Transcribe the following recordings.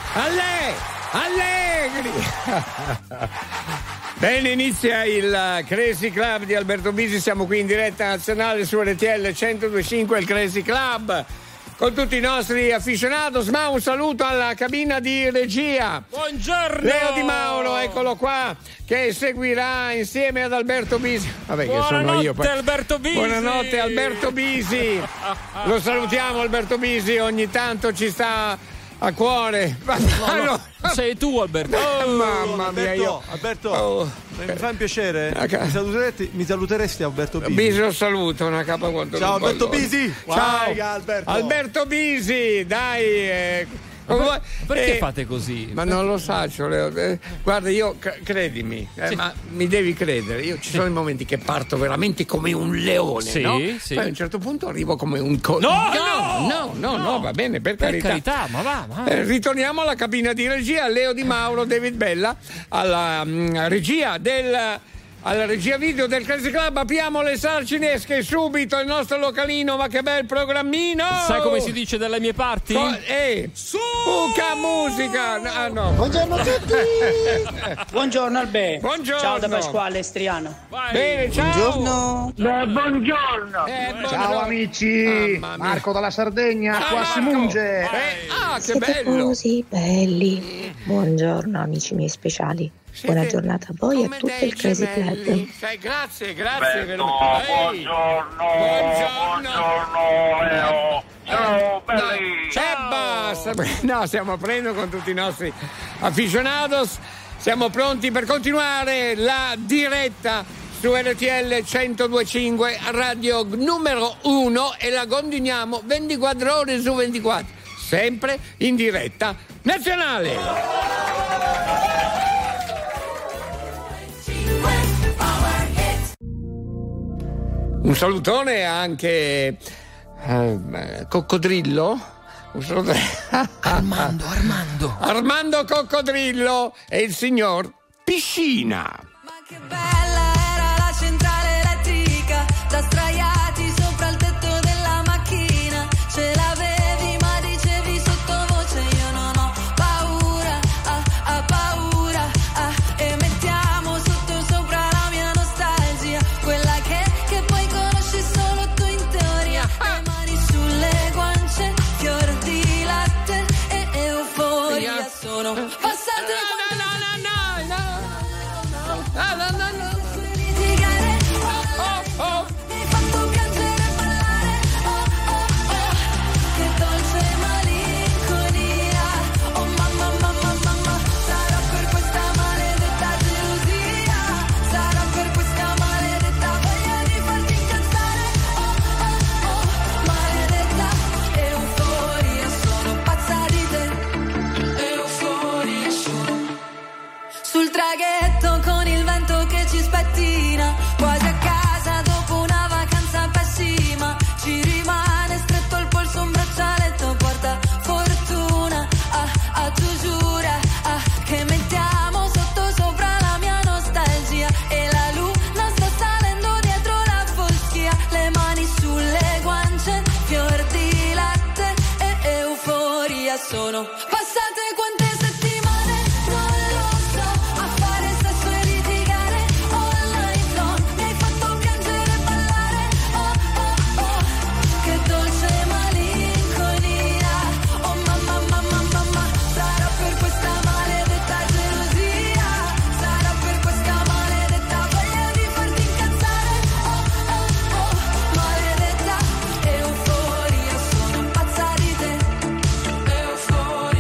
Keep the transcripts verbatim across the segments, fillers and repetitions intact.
Alle! Allegri! Bene, inizia il Crazy Club di Alberto Bisi, siamo qui in diretta nazionale su R T L centodue e cinque, il Crazy Club, con tutti i nostri afficionados, ma un saluto alla cabina di regia. Buongiorno! Leo Di Mauro, eccolo qua, che seguirà insieme ad Alberto Bisi. Vabbè, che sono io. Poi. Alberto Bisi! Buonanotte Alberto Bisi! Lo salutiamo Alberto Bisi, ogni tanto ci sta a cuore. No, no, sei tu Alberto. Oh, mamma Alberto, mia, io. Alberto, Oh. mi fa un piacere. Okay. Mi saluteresti, mi saluteresti Alberto Bisi? Bisi lo saluto, una capa quanto. Ciao Alberto Bisi. Ciao Vai, Alberto. Alberto Bisi, dai. Eh, Per, perché eh, fate così? Ma non lo so, Leo. Eh, guarda, io c- credimi, eh, Sì. ma mi devi credere. Io ci sono i momenti che parto veramente come un leone, Sì, no? sì. Poi a un certo punto arrivo come un co- No, no, no, no, no, no, va bene, per, Per carità. carità, ma va, va. Eh, ritorniamo alla cabina di regia, Leo Di Mauro, David Bella, alla mh, regia del alla regia video del Crazy Club. Apriamo le sale cinesche subito, il nostro localino, ma che bel programmino! Sai come si dice dalle mie parti? Co- eh, Uca musica! Ah, no. Buongiorno a tutti! Buongiorno Albe! Buongiorno. Ciao da Pasquale Striano. Vai. Bene, ciao! Buongiorno! Beh, buongiorno! Eh, Ciao buongiorno. amici! Mamma mia. Marco dalla Sardegna, Ciao, qua si Marco. munge! Eh, ah, che Siete bello! così belli. Buongiorno amici miei speciali. Siete Buona giornata a voi e a come tutto dei il Crazy gemelli. Club. Sai, grazie, grazie. Perfetto, veramente. Ehi. buongiorno, Buongiorno. buongiorno Leo, ciao belli. E basta. No, stiamo aprendo con tutti i nostri aficionados. Siamo pronti per continuare la diretta su R T L centodue e cinque, radio numero uno, e la continuiamo ventiquattro ore su ventiquattro, sempre in diretta nazionale. Un salutone anche eh, Coccodrillo. Un salutone. Armando, Armando. Armando Coccodrillo e il signor Piscina. Ma che bella era la centrale elettrica, da sdraiati sopra il tetto della macchina. Ce l'avevi ma dicevi sottovoce io non ho paura, ah, ah, paura, ah, e mettiamo sotto sopra la mia nostalgia, quella che, che poi conosci solo tu in teoria. Le mani sulle guance, fior di latte e euforia sono passate. Ah, no, no, no. Litigare, Oh, oh. mi hai fatto piangere e ballare, oh oh oh, che dolce malinconia, oh mamma mamma mamma, sarà per questa maledetta gelosia, sarà per questa maledetta voglia di farti incazzare, oh oh oh, maledetta euforia, sono pazza di te, euforia sono. Sul traghetto con il vento che ci spettina, quasi a casa dopo una vacanza pessima, ci rimane stretto il polso un braccialetto porta fortuna, ah, ah, tu giura, ah, che mettiamo sotto sopra la mia nostalgia, e la luna sta salendo dietro la foschia, le mani sulle guance, fior di latte e euforia sono passate quante settimane, non lo so, a fare sesso e litigare all night long, mi hai fatto piangere e ballare, oh oh oh, che dolce malinconia, oh mamma mamma mamma, sarà per questa maledetta gelosia, sarà per questa maledetta voglia di farti incazzare, oh oh oh, maledetta euforia, sono pazza di te, euforia.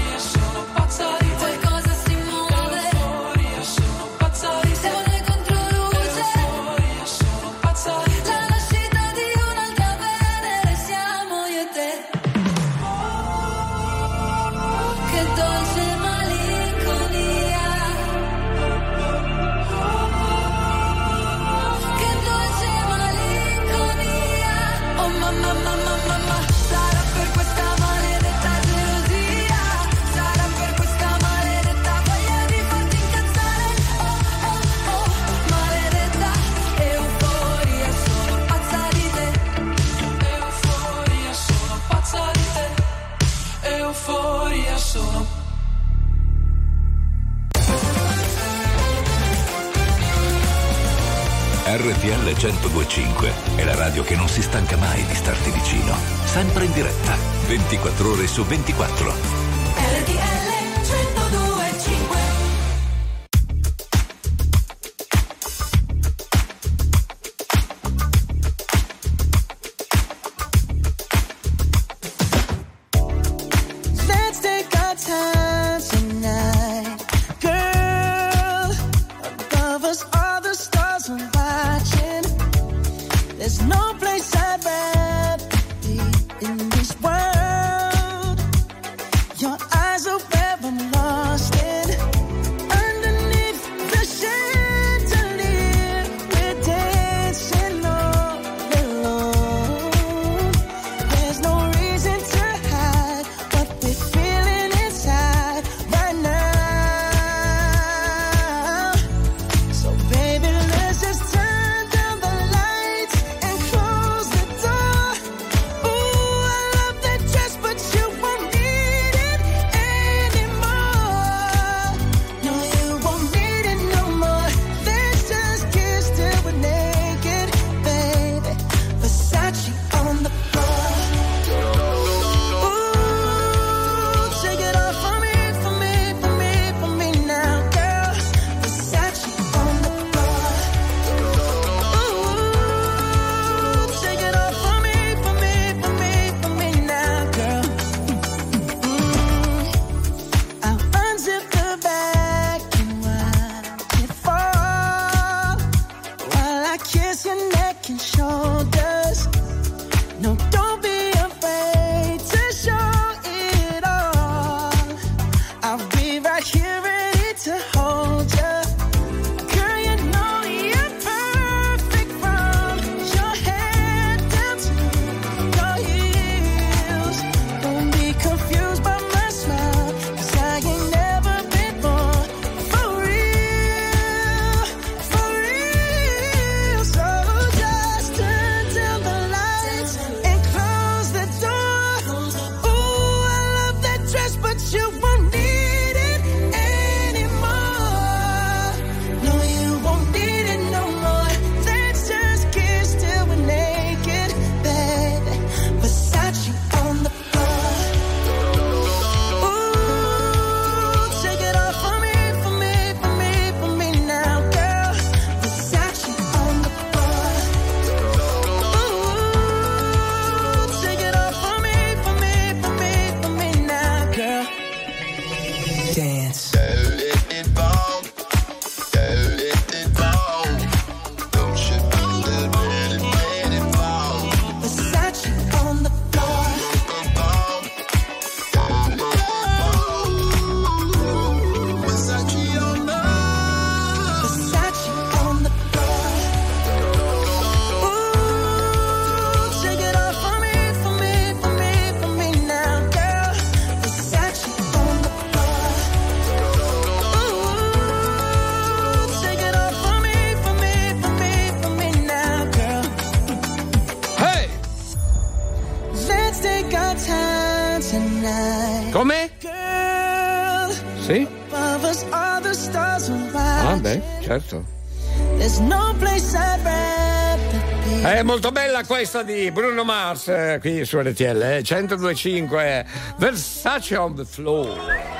centodue e cinque è la radio che non si stanca mai di starti vicino. Sempre in diretta, ventiquattro ore su ventiquattro. R T L centodue e cinque. Let's take our time tonight, girl. Above us, all the stars are watching. There's no place I'd rather be in this world. Your eyes are where I'm lost in. Underneath the chandelier, we're dancing all alone. There's no reason to hide what we're feeling inside right now. So baby, let's just turn down the lights and close the door. Ooh, I love that dress, but you won't need it anymore. No, you won't need it no more. Let's just kiss till we're naked, baby. Versace on the floor. Ooh, take it off for me, for me, for me, for me now, girl. Versace on the floor. Ooh, take it off for me, for me, for me, for me now, girl. Mm. I'll unzip the bag and watch it fall while I kiss your neck and shoulders. No, don't be afraid to show it all. I'll be right here ready to hold you. Girl, you know you're perfect from your head down to your heels. Don't be confused by my smile, 'cause I ain't never been born for real, for real. So just turn down the lights and close the door. Ooh, I love that dress, but you won't need it anymore. No, you won't need it no more. Let's just kiss till we're naked, baby. Versace on the floor. Ooh, take it off for me, for me, for me, for me now, girl. Versace on the floor. Ooh, take it off for me, for me, for me, for me now, girl. Dance. Versace on the floor. Versace on the floor. Ooh, take it off for me, for me, for me, for me now, girl. Versace on the floor. Ooh, take it off for me, for me, for me, for me now, girl. Hey! Let's take our time tonight, Come? girl. Sì? Above us, all the stars are Ah, watching. beh, certo. There's no place I'd rather be. È molto bella questa di Bruno Mars, eh, qui su R T L, eh, centodue e cinque, Versace on the floor.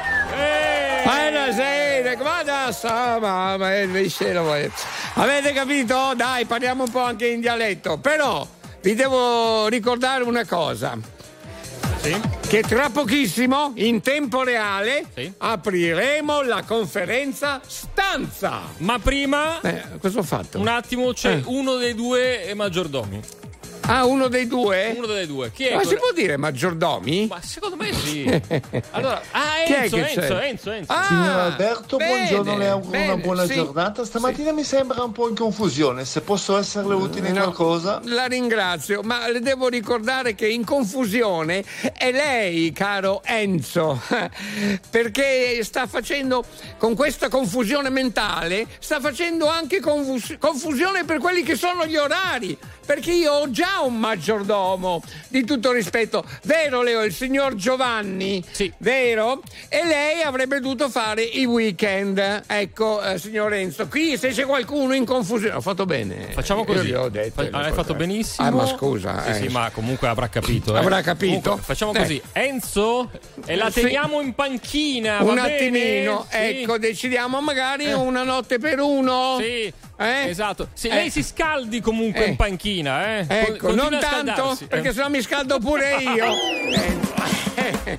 Buonasera, guarda, sta, ma, ma, eh, avete capito? Dai, parliamo un po' anche in dialetto, però vi devo ricordare una cosa. Sì. Che tra pochissimo, in tempo reale, Sì. apriremo la conferenza stanza. Ma prima, Eh, cosa ho fatto? un attimo, c'è Eh. uno dei due maggiordomi. Ah, uno dei due? Uno dei due. Chi è? Ma quello- si può dire maggiordomi? Ma secondo me sì. Allora, ah, Chi è Enzo, che Enzo, c'è? Enzo, Enzo. Ah, Signor Alberto, bene, buongiorno, le auguro bene, una buona sì. giornata. Stamattina mi sembra un po' in confusione, se posso esserle utile in No, qualcosa. La ringrazio, ma le devo ricordare che in confusione è lei, caro Enzo, perché sta facendo, con questa confusione mentale, sta facendo anche confus- confusione per quelli che sono gli orari, perché io ho già ha un maggiordomo, di tutto rispetto, vero Leo, il signor Giovanni? Sì. Vero? E lei avrebbe dovuto fare i weekend. Ecco, eh, signor Enzo, qui se c'è qualcuno in confusione, ho fatto bene. Facciamo Io così. gli ho detto, Fa- hai fatto benissimo. Ah, ma scusa. Sì, eh. sì, ma comunque avrà capito. Eh. Avrà capito. Comunque, facciamo Eh. così. Enzo, e la Sì. teniamo in panchina. Un va attimino, bene? Sì. ecco, decidiamo magari una notte per uno. Sì. Eh? Esatto. Se Eh. lei si scaldi comunque Eh. in panchina, eh. Con- Ecco, continua non a tanto, scaldarsi, perché eh. sennò mi scaldo pure io. Eh.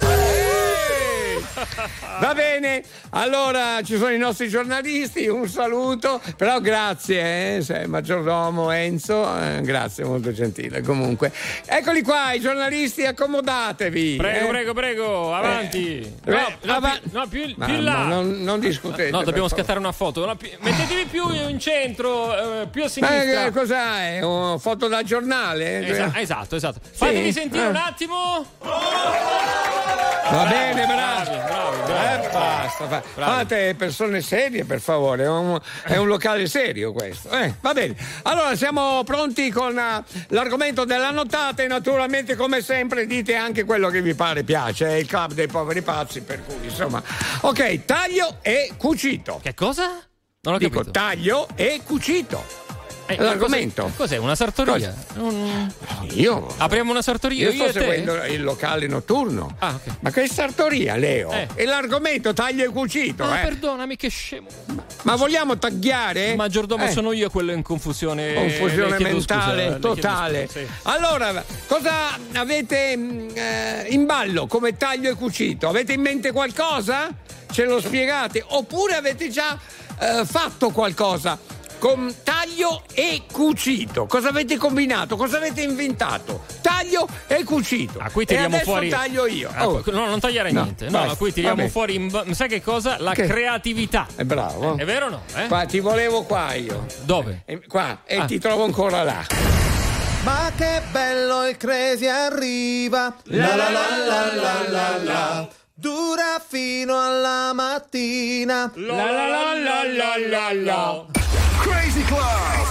Va bene, allora ci sono i nostri giornalisti, un saluto, però grazie, eh, sei maggiordomo Enzo, eh, grazie, molto gentile. Comunque, eccoli qua, i giornalisti, accomodatevi. Prego, eh. prego, prego, avanti. Eh, No, no, avanti. più, no, più, Ma- più in ma là. non, non discutete. No, dobbiamo per favore. scattare una foto. No, più- mettetevi più in centro, eh, più a sinistra. Eh, che cos'è? Una foto da giornale? Esa- esatto, esatto. Fatevi sentire Eh. un attimo. Va bene, bravi. Bravi, bravi, bravi. Eh, basta, fa- Bravi. fate persone serie, per favore. È un, è un locale serio questo. Eh, va bene. Allora siamo pronti con uh, l'argomento della nottata e naturalmente, come sempre, dite anche quello che vi pare piace. È il club dei poveri pazzi, per cui insomma. Ok, taglio e cucito. Che cosa? Non ho Dico capito. taglio e cucito. Eh, È l'argomento. Cos'è? Cos'è? Una sartoria? Un- Io. Apriamo una sartoria? Io Io, sto e te? seguendo il locale notturno. Ah, ok. Ma che sartoria, Leo? Eh. E l'argomento taglio e cucito, Ah, eh. perdonami, che scemo. Ma vogliamo tagliare? Il maggiordomo Eh. sono io quello in confusione. Confusione Le chiedo mentale scusa, le chiedo totale. scusa, sì. Allora, cosa avete mh, eh, in ballo come taglio e cucito? Avete in mente qualcosa? Ce lo spiegate? Oppure avete già eh, fatto qualcosa con taglio e cucito? Cosa avete combinato? Cosa avete inventato? Taglio e cucito. Ah, qui e tiriamo adesso fuori. taglio io. Ah, Oh. no, non tagliare No, niente. No, basta. ma qui tiriamo Vabbè. fuori. in- Sai che cosa? La Che? creatività. È bravo. È vero o no? Eh? Qua, ti volevo qua io. Dove? E, qua. E Ah. ti trovo ancora là. Ma che bello il crazy arriva. La la la la la la la. Dura fino alla mattina. La la la la la la la. Crazy Club.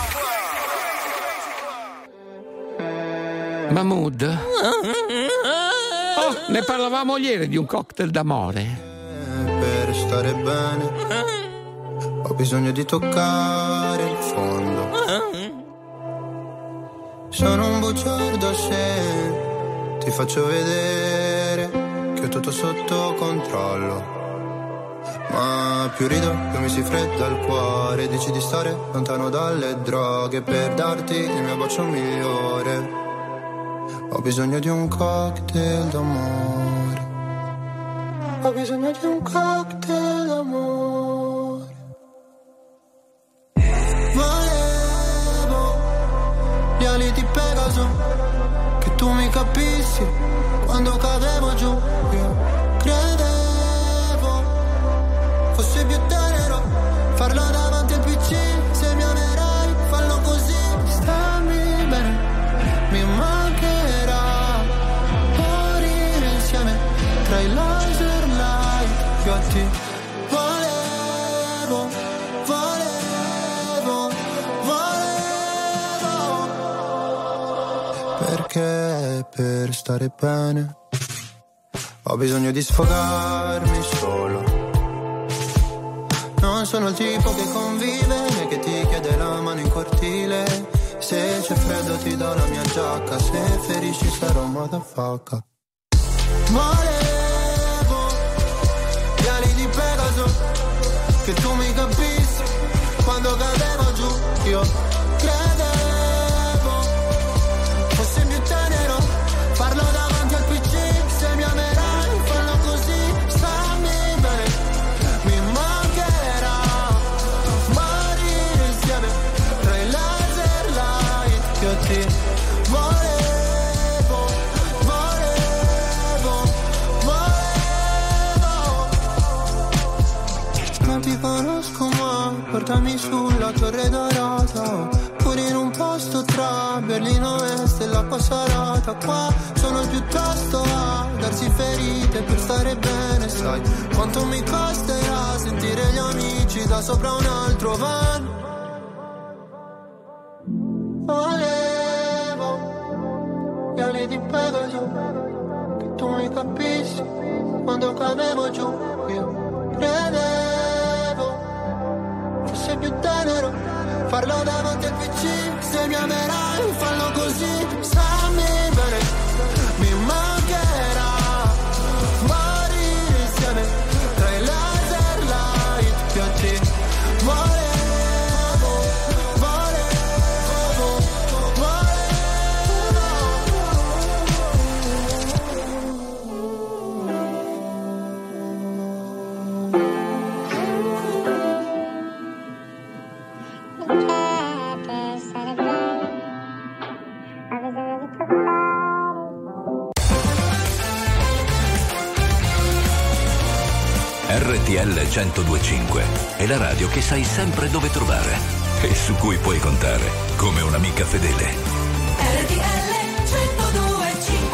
Mahmood. Oh, ne parlavamo ieri di un cocktail d'amore. Per stare bene ho bisogno di toccare il fondo. Sono un bugiardo se ti faccio vedere che ho tutto sotto controllo. Ma più rido, più mi si fredda il cuore. Dici di stare lontano dalle droghe per darti il mio bacio migliore. Ho bisogno di un cocktail d'amore. Ho bisogno di un cocktail d'amore. Volevo gli ali di Pegaso, che tu mi capissi quando cadevo giù. Io credevo fosse più tenero farlo davanti al P C. Se mi amerai, fallo così. Stammi bene, mi mancherà morire insieme tra i laser light. Io a te volevo, volevo, volevo. Perché per stare bene ho bisogno di sfogarmi solo. Non sono il tipo che convive né che ti chiede la mano in cortile. Se c'è freddo ti do la mia giacca, se ferisci sarò motherfucker. Volevo gli ali di Pegaso, che tu mi capissi quando cadevo giù. Io credevo fosse più tenero farlo davanti al P C. Se mi amerai, fallo così. Stammi bene, mi mancherà morire insieme tra i laser light. Io ti volevo, volevo, volevo. Non ti conosco ma portami sulla Torre Dorata, pure in un posto tra Berlino Est e la Passarata. Qua sono piuttosto a darsi ferite per stare bene. Sai quanto mi costerà sentire gli amici da sopra un altro van. Volevo, ali di Pegaso, che tu mi capissi quando cadevo giù. Io credevo fosse più tenero farlo davanti al P C. Se mi amerai fallo così, stammi bene, mi mancherà morire insieme tra i laser light che ti volevo, volevo, R T L centodue e cinque è la radio che sai sempre dove trovare e su cui puoi contare come un'amica fedele. R T L centodue e cinque.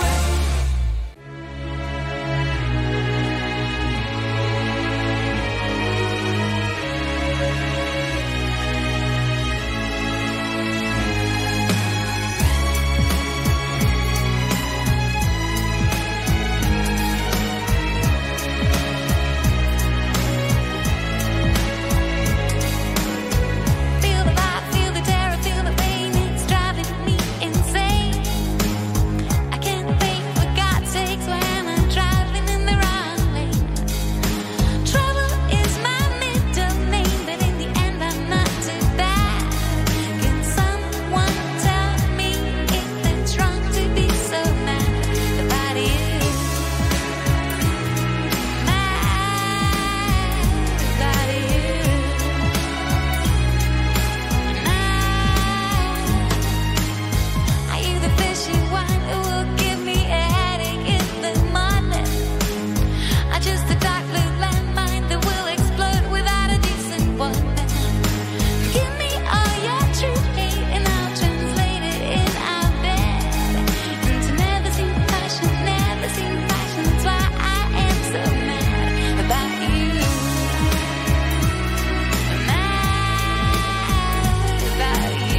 Feel the vibe, feel the terror, feel the pain. It's driving me insane. I can't think for God's sakes when I'm driving in the wrong lane. Trouble is my middle name, but in the end I'm not too bad. Can someone tell me if it's wrong to be so mad about you? Mad about you. Are you the fishy one who will give me a headache in the morning? Or just a dark blue landmine that will explode without a decent warning? Give me all your true hate and I'll translate it in our bed into never seen passion, never seen passion. That's why I am so mad about you. Mad about you.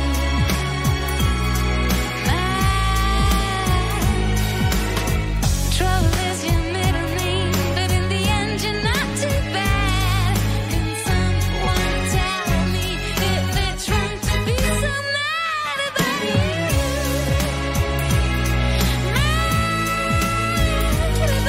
Trouble is your middle name, but in the end you're not too bad. Can someone tell me if it's wrong to be so mad about you? Mad about you.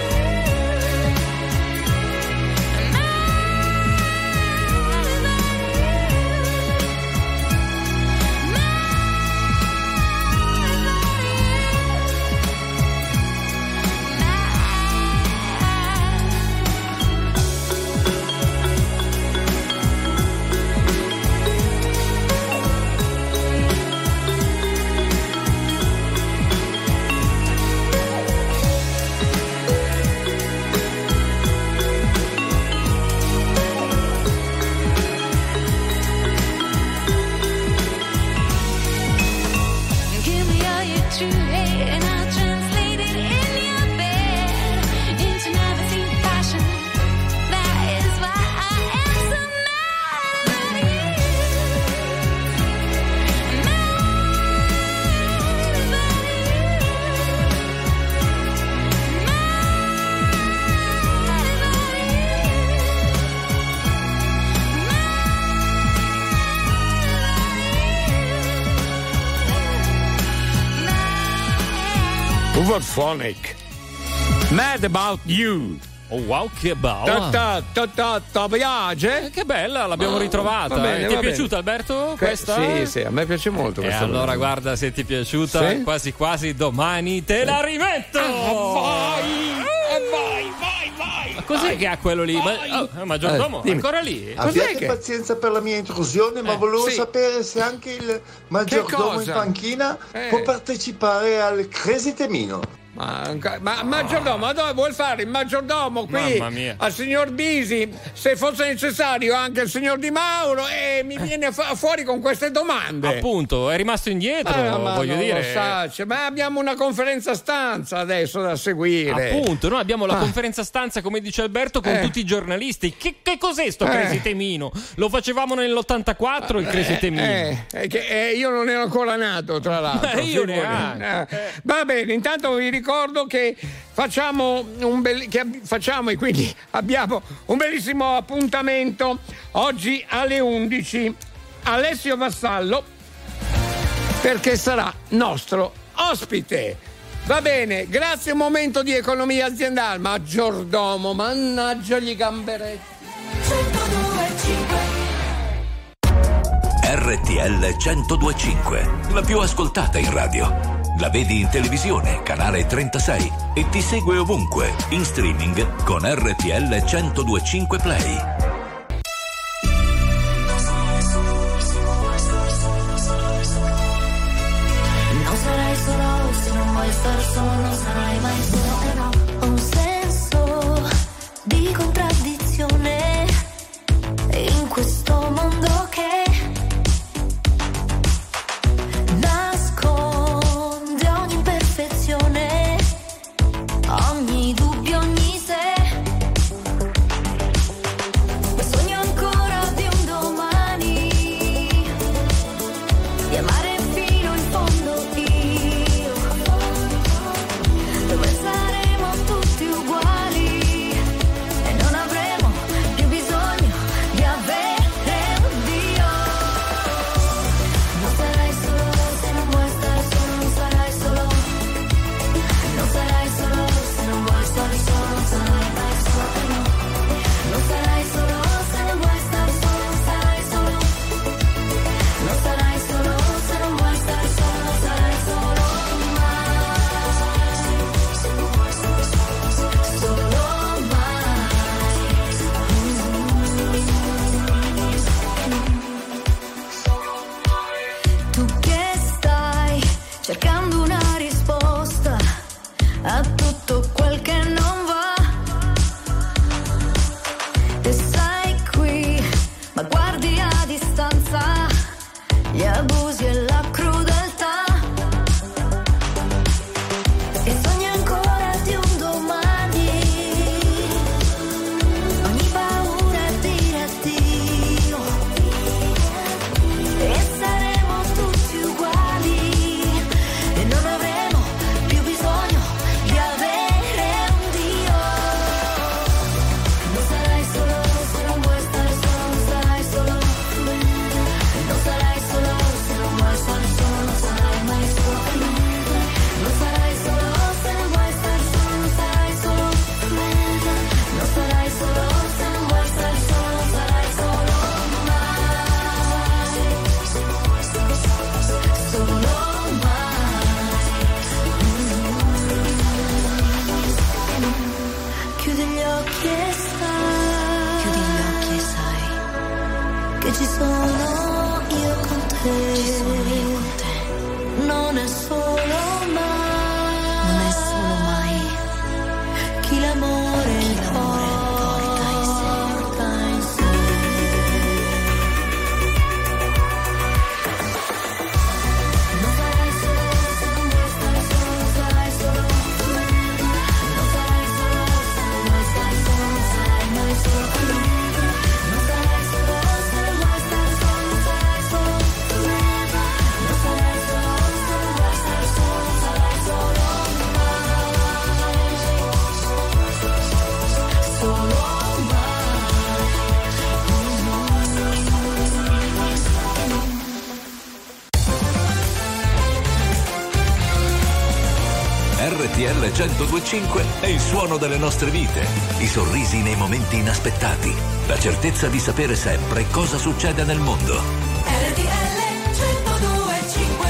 Give me all your true hate and I'll translate it in your bed into never seen passion. That is why I am so mad about you. Mad about you. Uberphonic. Mad about you. Oh wow, che bello. Ta ta ta ta ta piace? Che bella, l'abbiamo Ah, ritrovata. va bene, eh. Ti è va bene. piaciuta, Alberto? Que- Questa? Sì, sì, a me piace molto E questa. allora guarda, se ti è piaciuta, Sì? quasi quasi domani te la rimetto. vai, vai, vai, vai. Ma cos'è che ha quello lì? Ma, oh, maggiordomo, Eh, dimmi. ancora lì? Abbiate che- pazienza per la mia intrusione, ma Eh, volevo sì. sapere se anche il maggiordomo in cosa? panchina Eh. può partecipare al Crazy Temino. Ma, ma maggiordomo, ma dove vuol fare il maggiordomo qui? Mamma mia. Al signor Bisi? Se fosse necessario anche il signor Di Mauro, e mi viene fa- fuori con queste domande. Appunto, è rimasto indietro, Ah, ma voglio non dire. lo sa, cioè, ma abbiamo una conferenza stanza adesso da seguire. Appunto, noi abbiamo la Ah. conferenza stanza, come dice Alberto, con Eh. tutti i giornalisti. Che, che cos'è sto Eh. Crazy Temino? Lo facevamo nell'ottantaquattro il Crazy Temino. Eh, eh, che, eh, io non ero ancora nato, tra l'altro. Eh, io figurati. neanche. Eh, Va bene, intanto vi ricordo che facciamo un bel, che ab- facciamo e quindi abbiamo un bellissimo appuntamento oggi alle undici. Alessio Vassallo, perché sarà nostro ospite. Va bene, grazie. Un momento di economia aziendale. Maggiordomo, mannaggia gli gamberetti. R T L centodue e cinque, la più ascoltata in radio. La vedi in televisione, canale trentasei, e ti segue ovunque, in streaming con R T L centodue e cinque Play. Non sarai solo se non vuoi star solo, non sarai mai solo, e no. Ho un senso di contraddizione in questo mondo che nasconde ogni imperfezione, ogni dubbio, ogni se. Sogno ancora di un domani, di amare fino in fondo io, dove saremo tutti uguali e non avremo più bisogno di avere un Dio. Non sarai solo se non vuoi stare solo, non sarai solo, non sarai solo se non vuoi stare solo, non sarai mai solo, no. Non sarai solo se non vuoi stare solo, non sarai solo, non sarai solo se non vuoi stare solo, non sarai solo mai, solo mai. Tu che stai cercando una risposta a tutto quel che non va, e sei qui, ma guardi a distanza gli abusi e la crudeltà, e sogni ancora di un domani, ogni paura è dire addio, e saremo tutti uguali e non avremo più bisogno di avere un Dio. Non sarai solo se non vuoi stare solo, non sarai solo, non sarai solo se non vuoi stare solo, non sarai mai solo, non sarai solo se non vuoi stare solo, non sarai solo, non sarai solo se non vuoi stare solo, non sarai solo mai, solo mai. Chiudi gli occhi e sai, chiudi gli occhi e sai che ci sono io con te, ci sono io con te. Non è solo mai, non è solo mai chi l'amore, chi l'amore porta in sé, porta in sé. Non sarai solo se non vuoi stare solo, non sarai solo, non sarai solo se non vuoi stare solo, non sarai mai solo, non sarai solo se non vuoi stare solo, non sarai solo, non sarai solo se non vuoi stare solo, non sarai solo mai, solo mai. R T L centodue e cinque è il suono delle nostre vite, i sorrisi nei momenti inaspettati, la certezza di sapere sempre cosa succede nel mondo. R T L centodue e cinque.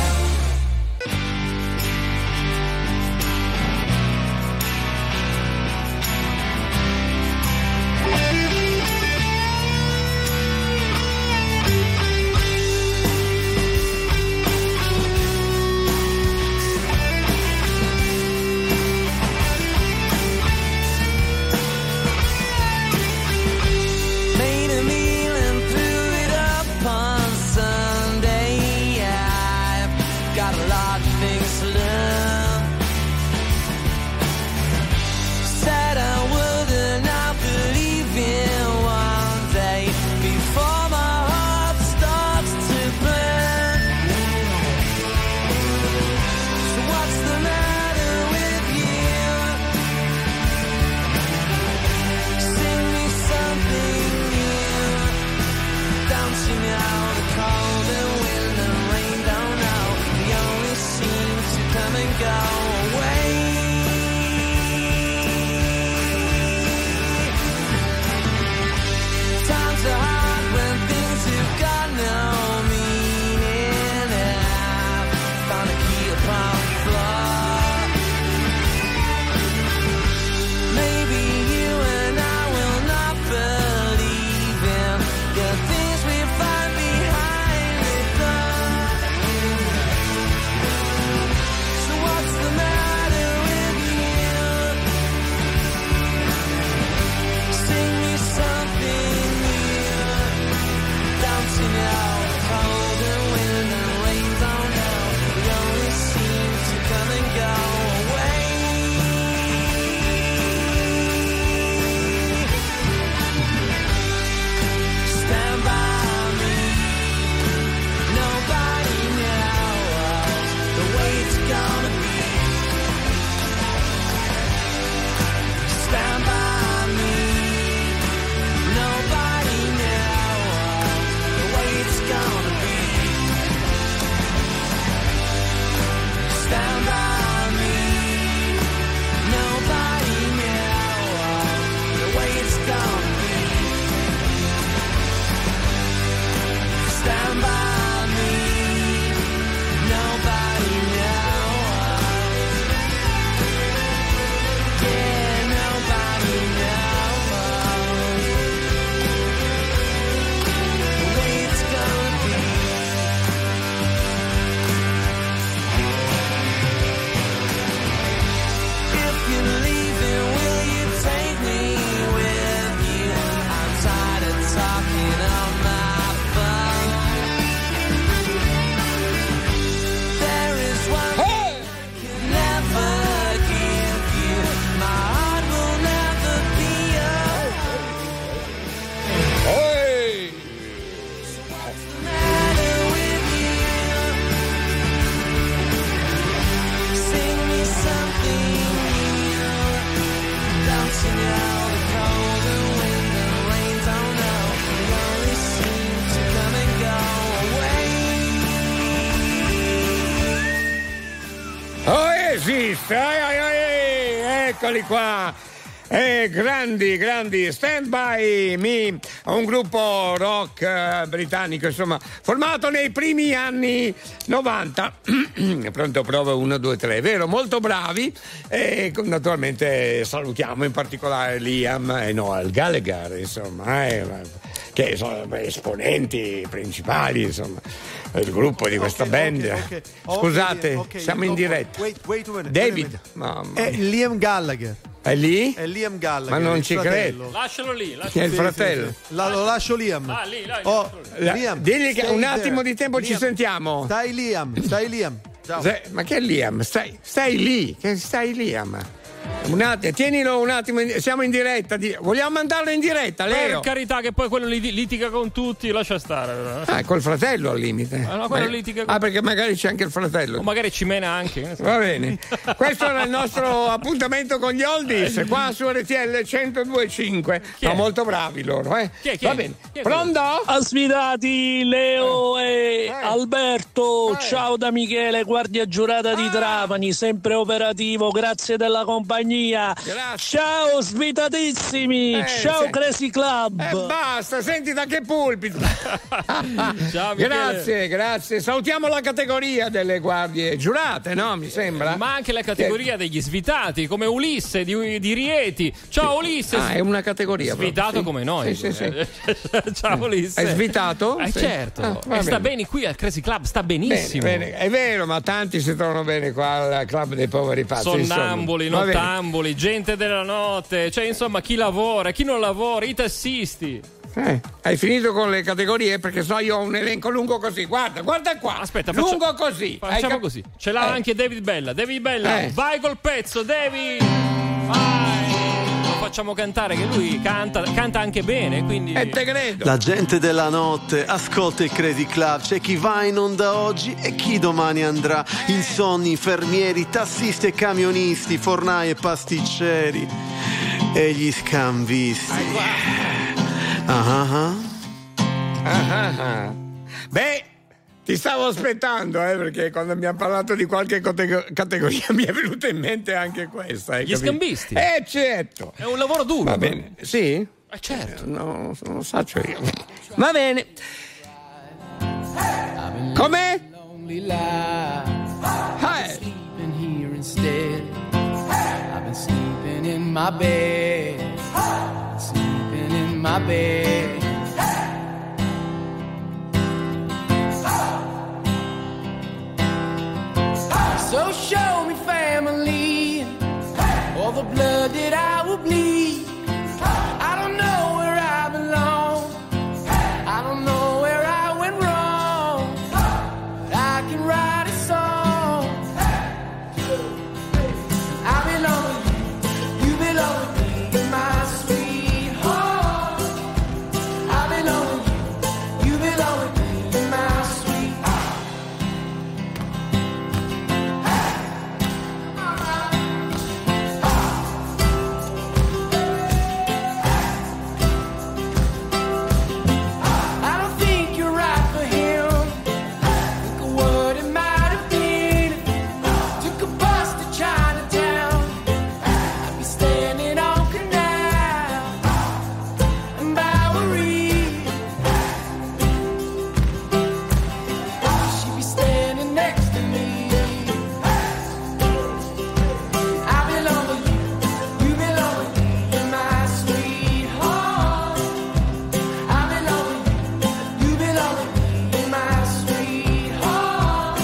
things to learn. Said I would and I believe in one day before my heart starts to burn. So what's the matter with you? Sing me something new. Don't you know the cold and wind and rain don't know. They only seem to come and go away. Times are hard when things have got no meaning. And I found a key upon the floor. Maybe you and I will not believe in the things we find behind the door. So what's the matter with you? Sing me something new. Don't you know the cold and wind and rain don't know. They only seem to come and go away. Stand by me. Nobody knows the way it's gonna be. Stand by me. Nobody knows the way it's gonna be. Stand by me. Nobody knows the way it's gonna be. Stand by me. Nobody knows. Yeah, nobody knows the way it's gonna be. If you're leaving, will you take me with you? I'm tired of talking on my phone. There is one thing I can never give you. My heart will never be yours. Ehi! What's the matter with you? Sing me something new. Don't you know the cold and wind and rain don't know. They only seem to come and go away. Oh, esiste! Ai, ai, ai, eccoli qua! Eh, grandi, grandi, Stand By Me, un gruppo rock eh, britannico, insomma, formato nei primi anni novanta. Pronto, prova uno, due, tre, vero? Molto bravi. E naturalmente salutiamo in particolare Liam e Noel Gallagher, insomma, eh, che sono esponenti principali, insomma, del gruppo di questa Okay, band. okay, okay. Okay, Scusate, okay, siamo in don't- diretta. Wait, wait a minute. David, wait a mamma minute. È mia. Liam Gallagher. È lì? È Liam Gallagher. Ma non il ci fratello. credo. Lascialo lì, Chi è lascialo il lì. fratello? Sì, sì. La- lo lascio Liam. Ah, lì, là, Oh, lascialo lì. La- Liam, digli che stay un attimo there. di tempo ci Liam, sentiamo. Stai Liam, stai Liam. Ciao. Se- ma che è Liam? Stai, stai lì, che stai Liam? Un attimo, tienilo un attimo, in- siamo in diretta. di- Vogliamo mandarlo in diretta, Per Leo? carità, che poi quello lit- litiga con tutti, lascia stare. Ah, col fratello al limite. Ah, no, quello Ma- litiga con- ah, perché magari c'è anche il fratello. O magari ci mena anche. che ne so. Va bene, questo era il nostro appuntamento con gli oldies qua su R T L centodue e cinque. Chi è? Sono molto bravi loro, eh? Chi è, chi Va è? bene, Chi è pronto? Sfidati Leo e Eh. Alberto, Eh. ciao da Michele, guardia giurata di Ah. Trapani, sempre operativo, grazie della compagnia. Grazie. Ciao sfidatissimi, Eh, ciao sì. Crazy Club. E basta, senti da che pulpito. Ciao, Michele. Grazie, grazie. Salutiamo la categoria delle guardie giurate, no? Mi sembra. Ma anche la categoria degli svitati, come Ulisse di, di Rieti. Ciao Ulisse. Ah, è una categoria. Svitato proprio, sì. come noi. Sì, sì, sì. Ciao Ulisse. È svitato? Eh, Sì. certo. Ah, va e sta bene. bene qui al Crazy Club, sta Bene, benissimo. bene. È vero, ma tanti si trovano bene qua al club dei poveri pazzi. Sonnambuli, insomma. Va bene. nottambuli, gente della notte, cioè insomma chi lavora, chi non lavora, i tassisti. Eh, hai finito con le categorie? Perché so io ho un elenco lungo così. Guarda, guarda qua. Aspetta, lungo faccio, così. Facciamo cap- così. Ce l'ha eh. anche David Bella. David Bella, Eh. vai col pezzo, David. Vai. Lo facciamo cantare, che lui canta, canta anche bene, quindi. E te credo. La gente della notte ascolta il Crazy Club. C'è chi va in onda oggi e chi domani andrà. Insonni, infermieri, tassisti e camionisti, fornai e pasticceri e gli scambisti. Ah ah ah. Beh, ti stavo aspettando, eh, perché quando mi ha parlato di qualche categ- categoria mi è venuta in mente anche questa. Gli scambisti? Eh, certo. È un lavoro duro. Va bene. Sì? Eh, certo. No, non lo faccio io. Va bene. Com'è? I've been here instead. I've been sleeping in my bed. Sleeping in my bed. So show me family, all the blood that I will bleed. I don't know where I belong. I don't know where I went wrong. But I can write a song. I belong with you, you belong with me, my sweetheart. I belong with you, you belong with me, my sweetheart. I don't think you're right for him. Think of what it might have been. Took a bus to Chinatown. I'd be standing on Canal and Bowery. She'd be standing next to me. I belong with you, you belong with me, my sweetheart. I belong with you, you belong with me, my sweetheart.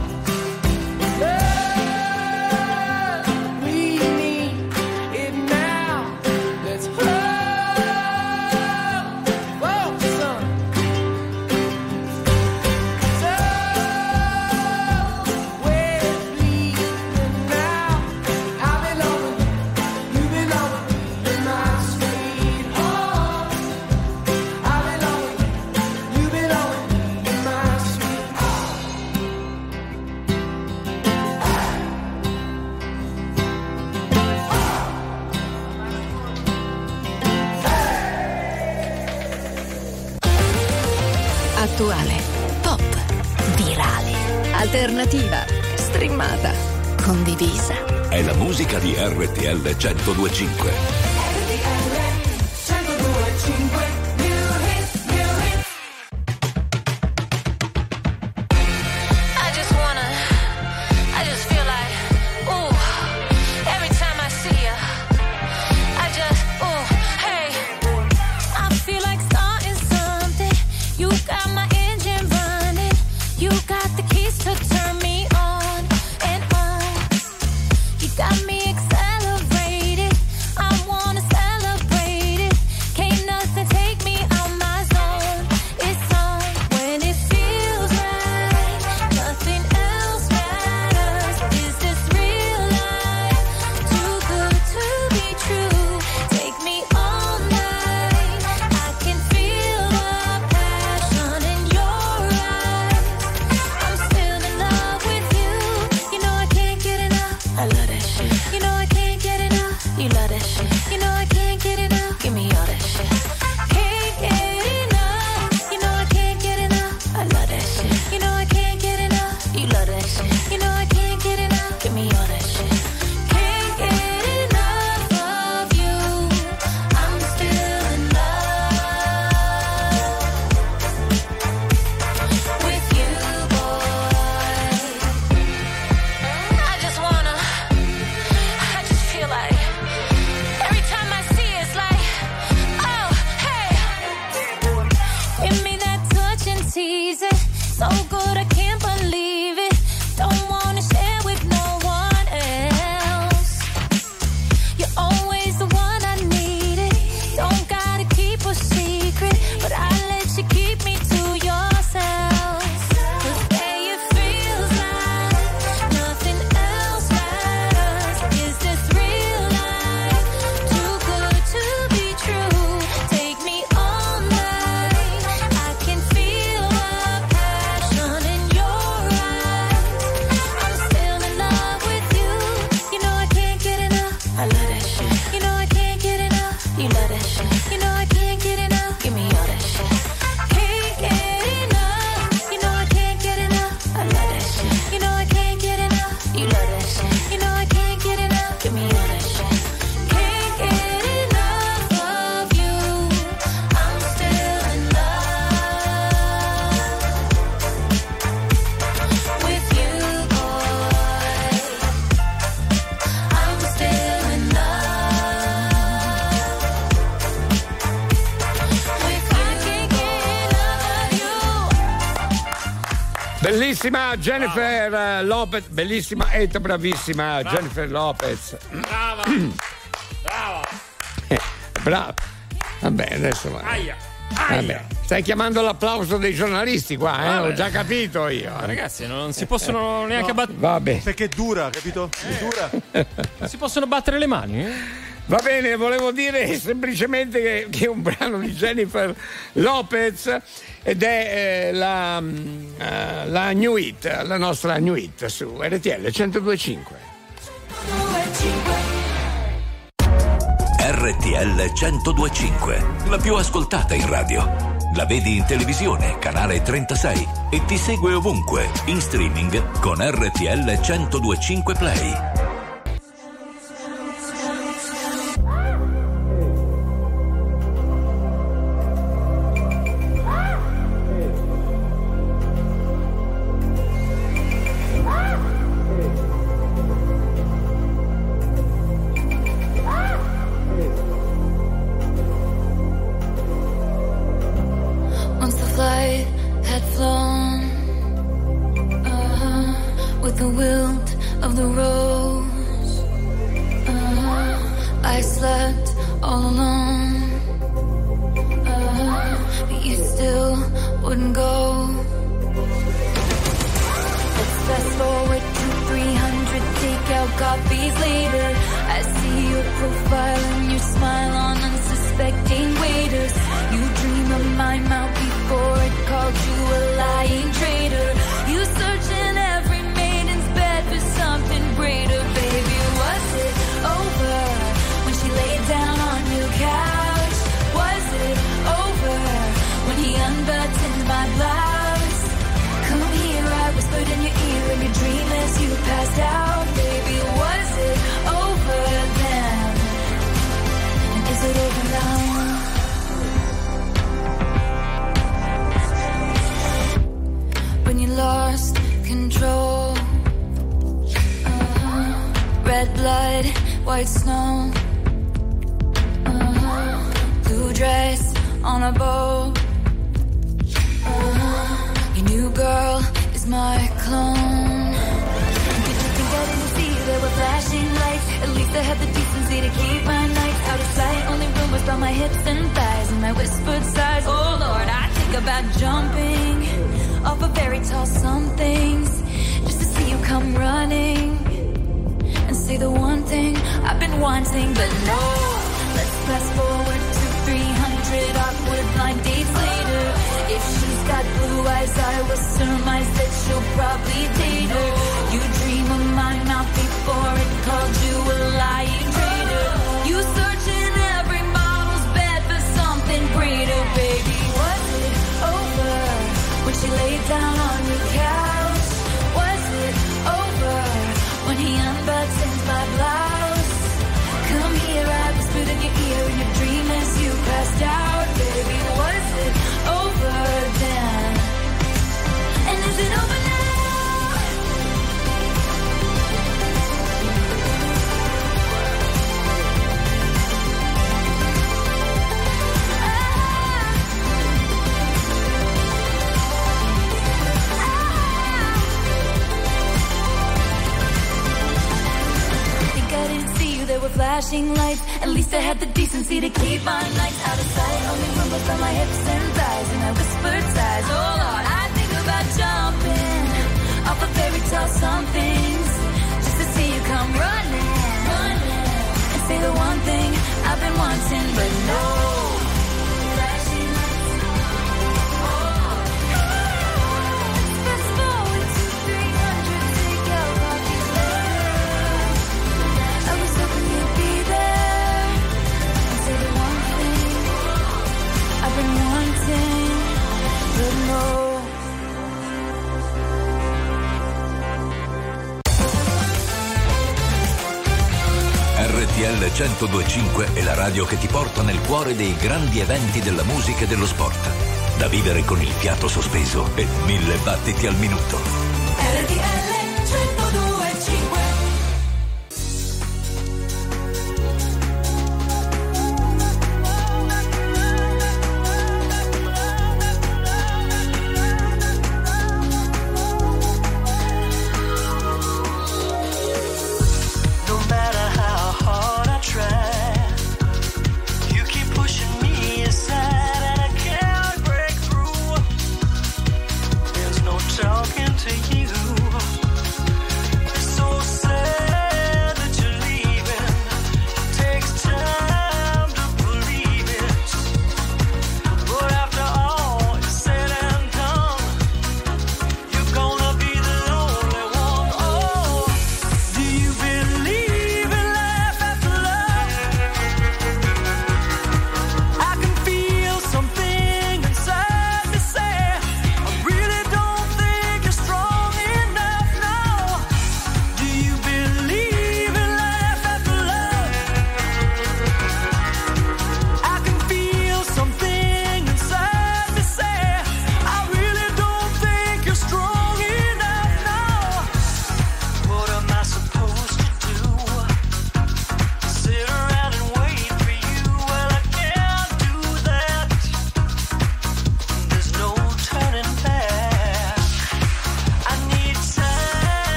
Love, we need it now. Let's hold, whoa, son. So, we're bleeding now. I belong with you, you belong with me, my sweetheart. I belong with you, you belong with me, my sweetheart. Attuale, pop, virale, alternativa, streamata, condivisa. È la musica di R T L centodue e cinque. I just wanna, I just feel like, ooh, every time I see ya, I just, ooh, hey, I feel like starting something. You got my engine running, you got the keys to turn me on and on. You got me accelerated, I want bellissima Jennifer Brava. Lopez, bellissima e bravissima Brava. Jennifer Lopez. Brava. Brava. Eh, brava. Vabbè, adesso va. Aia. Aia. Vabbè. Stai chiamando l'applauso dei giornalisti qua, eh? Ho già capito io. Ragazzi, non si possono neanche no. battere. Vabbè. Perché è dura, capito? È dura. Non si possono battere le mani? Eh? Va bene, volevo dire semplicemente che, che è un brano di Jennifer Lopez ed è eh, la, uh, la New Hit, la nostra New Hit su R T L centodue e cinque. R T L centodue e cinque, la più ascoltata in radio. La vedi in televisione, canale trentasei, e ti segue ovunque, in streaming con R T L centodue e cinque Play. Flashing lights, at least I had the decency to keep my nights out of sight. Only rumbles from my hips and thighs, and I whispered sighs. Oh Lord, I think about jumping off a fairy tale somethings, just to see you come running, running, and say the one thing I've been wanting, but no. Flashing lights, oh. Fast forward to three hundred, take out copies later. I was hoping you'd be there and say the one thing I've been wanting, but no. R T L centodue e cinque è la radio che ti porta nel cuore dei grandi eventi della musica e dello sport. Da vivere con il fiato sospeso e mille battiti al minuto. R T L centodue e cinque.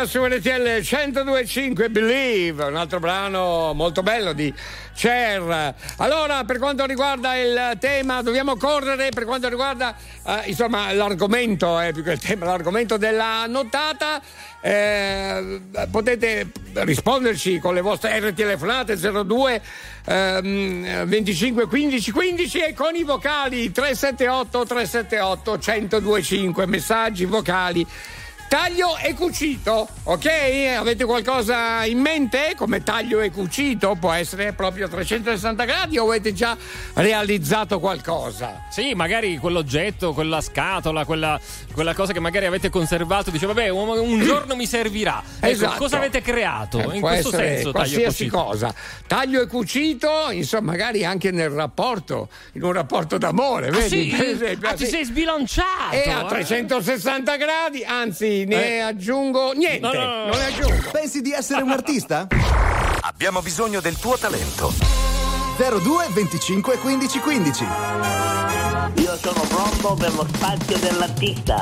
su R T L centodue e cinque, Believe, un altro brano molto bello di Cher. Allora, per quanto riguarda il tema, dobbiamo correre per quanto riguarda eh, insomma l'argomento, eh, più che il tema, l'argomento della nottata. Eh, potete risponderci con le vostre R T telefonate zero due ehm, venticinque quindici quindici e con i vocali tre sette otto tre sette otto centodue e cinque, messaggi vocali. Taglio e cucito, ok? Avete qualcosa in mente come taglio e cucito? Può essere proprio a trecentosessanta gradi o avete già realizzato qualcosa? Sì, magari quell'oggetto, quella scatola, quella, quella cosa che magari avete conservato, dice vabbè, un, un giorno mi servirà. Ecco, Esatto. cosa avete creato? Eh, in può questo essere senso, taglio e qualsiasi cucito. cosa. Taglio e cucito, insomma, magari anche nel rapporto, in un rapporto d'amore, Ah, vedi? sì? Per esempio, Ah, ti sì. sei sbilanciato. E a eh. trecentosessanta gradi, anzi ne Eh. aggiungo niente, No, no, no, no. non ne aggiungo. Pensi di essere un artista? Abbiamo bisogno del tuo talento. zero due venticinque quindici quindici. Io sono pronto per lo spazio dell'artista.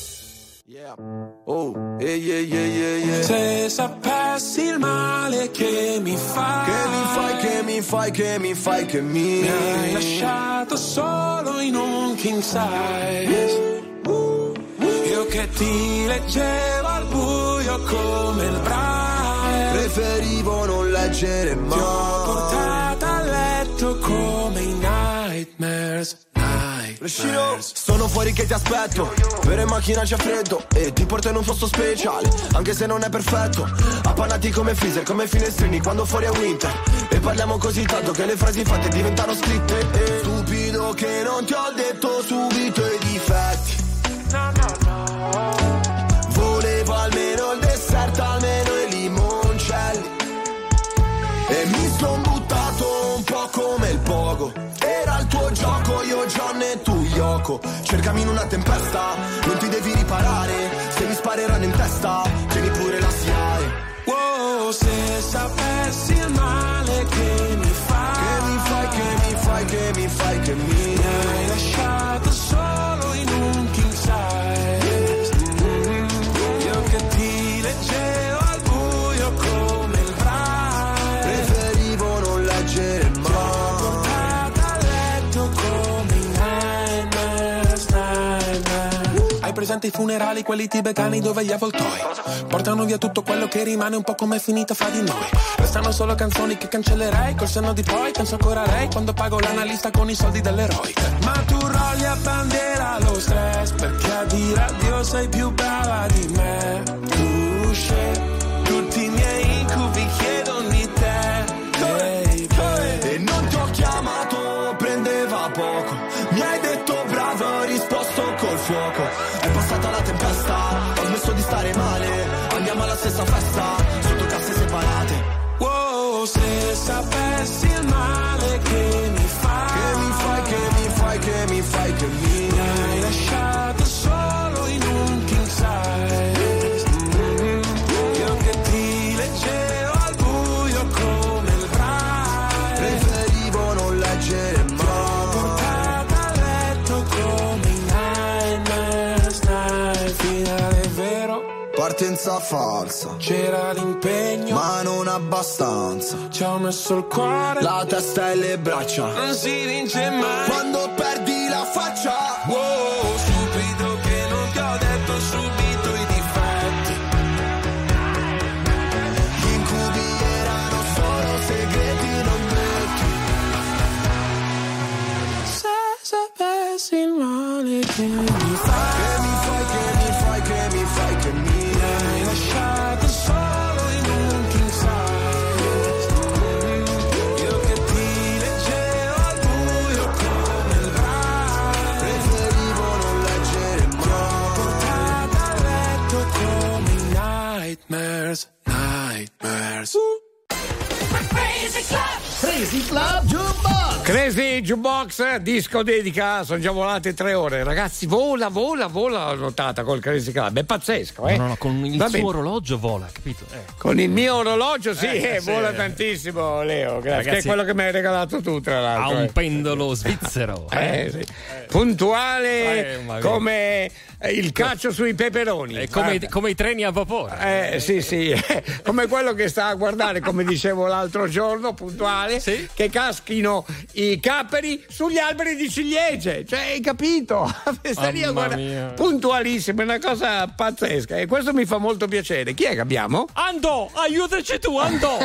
Oh, yeah, yeah, yeah, yeah, yeah. Se sapessi il male che mi fai, Che mi fai, che mi fai, che mi fai, che mi mi hai lasciato solo in un king size. Io che ti leggevo al buio come il Braille, preferivo non leggere mai. ti ho portata a letto come i nightmares. Nightmares. Sono fuori che ti aspetto, vero in macchina c'è freddo e ti porto in un posto speciale, anche se non è perfetto. Appannati come freezer, come finestrini quando fuori è winter. E parliamo così tanto che le frasi fatte diventano scritte. E stupido che non ti ho detto subito i difetti. No, no, no. Volevo almeno il dessert, almeno i limoncelli. E mi son buttato un po' come il pogo. Era il tuo gioco, io John e tu Yoko. Cercami in una tempesta, non ti devi riparare. Se mi spareranno in testa, tieni pure la S I A E. Wow, se sapessi il male che mi fai, Che mi fai, che mi fai, che mi fai, che mi mi hai lasciato solo in un king size. Io che ti leggevo al buio come il Braille, preferivo non leggere mai. portata a letto come i nightmares, nightmares. Hai presente i funerali, quelli tibetani dove gli avvoltoi portano via tutto quello che rimane, un po' come è finita fra di noi. Restano solo canzoni che cancellerei, col senno di poi penso ancora a lei quando pago l'analista con i soldi dell'eroe. Ma tu rolli a bandiera lo stress, perché a dire addio sei più brava di me. Tu scegli tutti i miei incubi, chiedono di te. Hey, hey. E non ti ho chiamato, prendeva poco. Mi hai detto bravo, ho risposto col fuoco. È passata la tempesta, ho smesso di stare male. Andiamo alla stessa festa, sotto casse separate. Wow, se sapessi il male che mi fai, Che mi fai, che mi fai, che mi fai, che mi mi hai lasciato solo in un king size. Io che ti leggevo al buio come il Braille, preferivo non leggere mai. portata a letto come i nightmares, night. Finale vero, Partenza falsa, c'era l'impegno, ma non abbastanza. ci ho messo il cuore, La testa e le braccia, non si vince mai. quando perdi la faccia. Wow, stupido che non ti ho detto subito i difetti. Gli incubi erano solo segreti non detti. Se sapessi il male che mi fai, Che mi fai, che mi fai, che mi fai, che mi hai lasciato solo in un king size. Io che ti leggevo al buio come il Braille, preferivo non leggere mai. portata a letto come i nightmares, nightmares. Crazy Club Jukebox. Crazy Jukebox, disco dedica, sono già volate tre ore, ragazzi, vola, vola, vola la notata col Crazy Club, è pazzesco, eh? No, no, no, con il Va suo bene. orologio vola, capito? Eh. Con il mio orologio, sì, Eh, eh, sì. vola tantissimo, Leo, grazie, Ragazzi, che è quello che mi hai regalato tu, tra Ha l'altro. un eh. pendolo svizzero. Eh, sì. Puntuale Eh, ma- come il calcio sui peperoni. È come, Guarda. i- come i treni a vapore. Eh, sì, sì, come quello che sta a guardare, come dicevo l'altro giorno, puntuale, che caschino i capperi sugli alberi di ciliegie. Cioè, hai capito? Sta lì a Mamma guardare- mia. puntualissimo, è una cosa pazzesca e questo mi fa molto piacere. Chi è che abbiamo? Ando, aiutaci tu, Ando.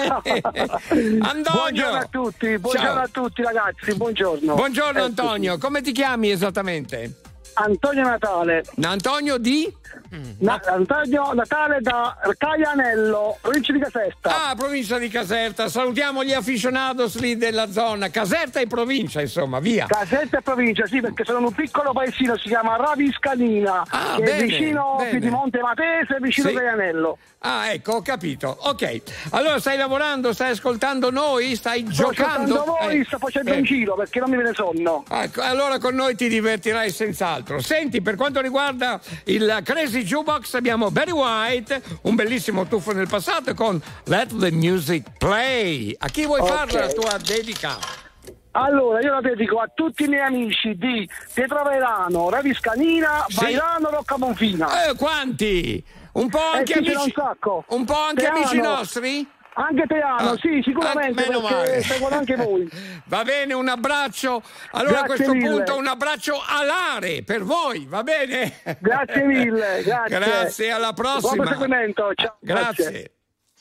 Antonio. Buongiorno a tutti, buongiorno Ciao. a tutti ragazzi, buongiorno. Buongiorno Eh, Antonio, come ti chiami esattamente? Antonio Natale. Antonio di? Na- Antonio Natale da Caianello, provincia di Caserta. Ah, provincia di Caserta. Salutiamo gli aficionados lì della zona. Caserta e provincia, insomma, via. Caserta e provincia, sì, perché sono in un piccolo paesino, si chiama Raviscanina, Ah, che bene, è vicino bene. Piedimonte Matese, vicino Sì. Caianello. Ah, ecco, ho capito. Ok. Allora stai lavorando, stai ascoltando noi, stai Sto giocando? ascoltando voi, Eh, sto facendo eh. un giro perché non mi viene sonno. Ecco, allora con noi ti divertirai senz'altro. Senti, per quanto riguarda il Crazy Jukebox abbiamo Barry White, un bellissimo tuffo nel passato con Let the Music Play. A chi vuoi Ok. farla la tua dedica? Allora, io la dedico a tutti i miei amici di Pietroverano, Raviscanina, Sì. Bailano, Roccamonfina. Eh, quanti? Un po' anche Eh sì, ce n'è amici. un sacco. Un po' anche Teano. amici nostri? Anche Teano, Ah, sì, sicuramente, ah, meno male. perché seguono anche voi. Va bene, un abbraccio. Allora a Grazie questo mille. punto un abbraccio alare per voi, va bene? Grazie mille, grazie. Grazie, alla prossima. Buon proseguimento, ciao. Grazie.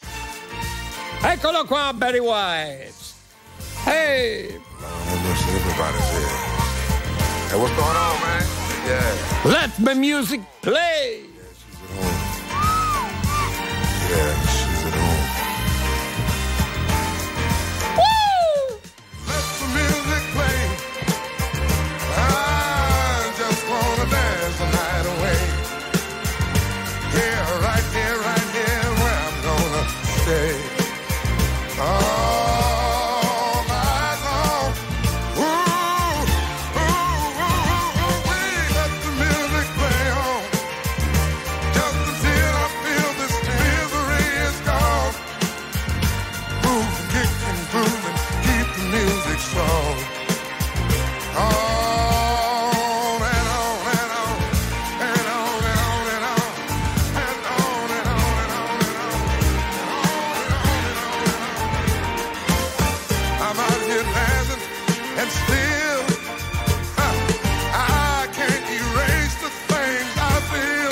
Eccolo qua, Barry White. Hey, Everybody's here. Hey, what's going on, man? Yeah. let the music play. Yeah, she's at home. Woo! Let the music play. I just wanna dance the night away. Here, right here, right here, where I'm gonna stay. All night long. Ooh, ooh, ooh, ooh, ooh, wee. Let the music play on. Just until I feel this misery is gone. Move, kick and groove and keep the music strong. On and on and on and on and on and on and on and on and on and on and on. I'm out here dancing and still huh, I can't erase the things I feel.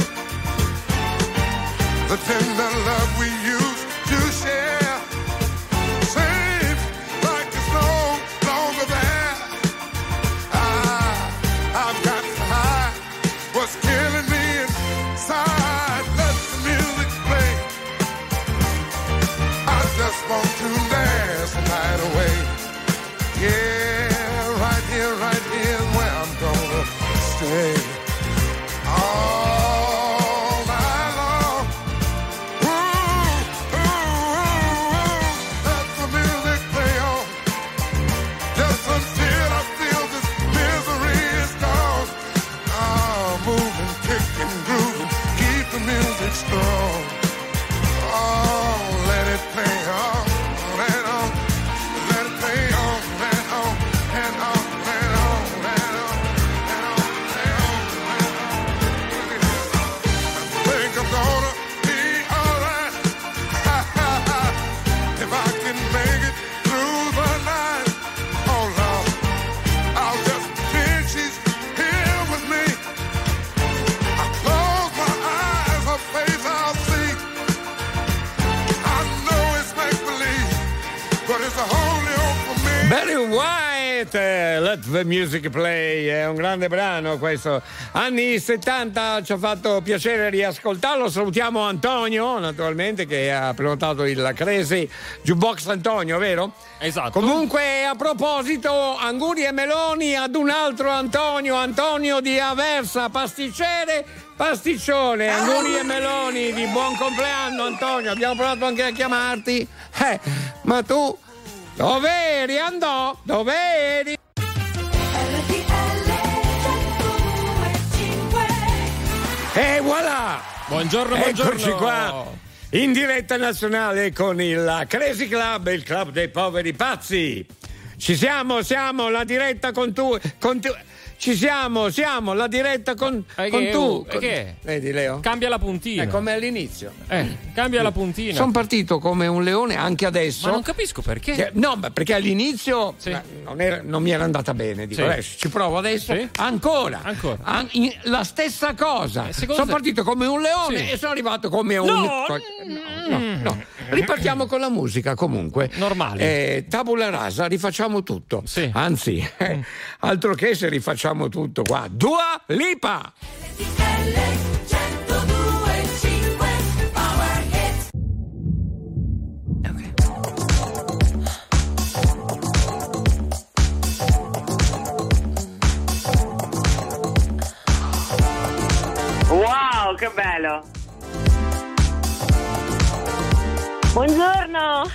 The tender love we used to share seems like it's no longer there. I, I've got to hide what's killing me inside. Let the music play. I just want to dance the night away. Yeah, right here, right here, where I'm gonna stay. All night long. Ooh, ooh, ooh, ooh. Let the music play on. Just until I feel this misery is gone. Oh, moving, kicking, grooving, keep the music strong. Oh, let it play on and on. Let it play on and on and on and on and on and on and on and on. I think I'm gonna be alright. If I can make it through the night. Oh Lord, I'll just think she's here with me. I close my eyes, her face I'll see. I know it's make believe, but it's the only hope for me. Barry White, eh, Let the Music Play, è un grande brano questo. Anni settanta, ci ha fatto piacere riascoltarlo. Salutiamo Antonio, naturalmente, che ha prenotato il Crazy Jukebox. Antonio, vero? Esatto. Comunque, a proposito, Anguri e Meloni ad un altro Antonio, Antonio di Aversa, pasticcere, pasticcione, Anguri e Meloni, di buon compleanno Antonio. Abbiamo provato anche a chiamarti, eh, ma tu Dov'eri, andò? Dov'eri? E voilà! Buongiorno, buongiorno. Eccoci qua, in diretta nazionale con il Crazy Club, il club dei poveri pazzi. Ci siamo, siamo, la diretta con tu, con tu. Ci siamo, siamo, la diretta con, eh con che, tu. Eh che? Vedi, Leo? Cambia la puntina. È come all'inizio. Eh, cambia la puntina. Sono partito come un leone anche adesso. Ma non capisco perché. Che, no, perché all'inizio sì. non, era, non mi era andata bene. Dico, sì. adesso ci provo adesso. Sì. Ancora. Ancora. An- in, la stessa cosa. Eh, sono te... partito come un leone sì. e sono arrivato come un. No! No, no, no. Ripartiamo con la musica comunque. Normale. Eh, tabula rasa, rifacciamo tutto. Sì. Anzi, eh, altro che se rifacciamo tutto qua. Dua Lipa. Wow, che bello! Buongiorno!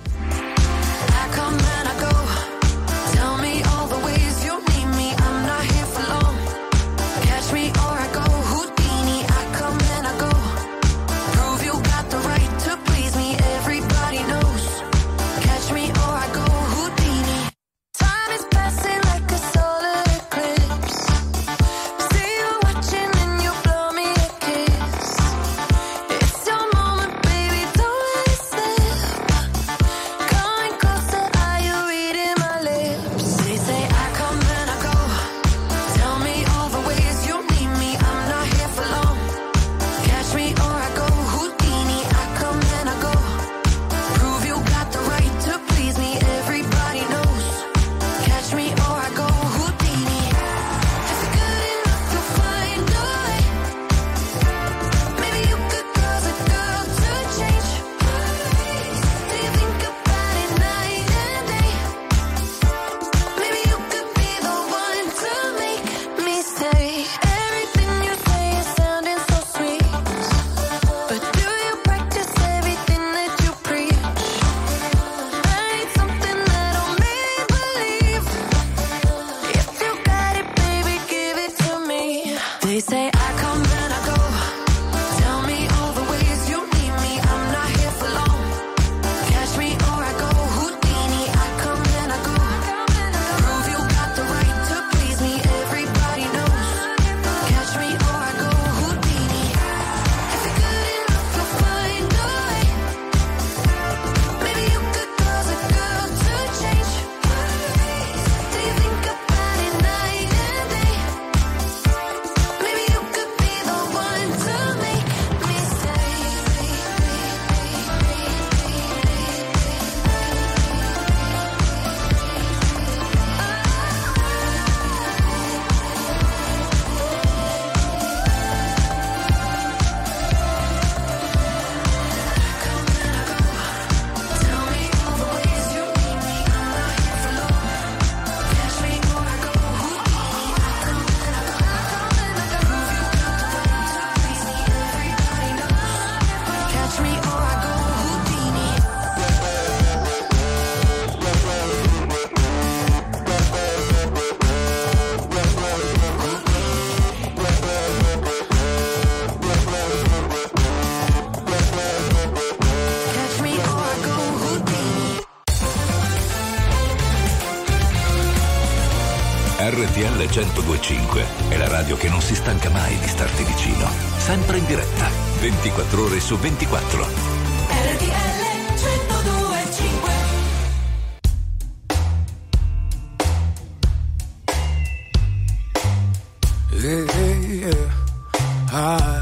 R T L centodue e cinque è la radio che non si stanca mai di starti vicino. Sempre in diretta, ventiquattro ore su ventiquattro. R T L centodue e cinque. Yeah, yeah. Ai,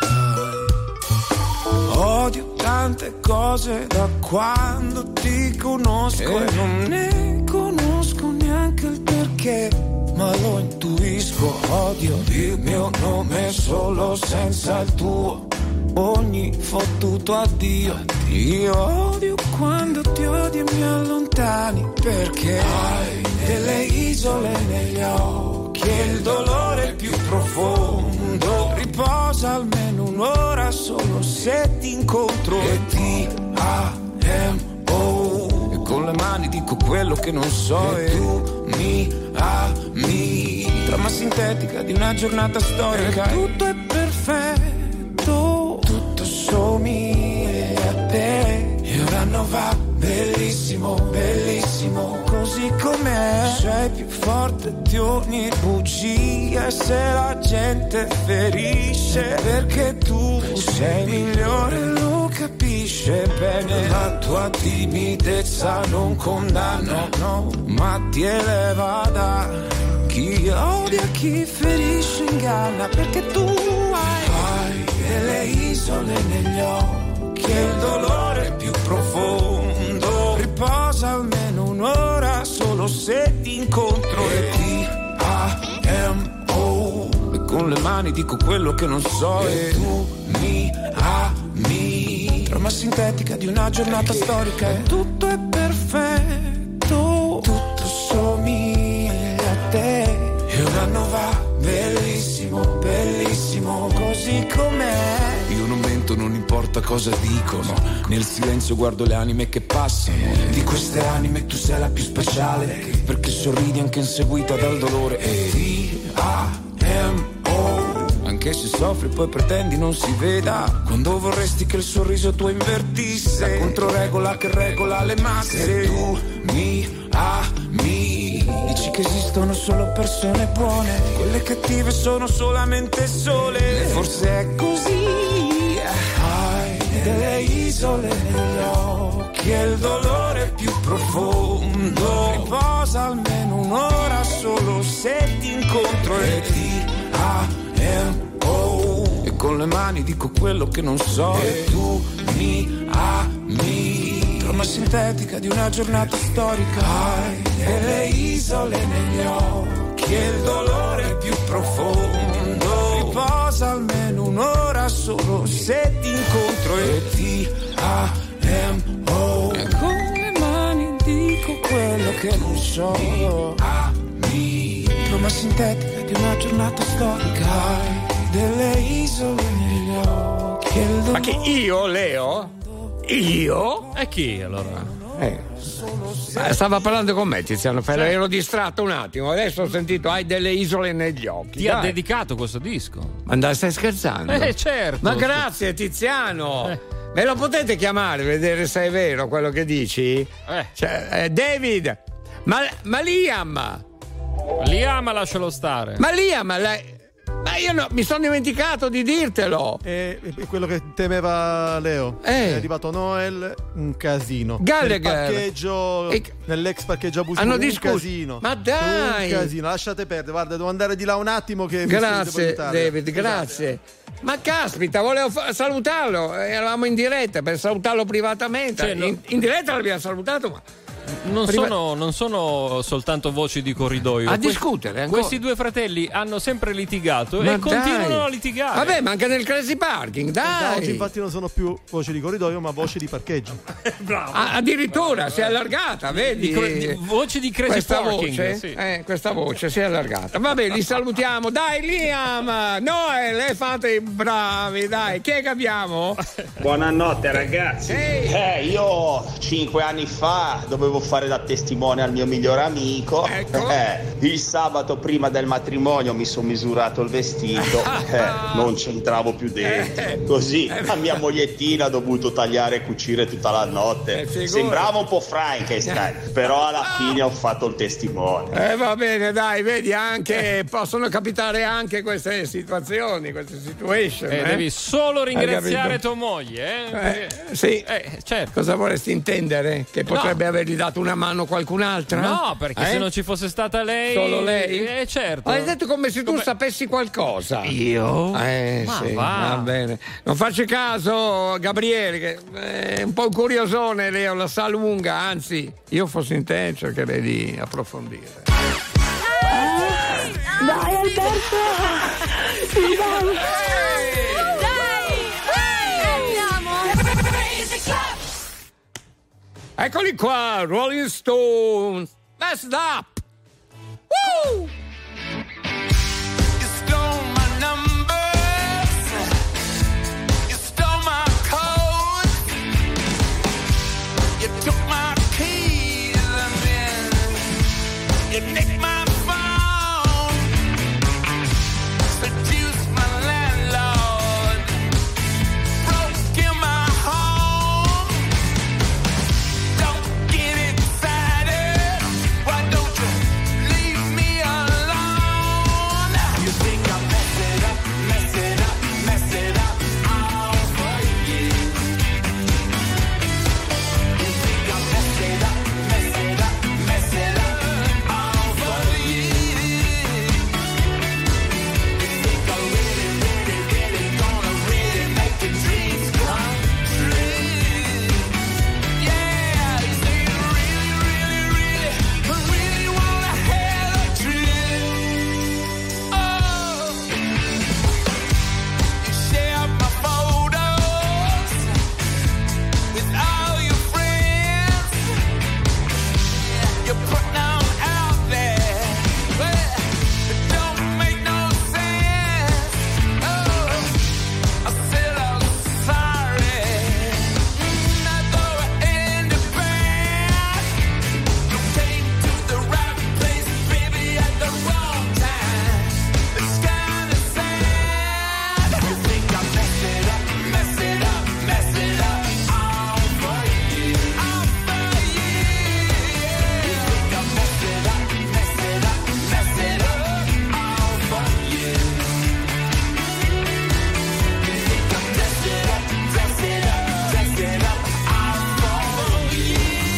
ai. Odio tante cose da quando ti conosco e non ne conosco neanche il perché, ma lo intuisco. Odio il mio nome solo senza il tuo, ogni fottuto addio. Io odio quando ti odi e mi allontani, perché hai delle isole negli occhi e il dolore più profondo riposa almeno un'ora solo se ti incontro. E ti amo, e con le mani dico quello che non so e tu mi ami. Trama sintetica di una giornata storica. E tutto è perfetto, tutto somiglia a te. E un anno va bellissimo, bellissimo, così com'è. Sei più forte di ogni bugia. E se la gente ferisce, perché tu sei migliore, lo capisce bene. La tua timidezza non condanna, no, ma ti eleva da chi odia, chi ferisce, inganna. Perché tu hai, hai delle isole negli occhi e il dolore più profondo. Riposa almeno un'ora solo se ti incontro. E ti amo. E con le mani dico quello che non so. E tu mi ami. Trama sintetica di una giornata storica. E tutto è perfetto, tutto somiglia a te. E un anno va bellissimo, bellissimo, così com'è. Io non mento, non importa cosa dicono. Nel silenzio guardo le anime che passano. Di queste anime tu sei la più speciale, perché sorridi anche inseguita dal dolore. E ti amo. Anche se soffri poi pretendi non si veda. Quando vorresti che il sorriso tuo invertisse la controregola che regola le masse. E tu mi ami. Dici che esistono solo persone buone, quelle cattive sono solamente sole. E forse è così. Hai delle isole negli occhi e il dolore più profondo. Riposa almeno un'ora solo se ti incontro. E ti amo. E con le mani dico quello che non so. E tu mi ami. Trama sintetica di una giornata storica. Hai delle isole negli occhi e il dolore più profondo. Riposa almeno un'ora solo se ti incontro. E ti amo. E con le mani dico quello che non so. Ami. Trama sintetica di una giornata storica. Hai delle isole negli occhi e il dolore. Ma che io, Leo? Io? E chi allora? Eh. Stava parlando con me Tiziano Ferro, ero distratto un attimo, adesso ho sentito hai delle isole negli occhi. Ti Dai. ha dedicato questo disco? Ma dai, stai scherzando? Eh certo. Ma grazie Tiziano. Eh. Me lo potete chiamare, vedere se è vero quello che dici? Eh. Cioè, eh, David, ma, ma Liam Liam lascialo stare. Ma Liam lei... Ma io no, mi sono dimenticato di dirtelo. È, è quello che temeva Leo. Eh. È arrivato Noel, un casino. Gallagher. Nel parcheggio, E... nell'ex parcheggio abusivo, hanno un discusso. casino. Ma dai! Un casino, lasciate perdere. Guarda, devo andare di là un attimo che Grazie mi devo David, grazie. Ma caspita, volevo fa- salutarlo. Eravamo in diretta per salutarlo privatamente. Cioè, no. in, in diretta l'abbiamo salutato, ma Non Priva- sono, non sono soltanto voci di corridoio. a Que- discutere ancora. Questi due fratelli hanno sempre litigato Ma e continuano dai. a litigare. Vabbè, ma anche nel crazy parking, Da dai. oggi infatti non sono più voci di corridoio, ma voci di parcheggio. Bravo. Ah, addirittura si è allargata, vedi? Di cro- di- voci di crazy questa parking, voce, sì. eh, questa voce si è allargata. Vabbè, li salutiamo. Dai, Liam, Noel, eh, fate i bravi, dai. Chi è che abbiamo? Buonanotte ragazzi. Ehi. Eh, io cinque anni fa dovevo fare da testimone al mio migliore amico. Ecco. Eh, il sabato prima del matrimonio mi sono misurato il vestito, eh, non c'entravo più dentro. Così la mia mogliettina ha dovuto tagliare e cucire tutta la notte. Eh, figurati. Sembrava un po' Frankenstein, però alla fine ho fatto il testimone. Eh, va bene, dai, vedi, anche possono capitare anche queste situazioni, queste situation. Eh, eh? devi solo Hai ringraziare capito? tua moglie, eh? Eh, sì. Eh, certo. Cosa vorresti intendere? Che potrebbe avergli dato una mano qualcun'altra? No, perché Eh? se non ci fosse stata lei. Solo lei? Eh, certo. Hai detto come se tu Come- sapessi qualcosa. Io? Eh, Ma sì, va. va bene. Non faccio caso, Gabriele, che è un po' curiosone, Leo, la sa lunga, anzi, io fossi in te cercherei di approfondire. Dai Alberto! Sì, dai! Eccoli qua, Rolling Stones. Messed up. Woo! You stole my numbers, you stole my code, you took my keys You nicked my phone, seduced my landlord, broke in my home. Don't get excited, why don't you leave me alone? You think I mess it up, mess it up, mess it up all for you. You think I mess it up, mess it up, mess it up all for you. You think I really, really, really gonna really make your dreams come true. Yeah, you say you really, really, really, really wanna have a dream. Oh, you share my photos with all your friends. You put them out there, but it don't make no sense. Oh, I said I'm sorry. Mm, I throw it in the bag. You came to the right place, baby, at the wrong time. It's kinda sad. You think I mess it up, mess it up, mess it up all for you, all for you. You think I mess it up, mess it up, mess it up all for you. You think I mess it up, dress it up, dress it up all for you.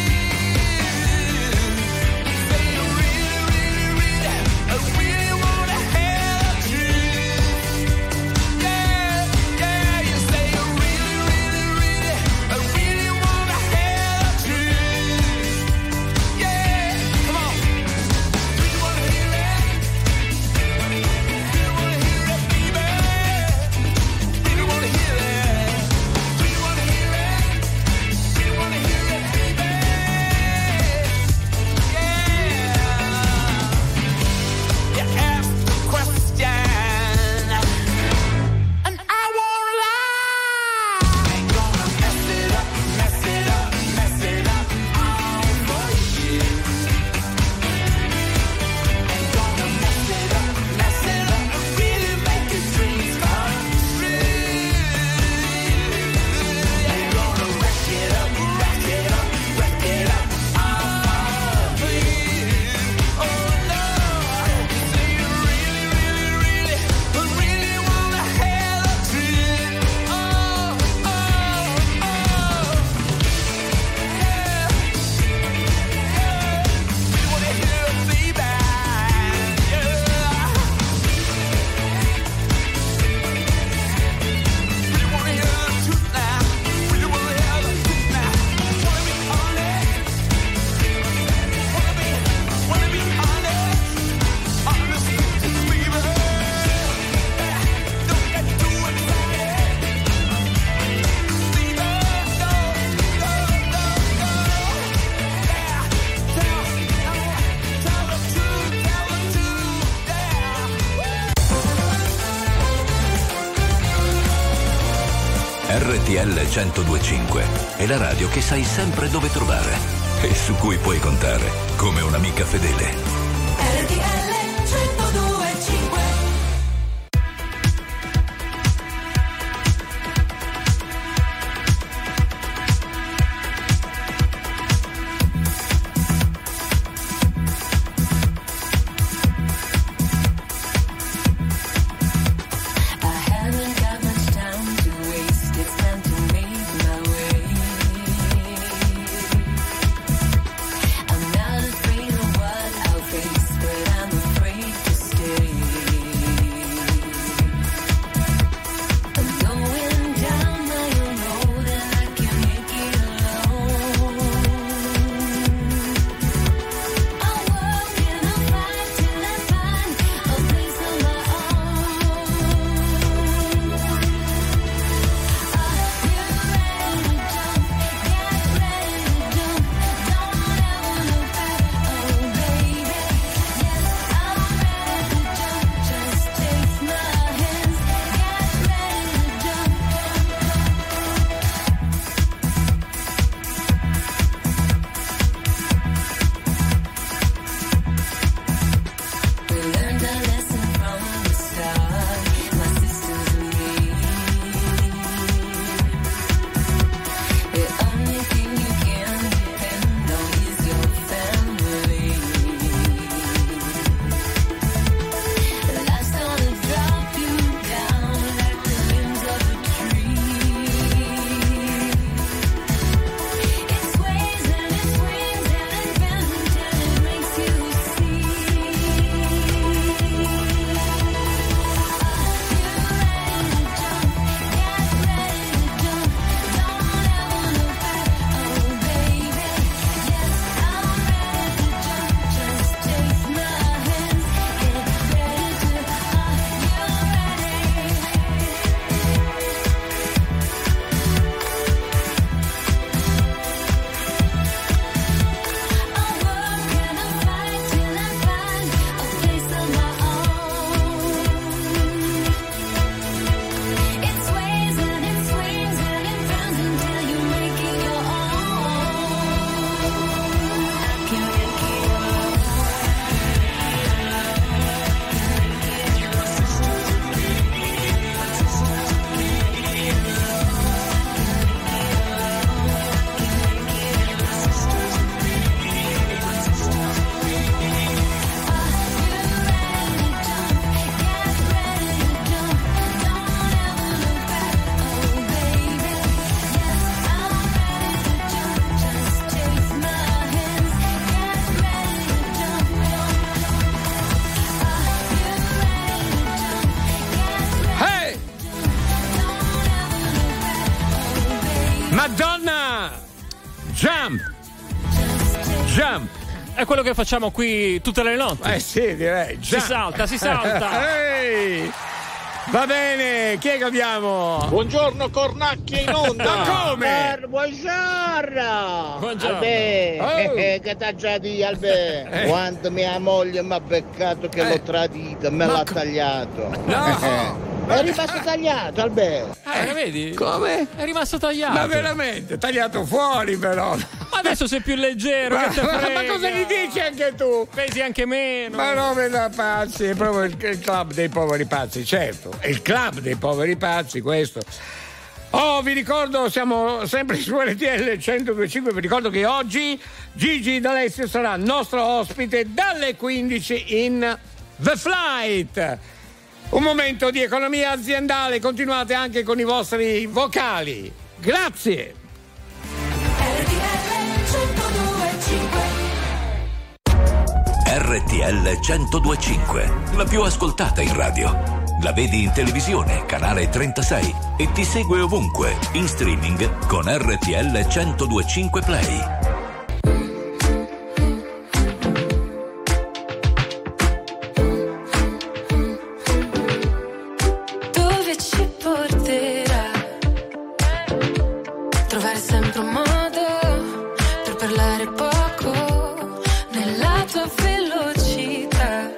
Say you really, really, really, I really wanna have a dream. Yeah, yeah, you say you really, really, really, I really wanna have a dream. Yeah, come on. Do you wanna hear it? Do you wanna hear it, baby? Do you wanna hear it? Do you wanna hear it? Do you wanna hear it, baby? Yeah. You asked the question, and I won't lie. Ain't gonna mess it up, mess it up, mess it up all for you. Ain't gonna mess it up, mess it up, really make your dreams come true. Ain't gonna wreck it up, wreck it up, wreck it up all for you. Oh no, you say you really, really, really, really wanna have a dream. Oh, oh, oh. Yeah. We wanna hear it, baby. Yeah. We wanna hear the truth now. We wanna hear the truth now. Wanna be honest. Wanna be, wanna be honest. Honest with this baby. Don't get too excited. Baby, no, no, no, no. Yeah. Tell, tell the truth, tell the truth. Yeah. R T L centodue e cinque è la radio che sai sempre dove trovare e su cui puoi contare come un'amica fedele. R T L centodue e cinque. I haven't got much time to waste. It's time to make my way. I'm not afraid of what I'll quello che facciamo qui tutte le notti. Eh sì, direi. Già. Si salta, si salta. Ehi! Va bene, chi è che abbiamo? Buongiorno Cornacchia in onda. Ma come? Eh, buongiorno. Buongiorno. Albè, Oh. eh, eh, che t'ha già di Albè? Eh. Quando mia moglie mi ha beccato che Eh. l'ho tradita, me Ma l'ha co- tagliato. No. È rimasto tagliato, Albè. Eh, vedi? Come? È rimasto tagliato. Ma veramente, tagliato fuori però. Ma adesso sei più leggero. Ma, che te ma- frega. ma cosa gli dici anche tu? Pesi anche meno. Ma no, da pazzi, è proprio il, il club dei poveri pazzi, certo. È il club dei poveri pazzi questo. Oh, vi ricordo, siamo sempre su R T L centodue e cinque, vi ricordo che oggi Gigi D'Alessio sarà nostro ospite dalle quindici in The Flight. Un momento di economia aziendale, continuate anche con i vostri vocali. Grazie. R T L centodue e cinque, la più ascoltata in radio. La vedi in televisione, canale trentasei, e ti segue ovunque, in streaming con R T L centodue e cinque Play. Dove ci porterà? Trovare sempre un modo per parlare poco nella tua velocità.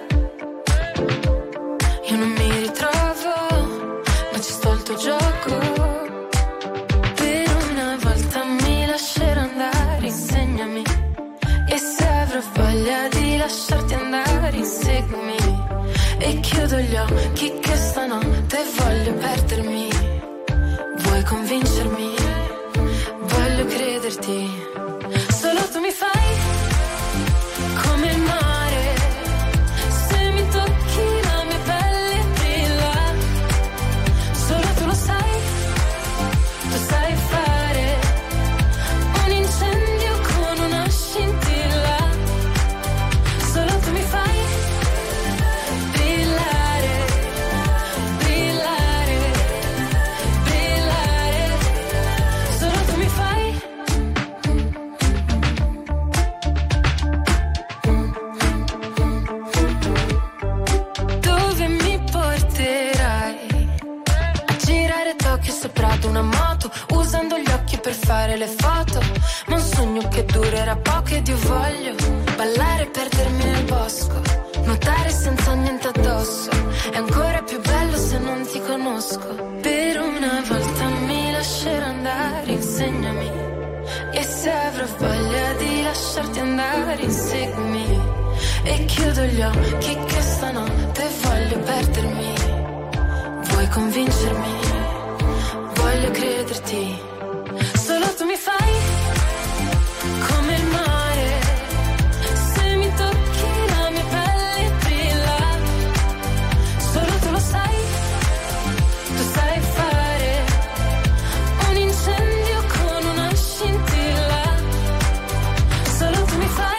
Io non mi ritrovo, ma ci sto al tuo gioco. Per una volta mi lascerò andare, insegnami. E se avrò voglia di lasciarti andare, inseguimi. E chiudo gli occhi che stanotte voglio perdermi. Vuoi convincermi? Voglio crederti. Solo tu mi fai come il mare. Se mi tocchi la mia pelle brilla. Solo tu lo sai. Tu sai fare un incendio con una scintilla. Solo tu mi fai brillare, brillare, brillare. Solo tu mi fai. Dove mi porterai? A girare Tokyo sopra ad una moto, usando gli occhi per fare le foto. Ma un sogno che durerà poco ed io voglio ballare e perdermi nel bosco, nuotare senza niente addosso. È ancora più bello se non ti conosco. Per una volta mi lascerò andare, insegnami. E se avrò voglia di lasciarti andare, inseguimi. E chiudo gli occhi che stanotte voglio perdermi. Vuoi convincermi? Voglio crederti. Solo tu mi fai come il mare. Se mi tocchi la mia pelle brilla. Solo tu lo sai. Tu sai fare un incendio con una scintilla. Solo tu mi fai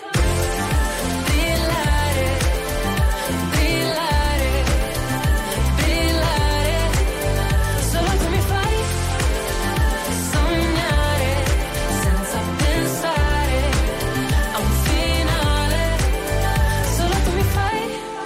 brillare, brillare, brillare. Solo tu mi fai sognare senza pensare a un finale. Solo tu mi fai.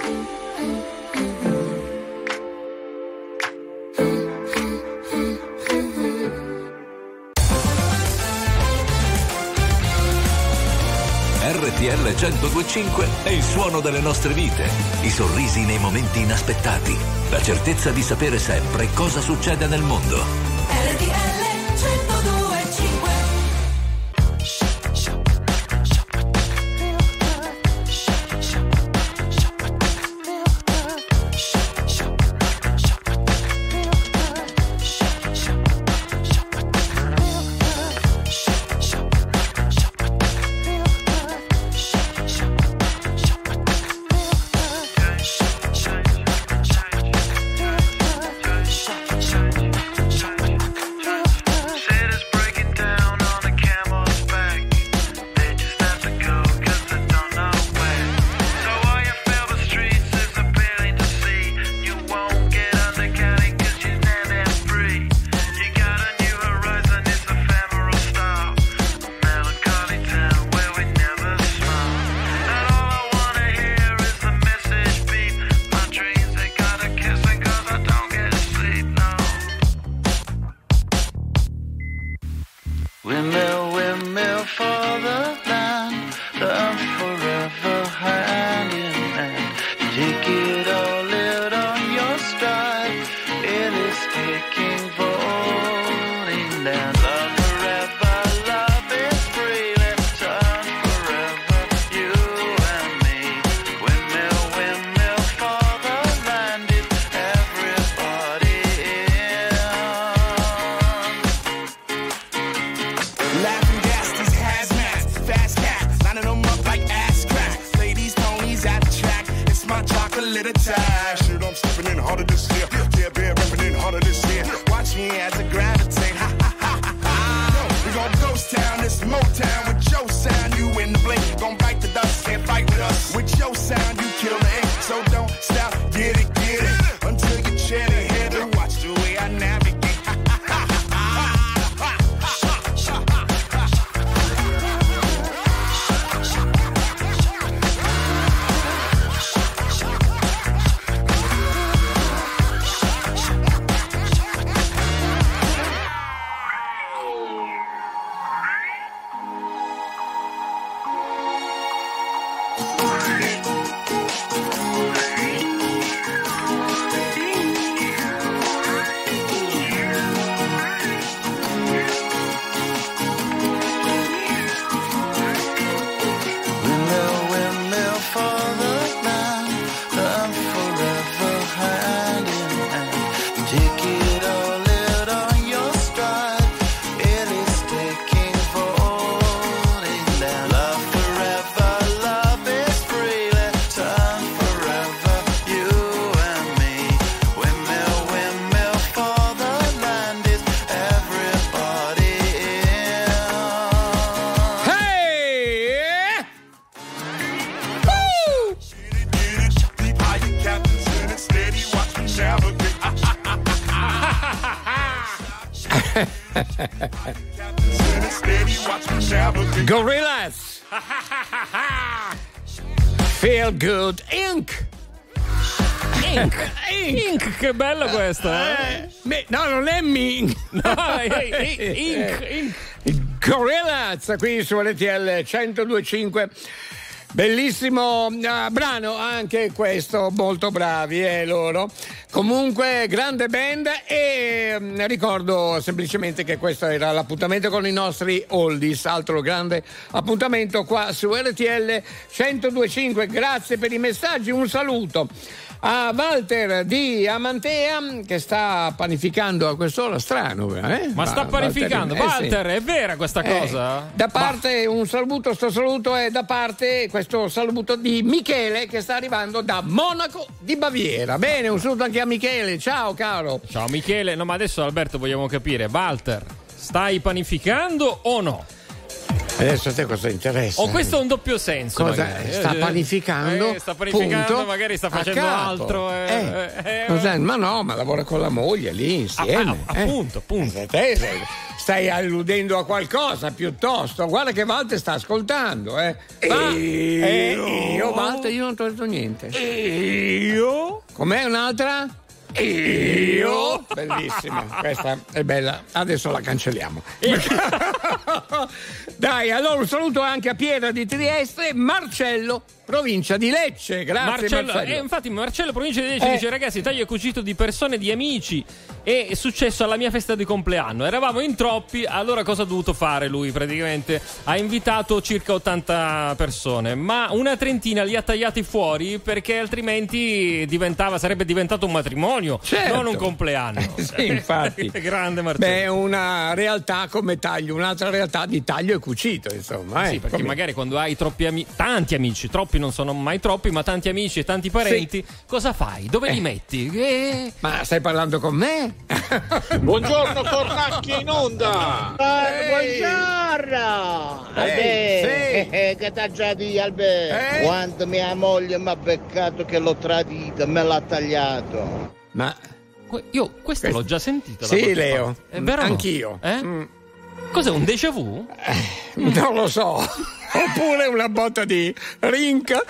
R T L centodue e cinque è il suono delle nostre vite, i sorrisi nei momenti inaspettati, la certezza di sapere sempre cosa succede nel mondo. R T L centodue e cinque. Take it all out on your stride. It is taking falling down. Love forever, love is free. Let's turn forever, you and me. Windmill, windmill for the land. Is everybody in? Laughing gas, these hazmats, fast cats, lining them up like ass crack. Play these ponies at the track. It's my chocolate attack. Shit, I'm stepping in harder this year. Yeah, bear repping in harder this year. Watch me as I gravitate. Ha ha ha ha ha. We gon' ghost town, this Motown with your sound. You in the blink, gon' bite the dust, can't fight with us. With your sound, you kill the ink. So don't stop, get it, get it. Until you chat ahead and watch the way I navigate. Windmill, windmill for the land. Love forever, hand in hand. Take it all out on your stride. It is taking falling down. Love forever, love is free. Let's turn forever, you and me. Windmill, windmill for the land. Is everybody in? Hey! Gorillaz. Feel Good Inc. Inc. Inc. Che bella questa, eh? Me- no, non è Ming. No, è- è- Inc. Inc. Gorillaz qui su R T L centodue e cinque. Bellissimo uh, brano anche questo, molto bravi eh, loro. Comunque grande band e mm, ricordo semplicemente che questo era l'appuntamento con i nostri oldies, altro grande appuntamento qua su R T L centodue e cinque. Grazie per i messaggi, un saluto a Walter di Amantea che sta panificando a quest'ora, strano eh? Ma sta Va- panificando, Walter, eh, sì. Walter, è vera questa Eh, cosa? da parte un saluto, sto saluto è da parte questo saluto di Michele che sta arrivando da Monaco di Baviera. Bene, un saluto anche a Michele, ciao caro. Ciao Michele, no ma adesso Alberto vogliamo capire, Walter, stai panificando o no? Adesso a te cosa interessa? O questo è un doppio senso? Cosa magari? sta Eh, panificando? eh, sta panificando, punto, magari sta a facendo capo. altro. Eh, Eh, eh, eh, cosa- ma no, ma lavora con la moglie lì insieme. Ah, ah, appunto, appunto. Eh, te sei- stai alludendo a qualcosa piuttosto. Guarda che Walter sta ascoltando, eh. Va. Io? Eh, io, Walter, io non ti ho detto niente. Io? Com'è un'altra? Io? Bellissima, questa è bella. Adesso la cancelliamo. Dai, allora un saluto anche a Piera di Trieste, Marcello, provincia di Lecce. Grazie Marcello, Marcello. eh, infatti Marcello provincia di Lecce Eh. dice: ragazzi, taglio e cucito di persone, di amici. E è successo alla mia festa di compleanno. Eravamo in troppi, allora cosa ha dovuto fare lui? Praticamente ha invitato circa ottanta persone, ma una trentina li ha tagliati fuori perché altrimenti diventava, sarebbe diventato un matrimonio, Certo. non un compleanno. Sì, infatti. Grande Marcello. Beh, una realtà come taglio, un'altra realtà di taglio e cucito, insomma. Sì, eh, perché come- magari quando hai troppi amici, tanti amici, troppi non sono mai troppi, ma tanti amici e tanti parenti, cosa fai? Dove li metti? Eh. Ma stai parlando con me? Buongiorno Cornacchia in onda! Buongiorno! Eh, Albè, sì. eh, che t'ha già detto, Albè? Eh? Quando mia moglie mi ha beccato che l'ho tradito, me l'ha tagliato. Ma Que- Io questo l'ho già sentito. da Sì, qualche Leo. parte. È vero o no? Anch'io. Eh? Mm. Cos'è, un déjà vu? Non lo so. Oppure una botta di rinca.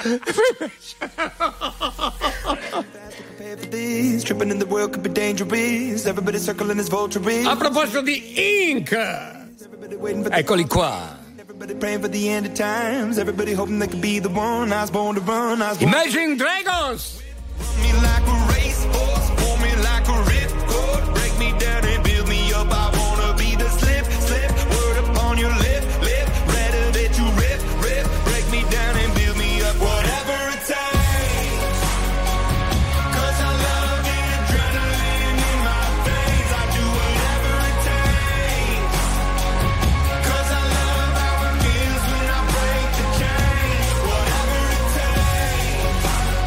Tripping in the world could be dangerous. Everybody circling is vulture. A proposito di Inc. Eccoli qua. praying for the end of times. Everybody hoping they could be the one. I was born to run. I was born Imagine Dragons. Run me like a racehorse, pull me like a ripcord, break me down and build me up. I wanna be the slip, slip, word upon your lip, lip, rather that you rip, rip, break me down and build me up. Whatever it takes, 'cause I love the adrenaline in my veins. I do whatever it takes, 'cause I love how it feels when I break the chains. Whatever it takes,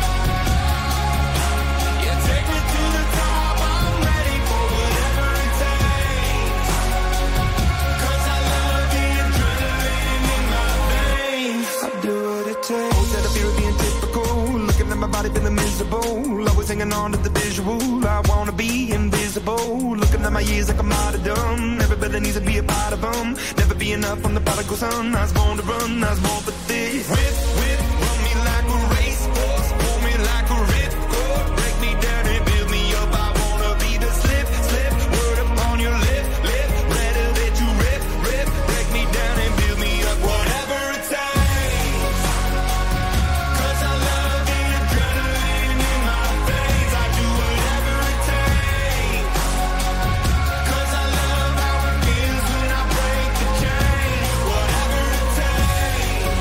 yeah, take me to the top. I'm ready for whatever it takes, 'cause I love the adrenaline in my veins. I do what it takes. Oh, that I feel being typical, looking at my body feeling miserable, always hanging on to the visual. I wanna be invisible, looking at my years like I'm out of dumb. Everybody needs to be a part of them, never be enough from the prodigal son. I was born to run, I was born for this. Whip, whip, run me like a racehorse, pull me like a ripcord, break me down and build me up. I wanna be the slip, slip, word upon your lip, lip, rather that you rip, rip, break me down and build me up. Whatever it takes, 'cause I love the adrenaline in my veins. I do whatever it takes, 'cause I love how it feels when I break the chains. Whatever it takes,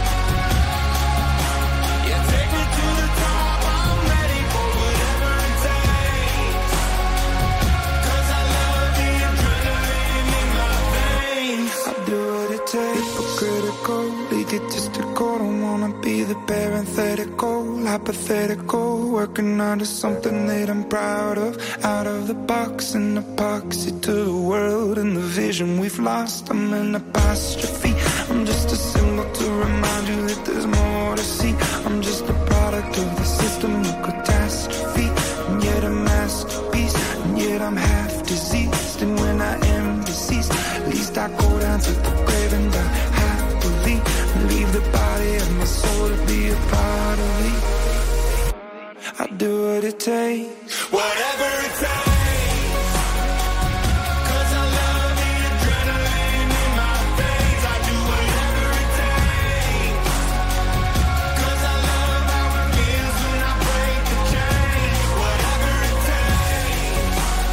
yeah, take me to the top. I'm ready for whatever it takes, 'cause I love the adrenaline in my veins. I do what it takes, hypocritical, egotistical. Don't wanna be the parenthetical, hypothetical, working under something that I'm proud of. Out of the box, an epoxy to the world and the vision we've lost. I'm an apostrophe, I'm just a symbol to remind you that there's more to see. I'm just a product of the system of catastrophe, and yet a masterpiece, and yet I'm half diseased. And when I am deceased, at least I go down to the grave and die happily, and leave the body of my soul to be a part of me. I do what it takes, whatever it takes, 'cause I love the adrenaline in my veins. I do whatever it takes, 'cause I love how it feels when I break the chains. Whatever it takes,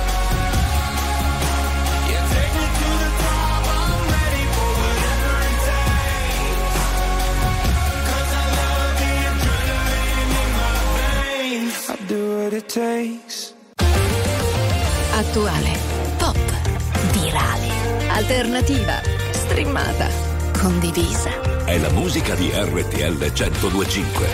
yeah, take me to the top. I'm ready for whatever it takes, 'cause I love the adrenaline in my veins. I do what it takes. Attuale, pop, virale, alternativa, streamata, condivisa. È la musica di R T L centodue e cinque.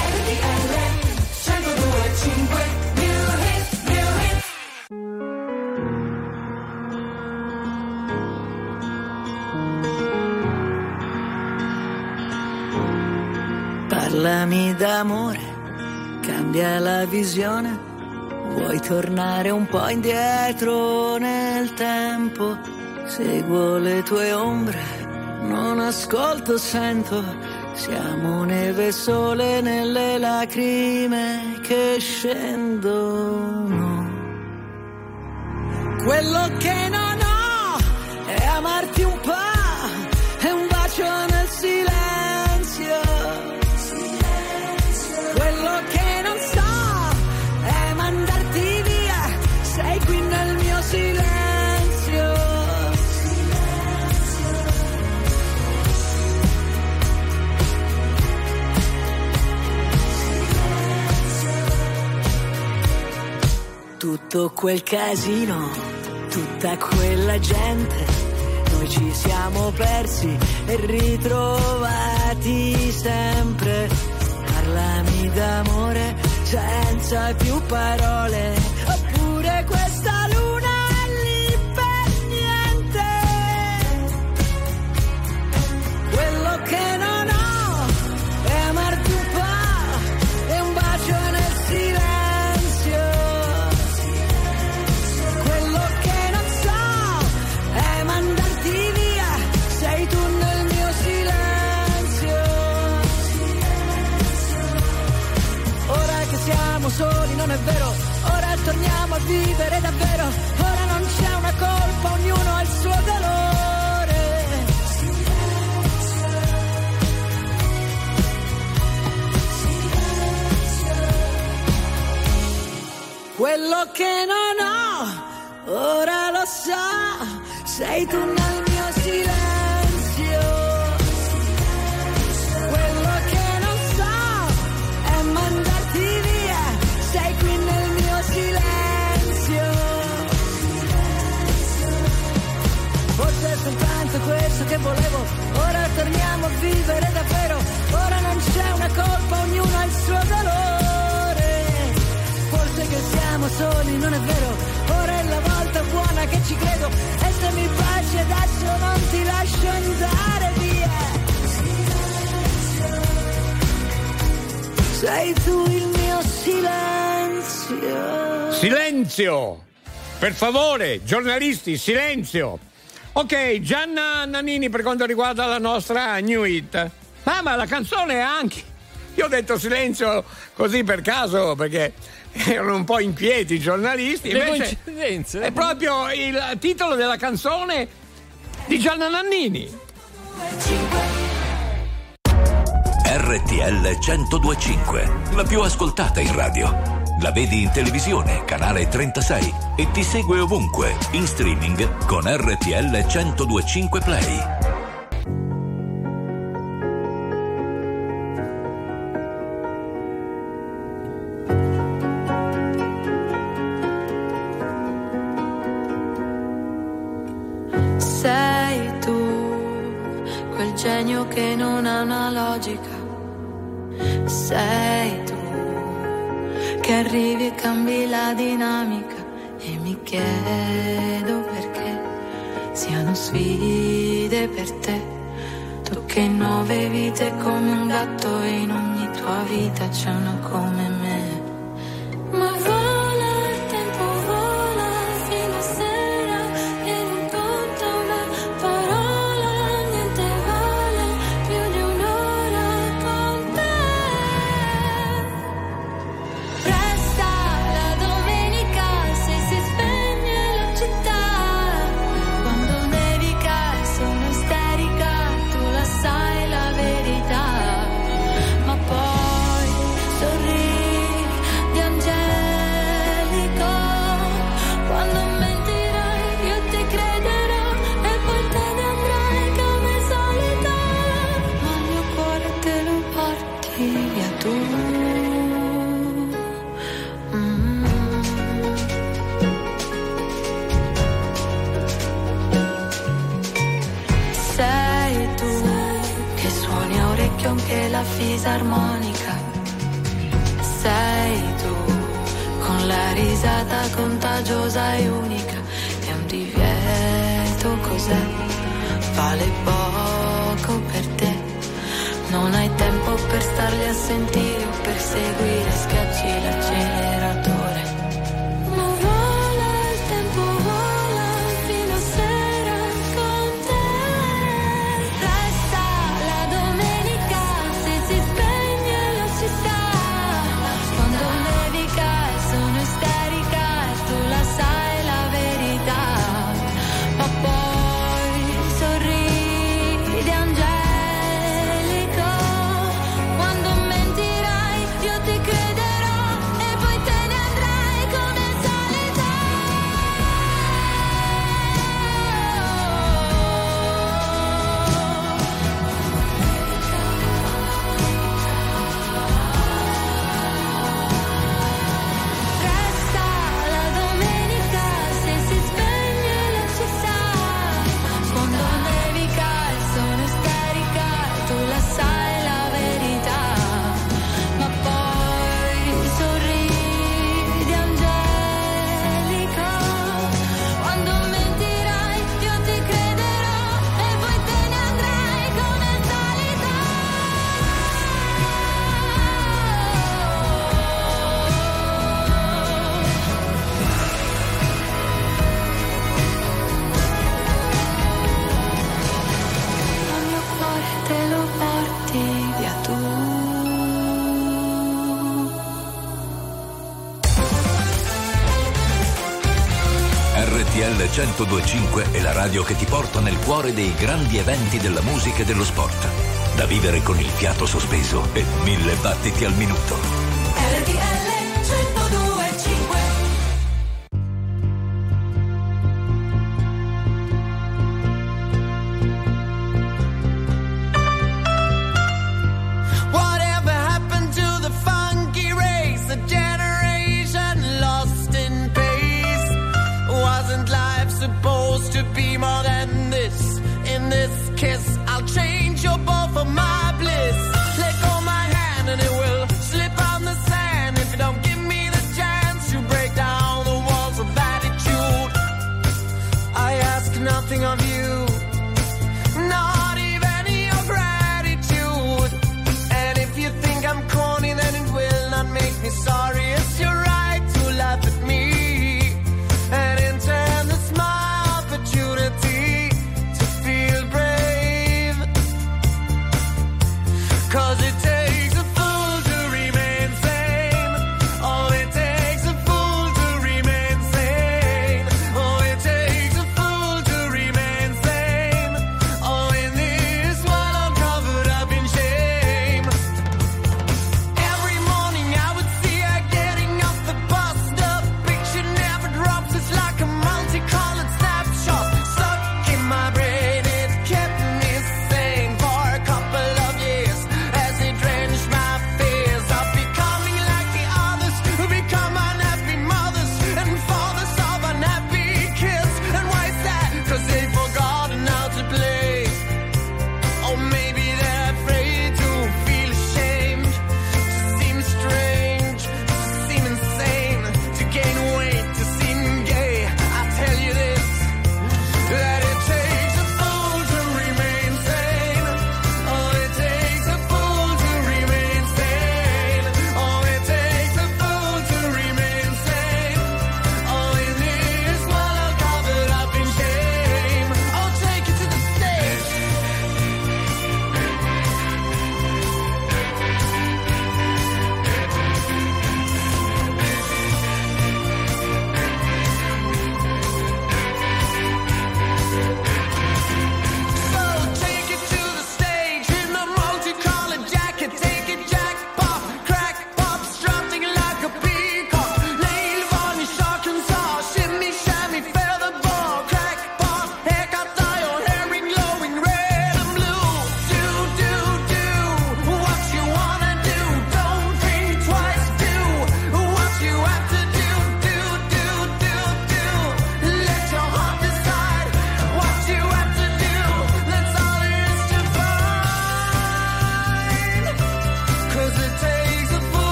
Parlami d'amore, cambia la visione. Vuoi tornare un po' indietro nel tempo? Seguo le tue ombre, non ascolto, sento. Siamo neve e sole nelle lacrime che scendono. Quello che non ho è amarti un po', è un bacio nel silenzio. Quello che non so è mandarti via, sei qui nel mio silenzio. Tutto quel casino, tutta quella gente, noi ci siamo persi e ritrovati sempre. Parlami d'amore senza più parole, oppure questa luna è lì per niente. Quello che non ho è amarti un po', è un bacio nel silenzio. Quello che non so è mandarti via, sei tu nel mio silenzio. Ora che siamo soli non è vero, ora torniamo a vivere davvero. Ora non c'è una colpa, ognuno ha il suo dolore. quello che non ho, ora lo so, sei tu nel mio silenzio. Quello che non so è mandarti via, sei qui nel mio silenzio. Forse è soltanto questo che volevo, ora torniamo a vivere davvero, ora non c'è una colpa, ognuno ha il suo dolore. Forse che siamo soli, non è vero, ora è la volta buona che ci credo, e se mi baci adesso non ti lascio andare via. Sei tu il mio silenzio. Silenzio! Per favore, giornalisti, silenzio! Ok, Gianna Nannini per quanto riguarda la nostra New Hit. Ah, ma la canzone è anche... Io ho detto silenzio così per caso, perché erano un po' inquieti i giornalisti. Le Invece coincidenze. è proprio il titolo della canzone di Gianna Nannini. R T L centodue e cinque, la più ascoltata in radio. La vedi in televisione, canale trentasei, e ti segue ovunque, in streaming con R T L centodue e cinque Play. Sei tu, quel genio che non ha una logica. Sei tu, che arrivi e cambi la dinamica. E mi chiedo perché siano sfide per te. Tu che in nove vite come un gatto, e in ogni tua vita c'è una come me. Ma vola il tempo, vola fino a sera, e non conta una parola, niente vale più di un'ora con te. Resta la domenica se si spegne la città, quando nevica e sono isterica, tu la sai la verità, ma poi sorridi di angelico, quando mentirai io ti crederò, e poi te ne andrai come solita, ma il mio cuore te lo porti via tu. Mm. Sei tu che suoni a orecchio anche la fisarmonica. Sei tu con la risata contagiosa e unica. È un divieto, cos'è? Vale poco per te. Non hai tempo per starli a sentire o per seguire, schiacci l'acceleratore. Ma vola il tempo, vola fino a sera con te. Resta la domenica se si spegne la città, quando nevica e sono isterica, e tu la sai la verità, ma poi sorridi angelico, quando mentirai io ti crederò, e poi te ne andrai come solita. Resta la domenica se si spegne la città, quando nevica e sono isterica, e tu la sai la verità, ma poi sorridi angelico, quando mentirai io ti crederò, e poi te ne andrai come solita. Il mio cuore te lo porti via tu. R T L centodue e cinque è la radio che ti porta nel cuore dei grandi eventi della musica e dello sport. Da vivere con il fiato sospeso e mille battiti al minuto. R T L centodue e cinque.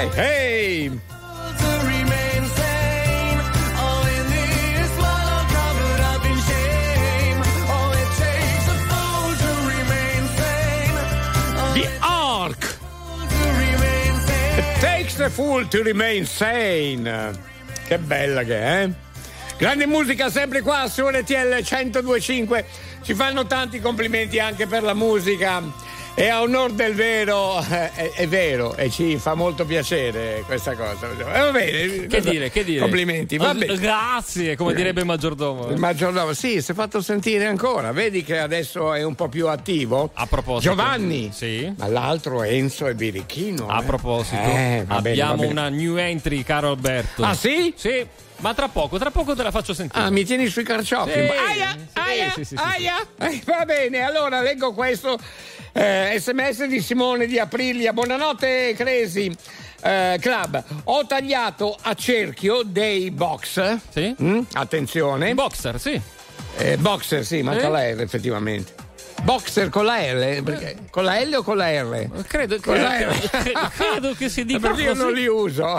Ok, hey! To remain sane, all in this world covered up in shame. All it takes a fool to remain sane. The Ark! To remain sane. It takes a fool to remain sane. Che bella che è, eh? Grande musica sempre qua su R T L centodue e cinque. Ci fanno tanti complimenti anche per la musica. E a onor del vero, eh, è, è vero, e ci fa molto piacere questa cosa. Eh, va bene. Che dire, che dire? Complimenti, va bene. Grazie, come direbbe il maggiordomo. Il maggiordomo, sì, si è fatto sentire ancora. Vedi che adesso è un po' più attivo. A proposito. Giovanni. Sì. Ma l'altro Enzo e Birichino. A eh. proposito, Eh, va bene, abbiamo va bene. una new entry, caro Alberto. Ah, sì? Sì. Ma tra poco, tra poco te la faccio sentire. Ah, mi tieni sui carcioffi? Sì, Aia, sì, aia, sì, sì, sì, aia. Eh, va bene, allora leggo questo eh, sms di Simone di Aprilia. Buonanotte, Cresi. Eh, Club, ho tagliato a cerchio dei box. Sì. Mm? Attenzione. Boxer, sì. Eh, boxer, sì, manca Eh? la R effettivamente. Boxer con la L? Perché, con la L o con la R? Credo, Con la credo, R. credo, credo che si dica Perché io così. non li uso.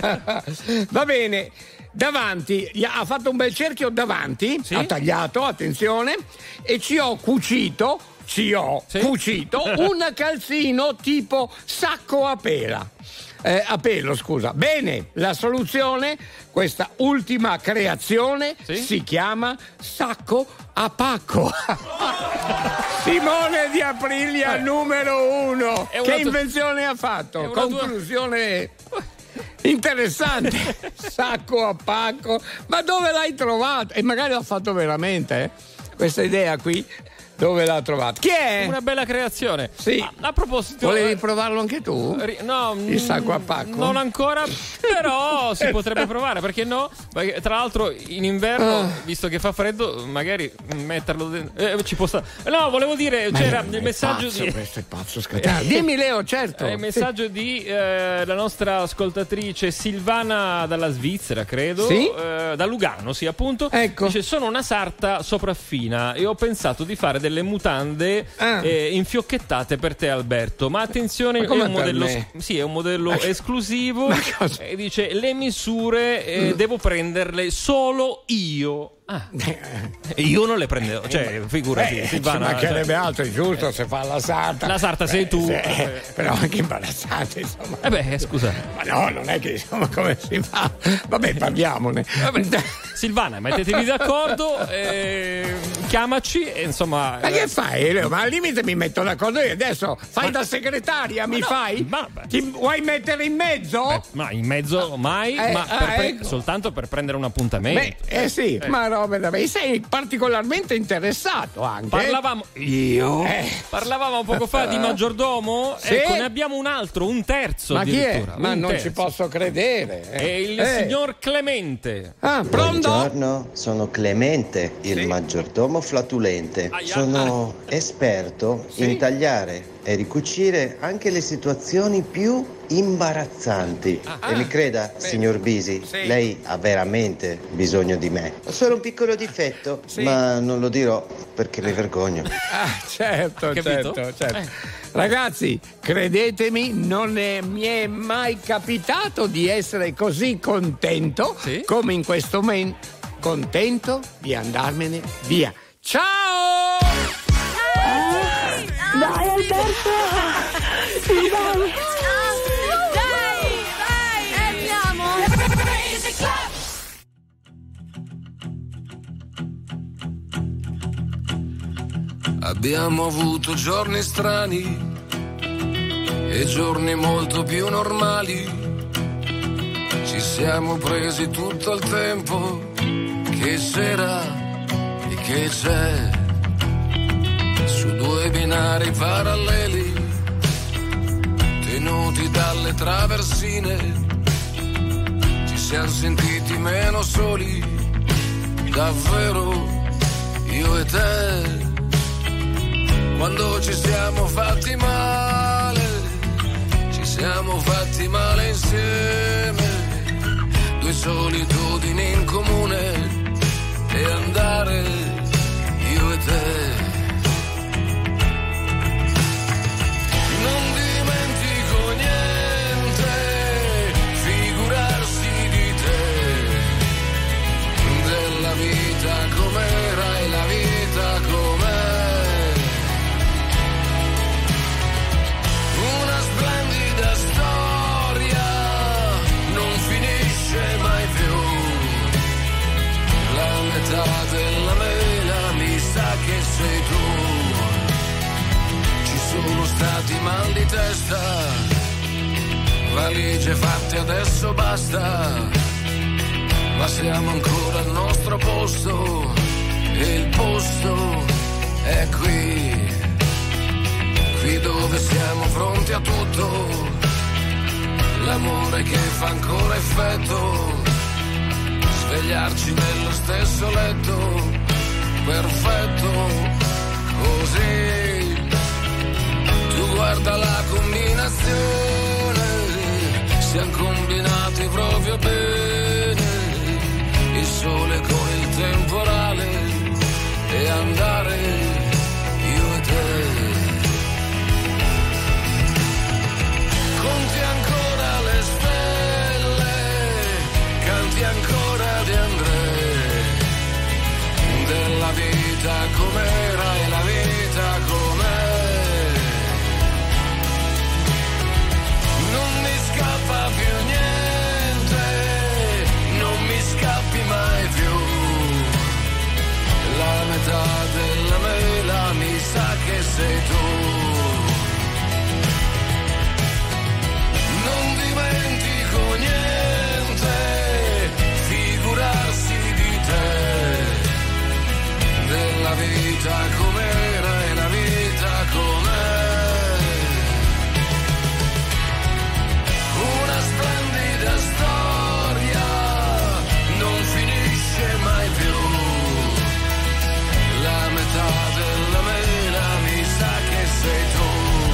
Va bene. Davanti, gli ha fatto un bel cerchio davanti, Sì? ha tagliato, attenzione, e ci ho cucito, ci ho Sì? cucito un calzino tipo sacco a pela. Eh, a pelo, scusa. Bene, la soluzione, questa ultima creazione, Sì? si chiama sacco a pacco. Simone di Aprilia, Eh. numero uno. È Che una- invenzione ha fatto? È una tua- Conclusione interessante. Sacco a pacco. Ma dove l'hai trovato? E magari l'ha fatto veramente, eh? Questa idea qui. Dove l'ha trovato? Chi è? Una bella creazione. Sì. A, a proposito. Volevi eh, provarlo anche tu? ri- No, Il sacco a pacco? non ancora, però si potrebbe provare, perché no? Perché, tra l'altro in inverno, Ah. visto che fa freddo, magari metterlo dentro. Eh, ci può stare. No, volevo dire, Ma c'era è il messaggio pazzo, di. questo è pazzo scatenato. Dimmi Leo, certo. È il messaggio di eh, la nostra ascoltatrice Silvana dalla Svizzera, credo. Sì? Eh, da Lugano, sì, appunto. Ecco. Dice: sono una sarta sopraffina e ho pensato di fare delle mutande Ah. eh, infiocchettate per te, Alberto. Ma attenzione, Ma è come un per modello, me? sì, è un modello Ma che- esclusivo. Ma cosa? E dice: le misure eh, Mm. devo prenderle solo io. Ah. E io non le prendevo, cioè, figurati, Eh, ci Silvana, mancherebbe cioè- altro, è giusto, se fa la sarta. La sarta sei tu. sì, però anche imbarazzante, insomma. Eh beh, scusa. Ma no, non è che insomma come si fa. Vabbè, parliamone. Silvana, mettetevi d'accordo, eh, chiamaci e insomma. Ma che eh, fai, Leo? Ma al limite mi metto d'accordo io adesso. Fai da segretaria, mi no, fai? ma- Ti vuoi mettere in mezzo? beh, ma in mezzo mai, Eh, ma ah, per pre- ecco. soltanto per prendere un appuntamento. Beh, eh sì, ma roba da me. Sei particolarmente interessato anche. Parlavamo io? Eh. Parlavamo poco fa di maggiordomo, Sì? ecco, ne abbiamo un altro, un terzo Ma chi è? addirittura. Ma un non terzo. ci posso credere. È il Eh. signor Clemente. Ah, pronto? Buongiorno, sono Clemente, il Sì. maggiordomo flatulente. Aia. Sono esperto Sì. in tagliare e ricucire anche le situazioni più imbarazzanti. Ah. E mi creda, Beh, signor Bisi, sì. lei ha veramente bisogno di me. Ho solo un piccolo difetto, Sì. ma non lo dirò perché mi vergogno. Ah, certo, Capito? certo, certo. Eh. Ragazzi, credetemi, non è- mi è mai capitato di essere così contento Sì? come in questo momento. Contento di andarmene via. Ciao! Dai Alberto! Sì, dai! Dai, dai, andiamo! Abbiamo avuto giorni strani e giorni molto più normali. Ci siamo presi tutto il tempo che c'era e che c'è su due binari paralleli tenuti dalle traversine. Ci siamo sentiti meno soli, davvero, io e te. Quando ci siamo fatti male, ci siamo fatti male insieme. Due solitudini in comune e andare io e te. Non dimentico niente valigie fatte adesso basta, ma siamo ancora al nostro posto e il posto è qui, qui dove siamo pronti a tutto, l'amore che fa ancora effetto, svegliarci nello stesso letto, perfetto, così. Tu guarda la combinazione, siamo combinati proprio bene, il sole con il temporale e andare io e te. Conti ancora le stelle, canti ancora di Andrea, della vita com'era e la vita com'è. Non mi scappa più niente, non mi scappi mai più, la metà della mela mi sa che sei tu. Non dimentico niente, figurarsi di te, della vita com'era e la vita com'è. Una splendida storia, non finisce mai più, la metà della mela mi sa che sei tu.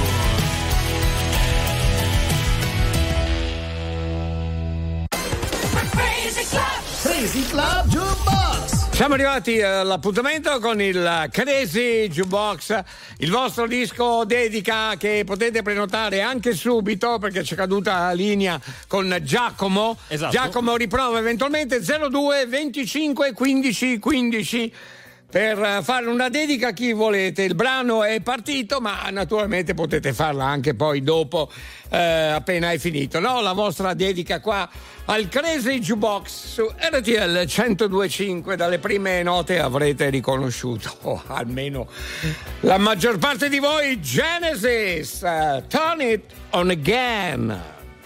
Crazy Club Jukebox. Siamo arrivati all'appuntamento con il Crazy Jukebox, il vostro disco dedica che potete prenotare anche subito perché c'è caduta la linea con Giacomo. Esatto. Giacomo riprova eventualmente zero due venticinque quindici quindici per fare una dedica a chi volete. Il brano è partito, ma naturalmente potete farla anche poi dopo, eh, appena è finito, no? La vostra dedica qua al Crazy Jukebox su R T L centodue e cinque. Dalle prime note avrete riconosciuto, o almeno la maggior parte di voi, Genesis, uh, Turn It On Again.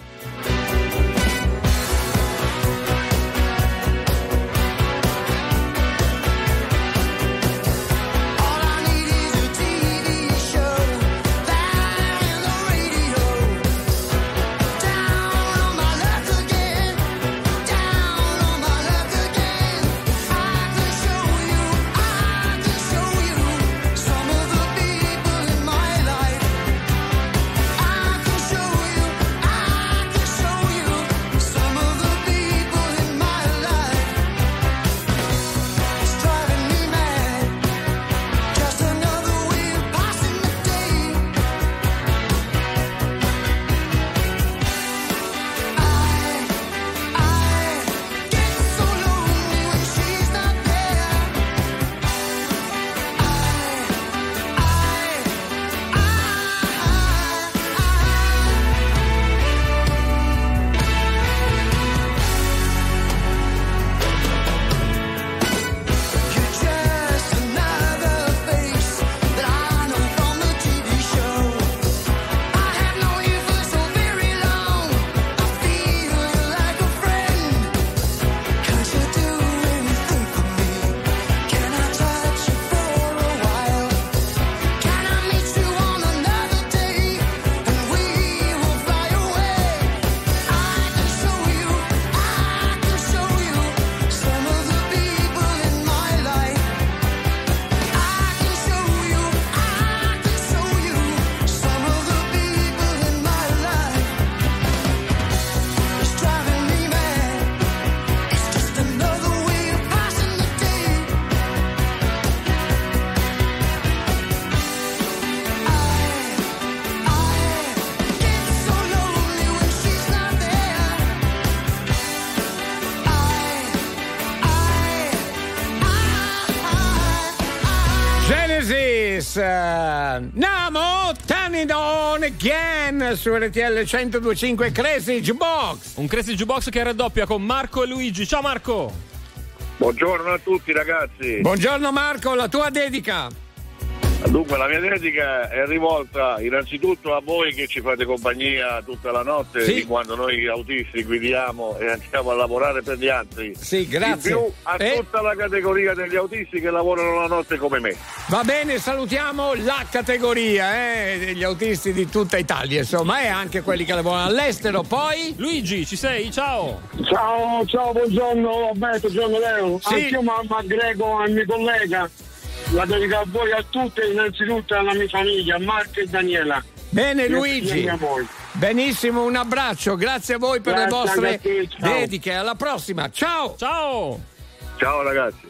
Genesis, uh, Namo, Turn It On Again su R T L centodue e cinque Crazy Jukebox. Un Crazy Jukebox che raddoppia con Marco e Luigi. Ciao Marco. Buongiorno a tutti ragazzi. Buongiorno Marco, la tua dedica. Dunque la mia dedica è rivolta innanzitutto a voi che ci fate compagnia tutta la notte, Sì. di quando noi autisti guidiamo e andiamo a lavorare per gli altri. Sì, grazie. In più a Eh. tutta la categoria degli autisti che lavorano la notte come me. Va bene, salutiamo la categoria eh, degli autisti di tutta Italia, insomma, e anche quelli che lavorano all'estero. Poi Luigi, ci sei? Ciao. Ciao, ciao, buongiorno Roberto, buongiorno Leo. Sì. Anch'io mi mi aggrego al mio collega. La dedico a voi a tutte, innanzitutto alla mia famiglia, Marco e Daniela. Bene Grazie Luigi, a voi. benissimo, un abbraccio, grazie a voi per Grazie le vostre anche a te, ciao. dediche, alla prossima, ciao! Ciao! Ciao ragazzi.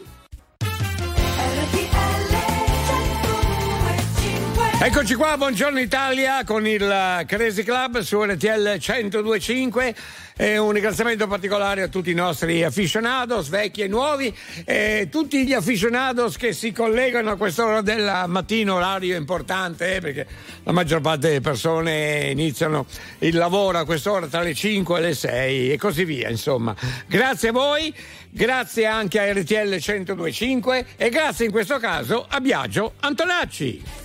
Eccoci qua, buongiorno Italia con il Crazy Club su R T L centodue e cinque e un ringraziamento particolare a tutti i nostri aficionados, vecchi e nuovi, e tutti gli aficionados che si collegano a quest'ora del mattino, orario importante, eh, perché la maggior parte delle persone iniziano il lavoro a quest'ora tra le cinque e le sei e così via, insomma. Grazie a voi, grazie anche a R T L centodue e cinque e grazie in questo caso a Biagio Antonacci.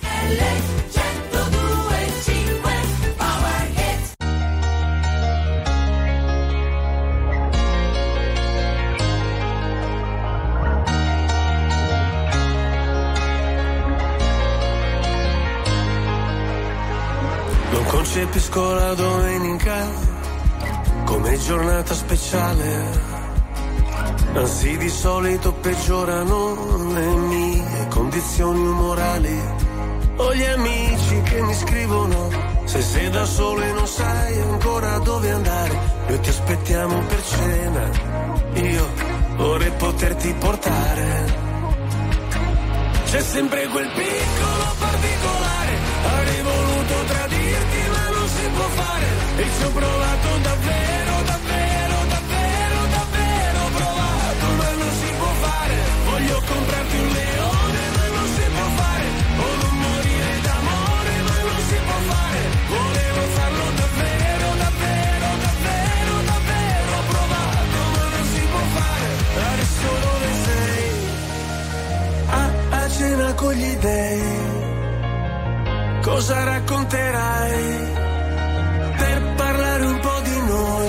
Non concepisco la domenica come giornata speciale. Anzi, di solito peggiorano le mie condizioni umorali. Ho gli amici che mi scrivono: se sei da solo e non sai ancora dove andare, noi ti aspettiamo per cena. Io vorrei poterti portare. C'è sempre quel piccolo particolare, avrei voluto tradirti ma non si può fare. E ci ho provato davvero, davvero, davvero, davvero provato, ma non si può fare. Voglio comprarti un leone ma non si può fare. O non morire d'amore ma non si può fare. Volevo farlo davvero, davvero, davvero, davvero provato, ma non si può fare. Adesso dove sei? A, a cena con gli dèi, cosa racconterai per parlare un po' di noi?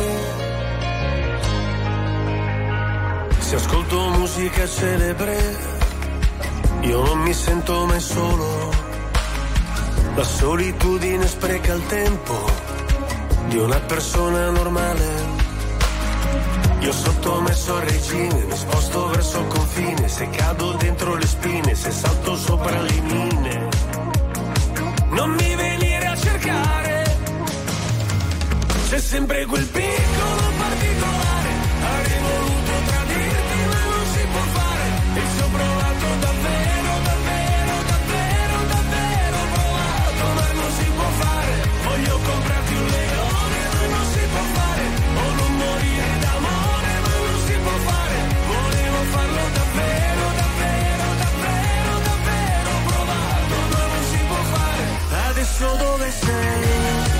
Se ascolto musica celebre, io non mi sento mai solo. La solitudine spreca il tempo di una persona normale. Io sottomesso al regime, mi sposto verso il confine. Se cado dentro le spine, se salto sopra le mine, non mi venire a cercare. C'è sempre quel piccolo particolare, avrei voluto tradirti ma non si può fare. E ci ho provato davvero, davvero, davvero, davvero provato, ma non si può fare. Voglio comprarti un leone ma non si può fare. O non morire d'amore ma non si può fare. Volevo farlo davvero, davvero, davvero, davvero provato, ma non si può fare. Adesso dove sei?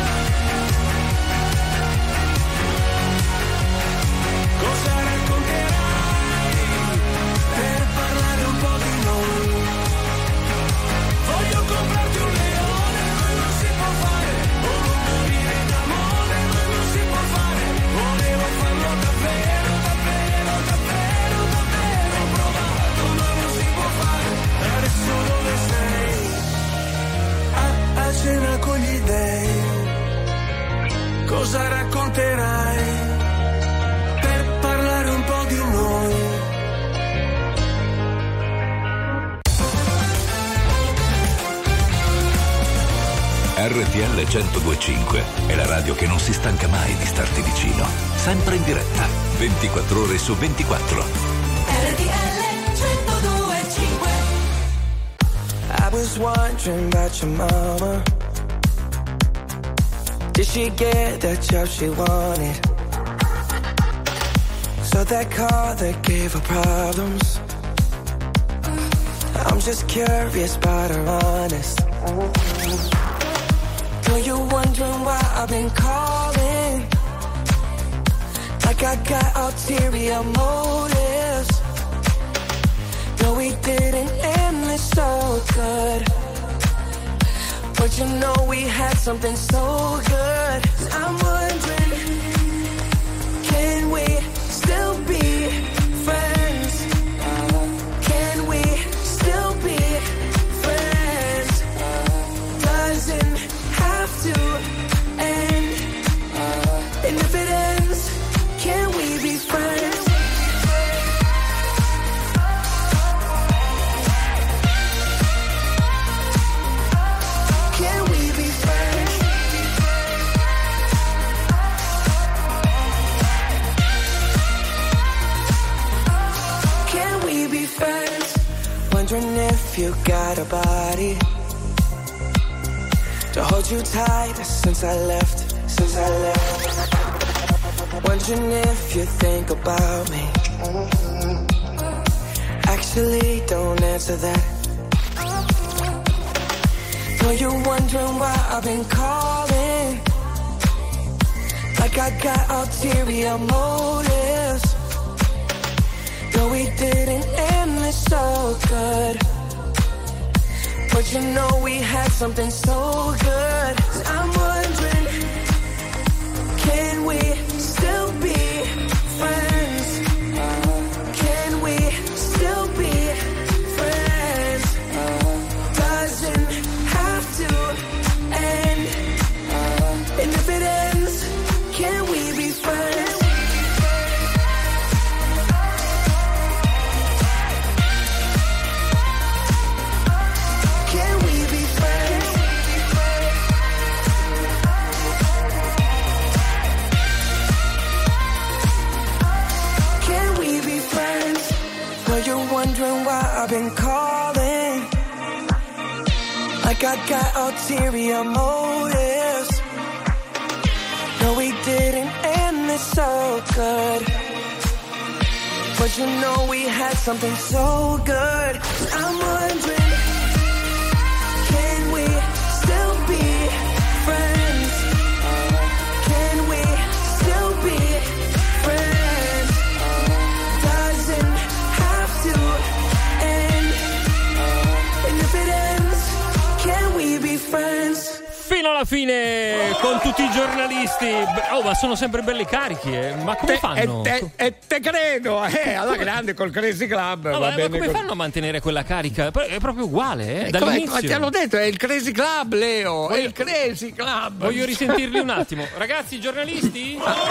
Cosa racconterai per parlare un po' di noi? Voglio comprarti un leone ma non si può fare. O non morire d'amore ma non si può fare. Volevo farlo davvero, davvero, davvero, davvero provato, ma non si può fare. Adesso dove sei? A, a cena con gli dèi, cosa racconterai per parlare un po' di noi? R T L centodue e cinque è la radio che non si stanca mai di starti vicino. Sempre in diretta, ventiquattro ore su ventiquattro. R T L centodue e cinque. I was wondering about your mama. Did she get that job she wanted? So that car that gave her problems. I'm just curious about her honest. Girl, you're wondering why I've been calling, like I got ulterior motives. Though we we didn't end this so good, but you know we had something so good. I'm wondering, can we still be friends? Can we still be friends? Doesn't have to end. And if it ends, can we be friends? Can we be friends? Can we be friends? Wondering if you got a body to hold you tight since I left, since I left. Wondering if you think about me. Actually, don't answer that. Know you're wondering why I've been calling, like I got ulterior motives. No, we didn't end this so good, but you know we had something so good. I'm wondering, can we still be friends? Can we still be friends? Doesn't have to end. And if it ends, can we be friends? Can we be friends? Can we be friends? Well, you're wondering why I've been calling, like I got ulterior motives. No, we didn't end this so good, but you know we had something so good. I'm wondering, can we still be friends? Can we still be friends? Doesn't have to end. And if it ends, can we be friends? Fino alla fine con tutti i giornalisti. Oh, ma sono sempre belli carichi, eh. Ma come Te- fanno? E te, e te credo, eh, alla grande col Crazy Club. No, va ma, bene ma come così. fanno a mantenere quella carica? È proprio uguale, eh, Eh, come- dall'inizio. ma ti hanno detto, è il Crazy Club, Leo, è Voglio- il Crazy Club. Voglio risentirli un attimo. Ragazzi, giornalisti?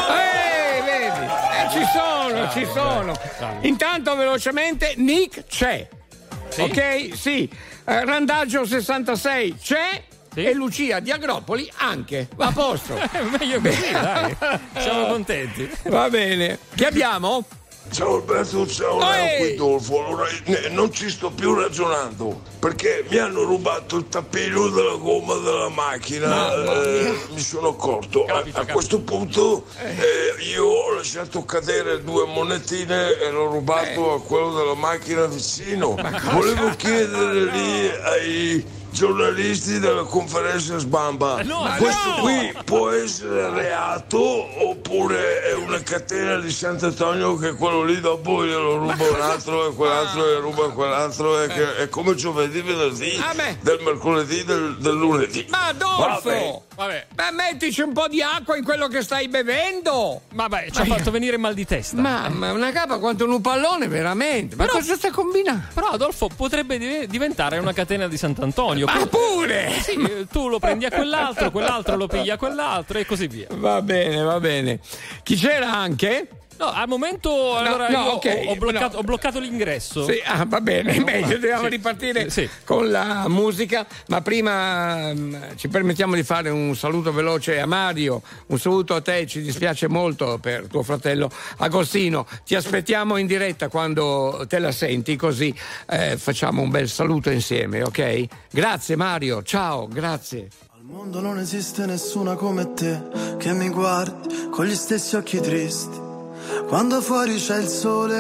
Eh, vedi, eh, ci sono, Ah, ci vabbè, sono. vabbè. Intanto velocemente Nick c'è. Sì? Ok? Sì. Eh, Randaggio sessantasei c'è. E Lucia di Agropoli anche. Va a posto. Meglio così, dai. Siamo contenti. Va bene. Che abbiamo? Ciao Alberto, ciao Leo, qui Dolfo. Allora, eh, non ci sto più ragionando perché mi hanno rubato il tappino della gomma della macchina. Mamma eh, mia. mi sono accorto. A- Capita, a, capita. questo punto eh, io ho lasciato cadere due monetine e l'ho rubato a quello della macchina vicino. Volevo chiedere lì ai giornalisti della conferenza Sbamba, no, questo no! qui può essere reato oppure è una catena di Sant'Antonio che quello lì dopo glielo ruba un altro e quell'altro gli ruba quell'altro e che è come giovedì, venerdì, del mercoledì, del, del lunedì. Ma Vabbè. Adolfo! Vabbè. Ma mettici un po' di acqua in quello che stai bevendo! Vabbè, ci ha fatto venire mal di testa. Mamma, una capa quanto un pallone, veramente! Ma Però- cosa sta combinando? Però Adolfo potrebbe div- diventare una catena di Sant'Antonio. Ma pure! Sì, eh, tu lo prendi a quell'altro, quell'altro lo piglia a quell'altro e così via. Va bene, va bene. Chi c'era anche? No, al momento allora no, io ok, ho, ho bloccato, no. ho bloccato l'ingresso. Sì, ah, va bene, meglio, dobbiamo Sì, ripartire sì, sì. con la musica, ma prima mh, ci permettiamo di fare un saluto veloce a Mario, un saluto a te, ci dispiace molto per tuo fratello Agostino, ti aspettiamo in diretta quando te la senti, così eh, facciamo un bel saluto insieme, ok? Grazie Mario, ciao, grazie. Al mondo non esiste nessuna come te che mi guardi con gli stessi occhi tristi. Quando fuori c'è il sole,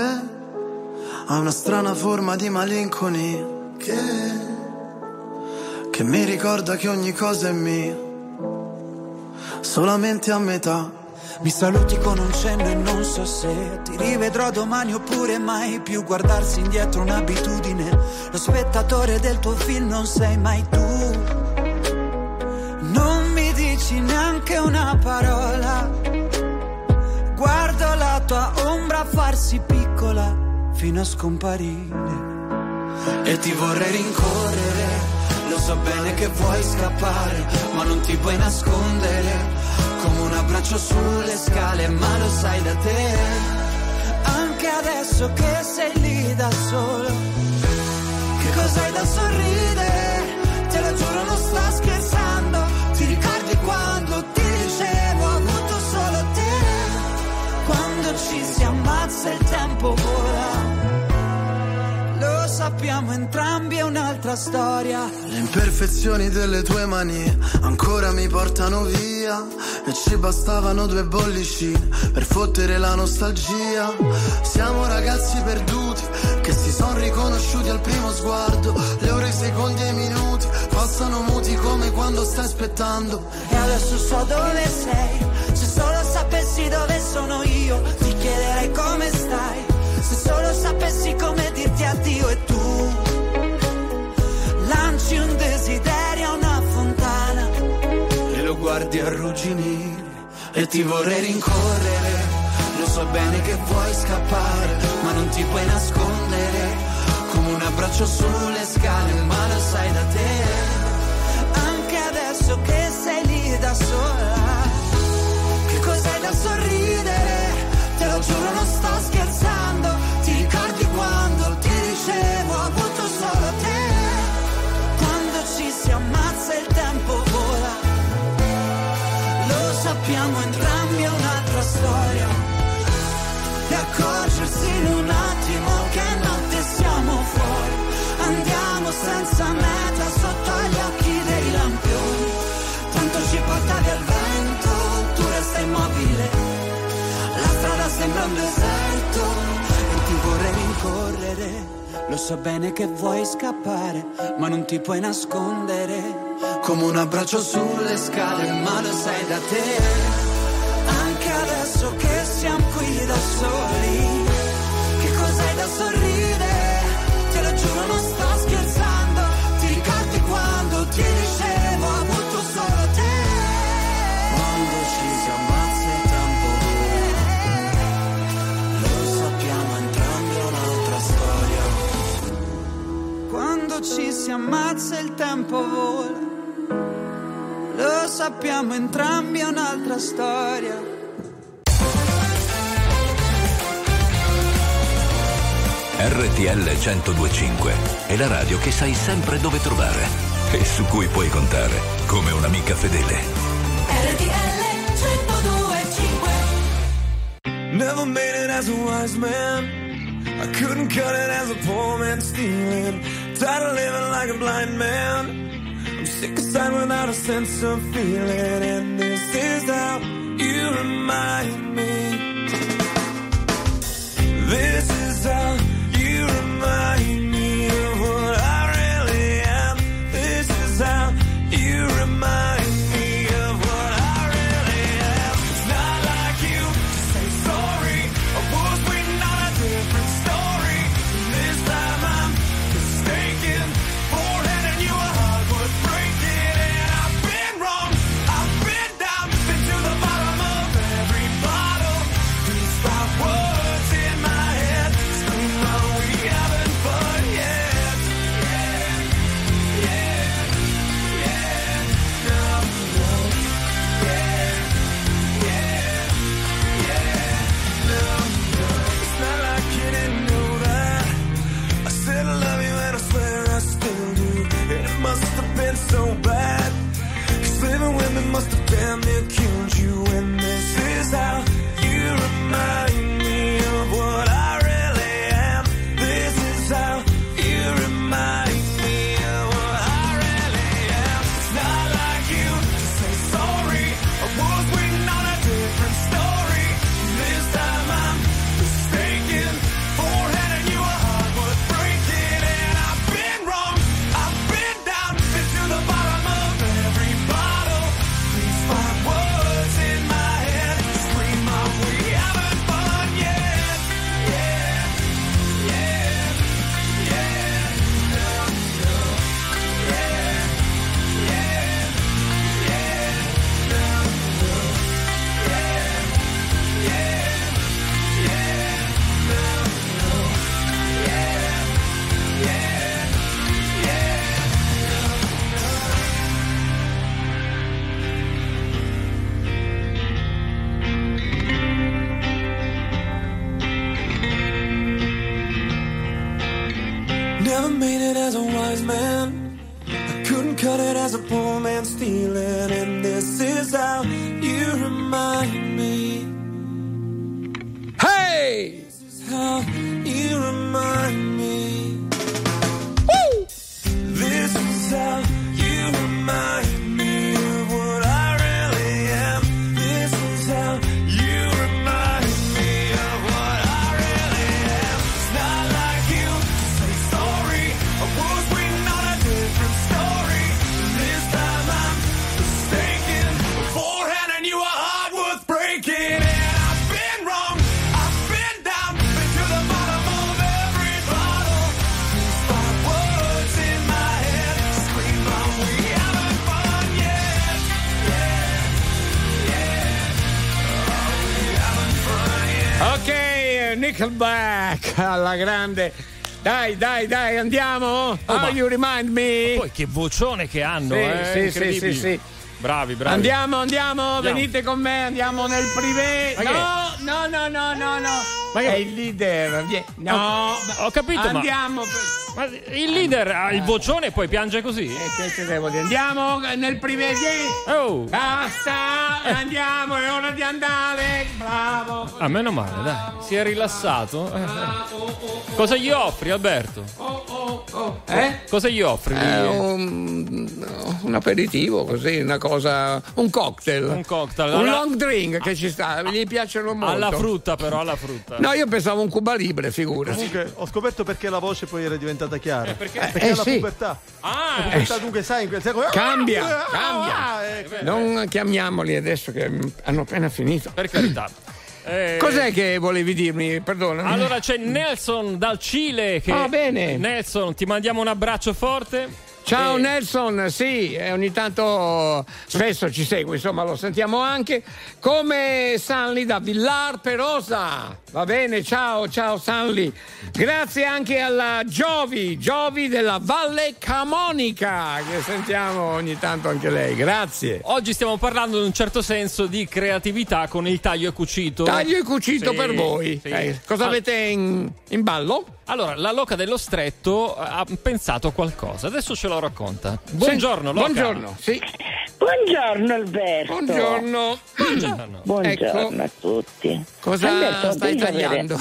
ha una strana forma di malinconia che, che mi ricorda che ogni cosa è mia, solamente a metà. Mi saluti con un cenno e non so se ti rivedrò domani oppure mai più. Guardarsi indietro un'abitudine, lo spettatore del tuo film non sei mai tu. Non mi dici neanche una parola, guardo la tua ombra farsi piccola fino a scomparire. E ti vorrei rincorrere, lo so bene che vuoi scappare, ma non ti puoi nascondere. Come un abbraccio sulle scale, ma lo sai da te. Anche adesso che sei lì da solo, che cos'hai da sorridere? Te lo giuro non sto scherzando. Ti ricordi quando ti dicevo ho avuto solo te? Quando ci si ammazza il tempo vola. Lo sappiamo entrambi, è un'altra storia. Le imperfezioni delle tue manie ancora mi portano via, e ci bastavano due bollicine per fottere la nostalgia. Siamo ragazzi perduti che si son riconosciuti al primo sguardo. Le ore, i secondi e i minuti passano muti come quando stai aspettando. E adesso so dove sei, se solo sapessi dove sono io ti chiederei come stai. Se solo sapessi come dirti addio e tu lanci un desiderio a una fontana e lo guardi arrugginire. E ti vorrei rincorrere, lo so bene che vuoi scappare, ma non ti puoi nascondere. Come un abbraccio sulle scale, ma lo sai da te. Anche adesso che sei lì da sola, che cos'hai da sorridere? Te lo giuro non sto scherzando. Ti ricordi quando ti dicevo ho avuto solo te? Quando ci si ammazza il tempo vola. Lo sappiamo entrambi, è un'altra storia. E accorgersi in un attimo che notte siamo fuori. Andiamo senza meta sotto gli occhi dei lampioni. Tanto ci portavi al vento, tu resta immobile. La strada sembra un deserto e ti vorrei rincorrere. Lo so bene che vuoi scappare, ma non ti puoi nascondere. Come un abbraccio sulle scale, ma lo sai da te. Anche adesso che siamo qui da soli, che cos'hai da sorridere? Te lo giuro non sto scherzando. Ti ricordi quando ti dicevo ho avuto solo te? Quando ci si ammazza il tempo vola. Lo sappiamo entrambi, è un'altra storia. Quando ci si ammazza il tempo vola. Lo sappiamo entrambi, è un'altra storia. R T L centodue e cinque è la radio che sai sempre dove trovare e su cui puoi contare come un'amica fedele. R T L centodue e cinque. Never made it as a wise man, I couldn't cut it as a poor man stealing. Tired of living like a blind man, I'm sick aside without a sense of feeling. And this is how you remind me. This is how you remind me of what I really am. This is how you remind me of what I really am. It's not like you to say sorry. I was waiting on a different story. This time I'm mistaken for handing you a heart worth breaking. And I've been wrong, I've been down, been to the bottom of every bar. never made it as a wise man. I couldn't cut it as a poor man stealing. And this is how you remind me. Hey! This is how you remind me. Woo! This is how you remind me of what I really am. This is how you remind me of what I really am. It's not like you to say sorry. I was waiting on a different story. This time I'm mistaken. Beforehand I knew a heart worth breaking. And I've been wrong. I've been down. Been to the bottom of every bottle. These five words in my head scream out, we haven't fun yet. Yeah, yeah. Oh, we haven't fun yet. Ok, Nickelback alla grande. Dai, dai, dai, andiamo. Oh, How ma- you remind me. Poi che vocione che hanno, Sì, eh? sì, sì, Incredibili. sì, sì. Bravi, bravi. Andiamo, andiamo, Andiamo. venite con me, andiamo nel privé. Ma che- No, no, no, no, no, no. Ma che- È il leader. vie- No, Ho capito, ma- andiamo. Ma il leader ha il vocione e poi piange così? Eh, che ti devo dire? Andiamo nel privé. Oh. Basta, andiamo, è ora di andare. Bravo. Ah, meno male, dai. Si è rilassato. Eh, eh. Cosa gli offri, Alberto? Oh, oh, oh. Eh? Cosa gli offri? Eh, un, un aperitivo così, una cosa, un cocktail. Un cocktail. Un Alla- long drink che ci sta, gli piacciono molto. Alla frutta, però, alla frutta. No, io pensavo un Cuba Libre, figurati. Comunque ho scoperto perché la voce poi era diventata chiara. Eh, perché? Perché Eh, è la sì. pubertà. Ah, La pubertà dunque sai in quel secolo. Cambia, Ah, cambia. ecco. Non chiamiamoli adesso che hanno appena finito. per carità. Eh, Cos'è che volevi dirmi? Perdonami. Allora c'è Nelson dal Cile che... Ah, bene. Nelson, ti mandiamo un abbraccio forte. Ciao E- Nelson, sì, eh, ogni tanto spesso ci segue, insomma lo sentiamo anche, come Sanli da Villar Perosa, va bene, ciao, ciao Sanli, grazie anche alla Giovi, Giovi della Valle Camonica, che sentiamo ogni tanto anche lei, grazie. Oggi stiamo parlando in un certo senso di creatività con il taglio e cucito. Taglio e cucito Sì, per voi, sì. Eh, cosa Al- avete in, in ballo? Allora, la Loca dello Stretto ha pensato a qualcosa, adesso ce lo racconta. Buongiorno, Loca. Buongiorno, sì. Buongiorno Alberto. Buongiorno. Buongiorno. Buongiorno Ecco. a tutti. Cosa Alberto, stai devi sapere- tagliando?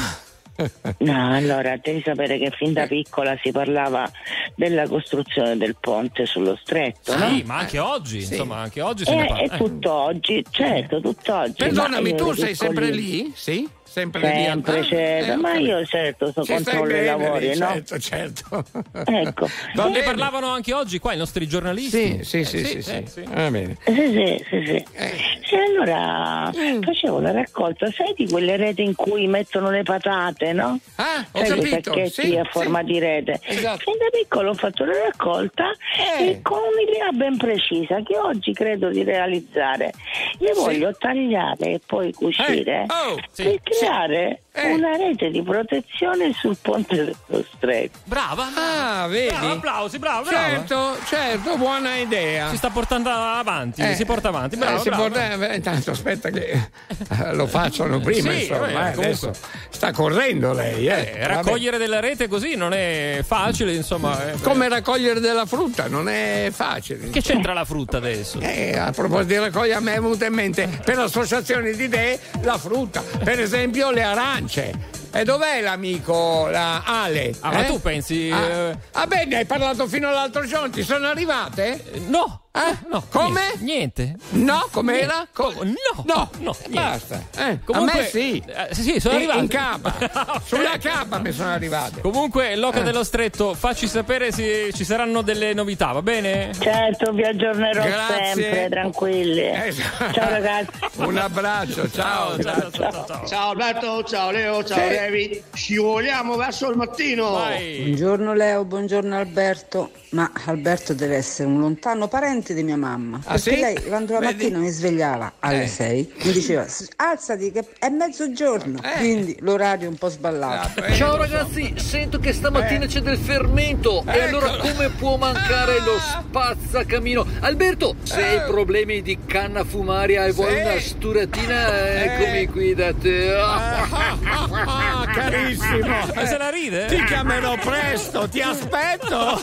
No, allora devi sapere che fin da piccola si parlava della costruzione del ponte sullo stretto, no? Sì, ma anche oggi, Sì. insomma, anche oggi se ne E, parla. e tutt'oggi, certo, tutt'oggi. Perdonami, ma tu io sei ero sempre piccolina. lì? Sì? Sempre, Sempre, lì? certo, Eh, ma ok. io certo so Ci stai controllo i bene lavori, lì, no? Certo, certo. Ecco. Va Ne bene. parlavano anche oggi qua i nostri giornalisti. Sì, sì, sì, Eh, sì, sì. eh, sì. Va bene. Sì, sì, sì, sì. Eh. Sì, allora facevo la raccolta, sai di quelle rete in cui mettono le patate, no? Ah, ho Sai, quei capito. sacchetti Sì, a sì. forma di rete. Esatto. Fin da piccolo ho fatto la raccolta Eh. e con un'idea ben precisa che oggi credo di realizzare. Le voglio tagliare e poi cucire Eh. Oh, sì, per sì. creare Eh. una rete di protezione sul ponte dello stretto. Brava. Ah, vedi? Bravo, applausi, bravo, bravo. Certo, certo, buona idea. Si sta portando avanti, Eh. si porta avanti. Bravo, Eh, si bravo. porta- eh, intanto aspetta che eh, lo facciano prima, Sì, insomma. vabbè, eh, comunque. adesso sta correndo lei, eh. Eh, raccogliere della rete così non è facile, insomma. eh. Come raccogliere della frutta, non è facile. Che c'entra la frutta adesso? Eh, a proposito di raccogliere, a me è venuta in mente per associazione di idee la frutta, per esempio le arance. E dov'è l'amico, la Ale? Ah, ma eh? tu pensi. Ah, eh, ah, beh, ne hai parlato fino all'altro giorno, ti sono arrivate? No! Eh? No, Come? Niente. No, com'era? Co- No, no, no, e niente. basta. Eh, Comunque- a me sì. Eh, sì, sono in, arrivati. in capa. Ok. Sulla capa mi sono arrivate. Comunque, Loca Eh. dello Stretto, facci sapere se ci saranno delle novità, va bene? Certo, vi aggiornerò Grazie. sempre, tranquilli. Esatto. Ciao ragazzi. Un abbraccio, ciao. Ciao, ciao, ciao, ciao. Ciao Alberto, ciao Leo, ciao Sì. Levi. Scivoliamo verso il mattino. Vai. Buongiorno Leo, buongiorno Alberto, ma Alberto deve essere un lontano parente niente di mia mamma. Ah, perché sì? lei quando la Vedi? mattina mi svegliava alle Eh. sei mi diceva "S- alzati che è mezzogiorno". Quindi l'orario è un po' sballato. Ciao ragazzi, sento che stamattina c'è del fermento e allora come può mancare lo spazzacamino? Alberto, se hai problemi di canna fumaria e vuoi una sturatina, eccomi qui da te. Ah, carissimo, Ma se la ride? ti chiamerò presto, ti aspetto.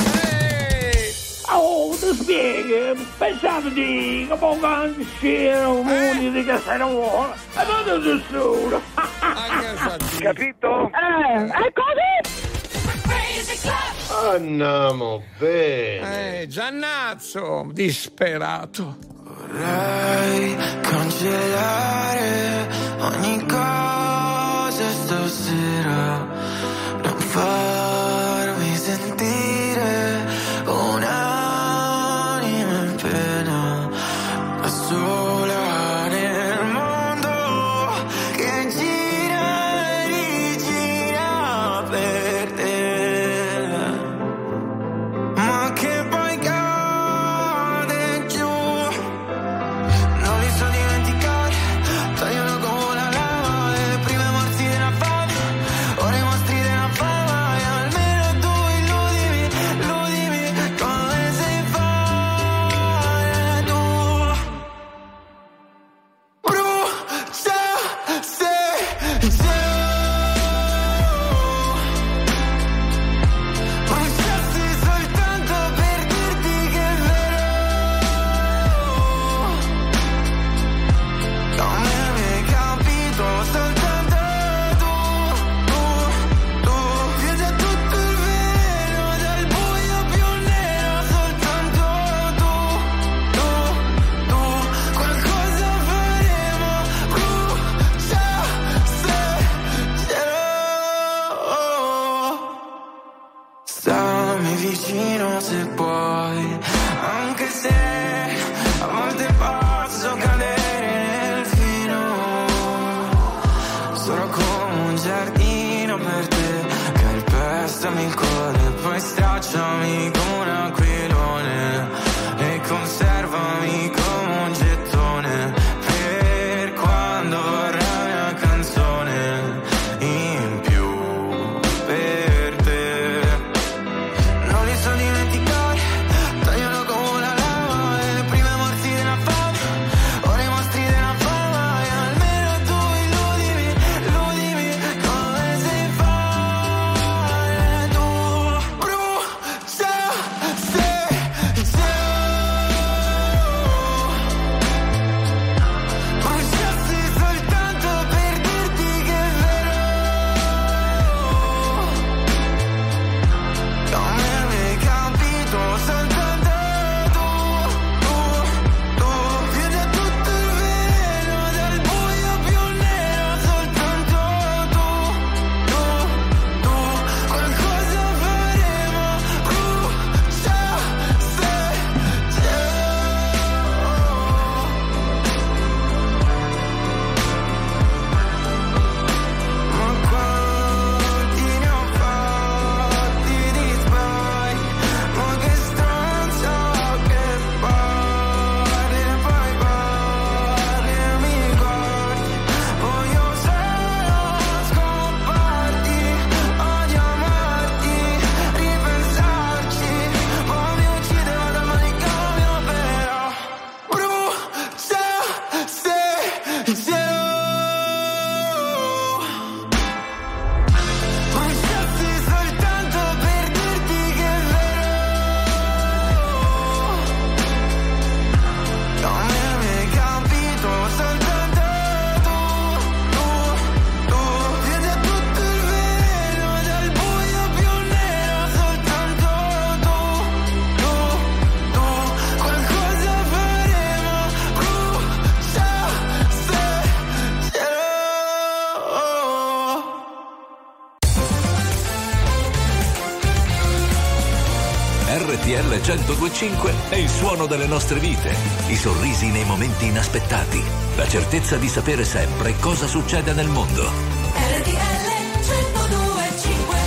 Oh, ti spieghi, pensavo di che poco ansiero, muni di che sei nuovo, e non è nessuno. Capito? Eh, e così? Andiamo bene. Eh, Giannazzo, disperato. Vorrei cancellare ogni cosa stasera, non farmi sentire un'anima in pena, da sola nel mondo che gira e rigira per te, ma che poi cade giù. Non li so dimenticare, tagliano come la lava, le prime morsi della fame, ora i mostri della fama, e almeno tu illudimi, illudimi come sai fare tu. Brucia se giù, bruciassi soltanto per dirti che è vero. Come mi hai capito soltanto tu, tu, tu. Chiude tutto il velo dal buio più nero, soltanto tu, tu, tu. Qualcosa faremo, brucia se cielo. Stammi vicino se puoi, anche se a volte posso cadere nel fino. Sono come un giardino per te, calpestami il cuore, poi stracciami come un aquilone e conservami come un gettone per quando vorrai una canzone in più per te. Non li so dimenticare, tagliano come la lava, e le prime morsi della fame, ora i mostri della fama, e almeno tu illudimi, illudimi come sai fare tu. Brucia se giù, bruciassi soltanto per dirti che è vero. Come mi hai capito soltanto tu, tu, tu. Chiude tutto il velo dal buio più nero, soltanto tu, tu, tu. Qualcosa faremo, brucia se giù. Ma quanti ne ho fatti di sbagli, ma che stronzo che parli e poi parli e mi guardi. Voglio solo scopparti, odio amarti, ripensarci, poi mi uccide vado al manicomio però. Brucia se giù, bruciassi soltanto per dirti che è vero. Come mi hai capito soltanto tu, tu, tu. Chiude tutto il velo dal buio più nero, soltanto tu, tu, tu. Qualcosa faremo, brucia se cielo. R T L centodue e cinque è il suono delle nostre vite, i sorrisi nei momenti inaspettati, la certezza di sapere sempre cosa succede nel mondo. R T L centodue e cinque.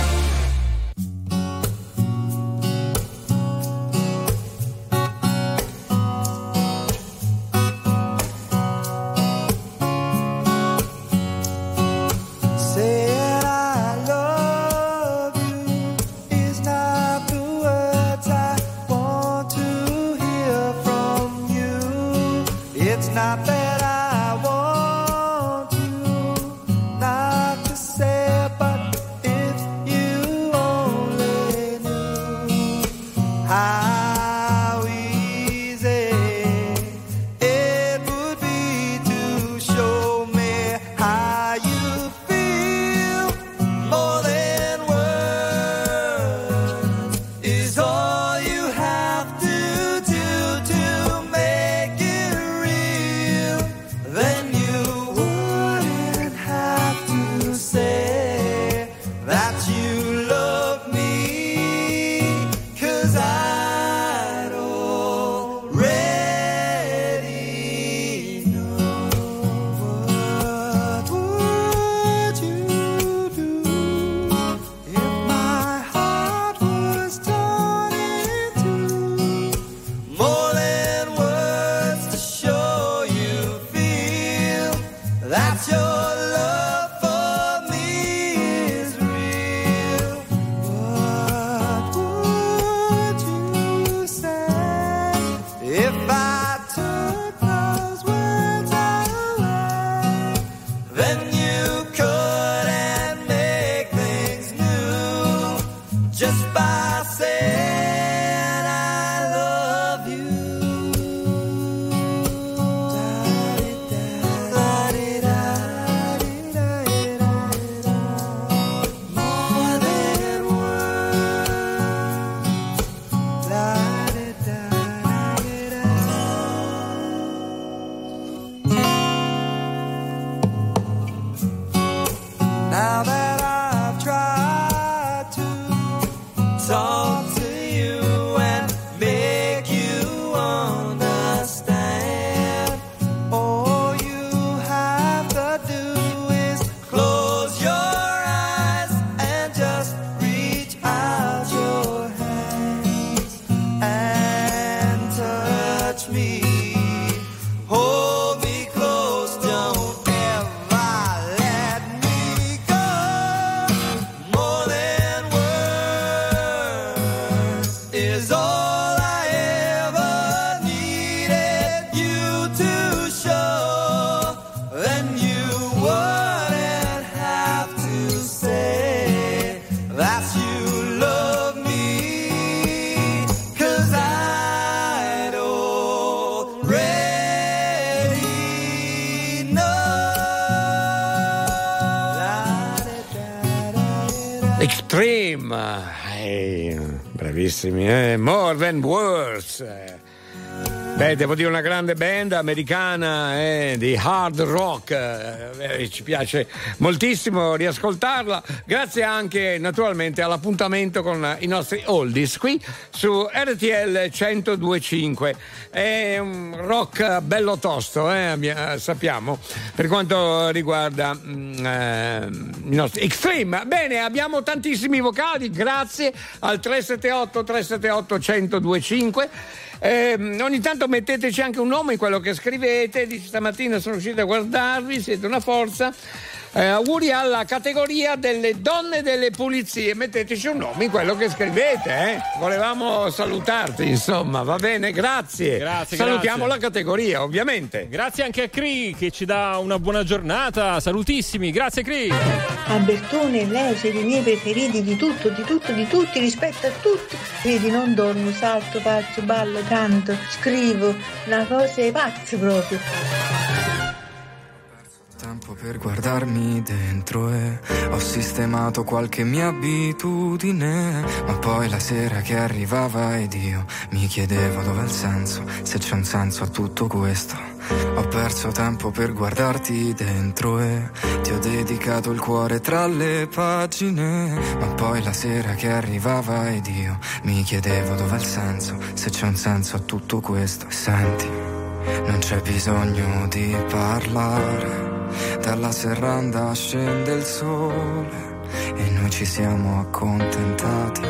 Extreme, eh, bravissimi, eh? More Than Words. Eh. Beh, devo dire una grande band americana eh, di hard rock, eh, ci piace moltissimo riascoltarla, grazie anche naturalmente all'appuntamento con i nostri oldies qui su R T L centodue e cinque. È un rock bello tosto, eh, sappiamo, per quanto riguarda mm, eh, i nostri Extreme. Bene, abbiamo tantissimi vocali, grazie al tre sette otto tre sette otto centodue e cinque. Eh, ogni tanto metteteci anche un nome in quello che scrivete. Dice: stamattina sono riuscito a guardarvi, siete una forza. Eh, auguri alla categoria delle donne delle pulizie. Metteteci un nome in quello che scrivete, eh? Volevamo salutarti, insomma, va bene, grazie. Grazie, salutiamo grazie. la categoria, ovviamente. Grazie anche a Cri che ci dà una buona giornata. Salutissimi, grazie Cri. Albertone, lei siete i miei preferiti di tutto, di tutto, di tutti, rispetto a tutti. Vedi, non dormo, salto, faccio, ballo, canto, scrivo, una cosa pazza proprio. Tempo per guardarmi dentro e ho sistemato qualche mia abitudine, ma poi la sera che arrivava ed io mi chiedevo dov'è il senso, se c'è un senso a tutto questo. Ho perso tempo per guardarti dentro e ti ho dedicato il cuore tra le pagine, ma poi la sera che arrivava ed io mi chiedevo dov'è il senso, se c'è un senso a tutto questo. Senti, non c'è bisogno di parlare, dalla serranda scende il sole e noi ci siamo accontentati.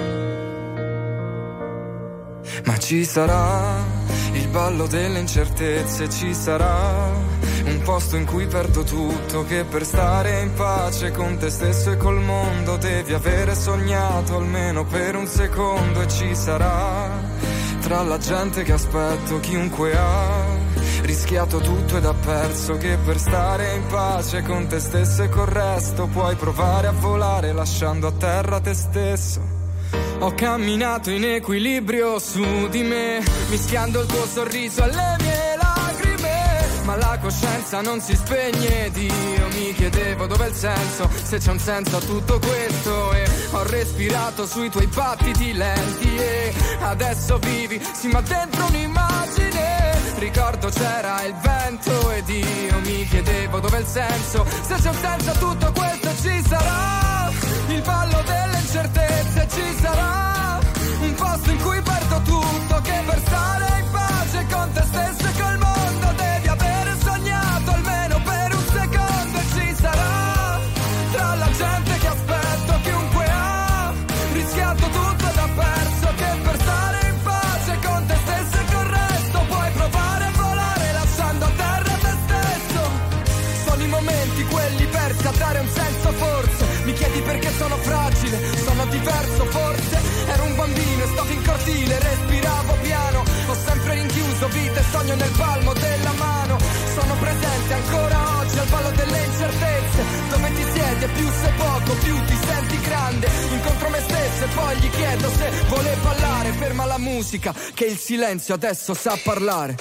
Ma ci sarà il ballo delle incertezze, ci sarà un posto in cui perdo tutto, che per stare in pace con te stesso e col mondo devi avere sognato almeno per un secondo. E ci sarà tra la gente che aspetto chiunque ha rischiato tutto ed ha perso, che per stare in pace con te stesso e col resto puoi provare a volare lasciando a terra te stesso. Ho camminato in equilibrio su di me, mischiando il tuo sorriso alle mie lacrime, ma la coscienza non si spegne ed io mi chiedevo dov'è il senso, se c'è un senso a tutto questo. E ho respirato sui tuoi battiti lenti e adesso vivi, sì ma dentro un'immagine. Ricordo c'era il vento ed io mi chiedevo dov'è il senso, se c'è un senso a tutto questo. Ci sarà il ballo delle incertezze, ci sarà un posto in cui perdo tutto, che per stare in pace con te stesso e col mondo devi avere sognato almeno per un secondo. E ci sarà tra la gente che aspetto chiunque ha rischiato tutto ed ha perso, che per stare in pace con te stesso e col resto puoi provare a volare lasciando a terra te stesso. Sono i momenti quelli persi a dare un senso forse, mi chiedi perché sono fragile, sono diverso forse. Ero un bambino e stavo in cortile, respiravo piano, ho sempre rinchiuso vita e sogno nel palmo della mano. Sono presente ancora oggi al ballo delle incertezze, dove ti siedi e più sei poco, più ti senti grande. Incontro me stesso e poi gli chiedo se vuole ballare. Ferma la musica che il silenzio adesso sa parlare.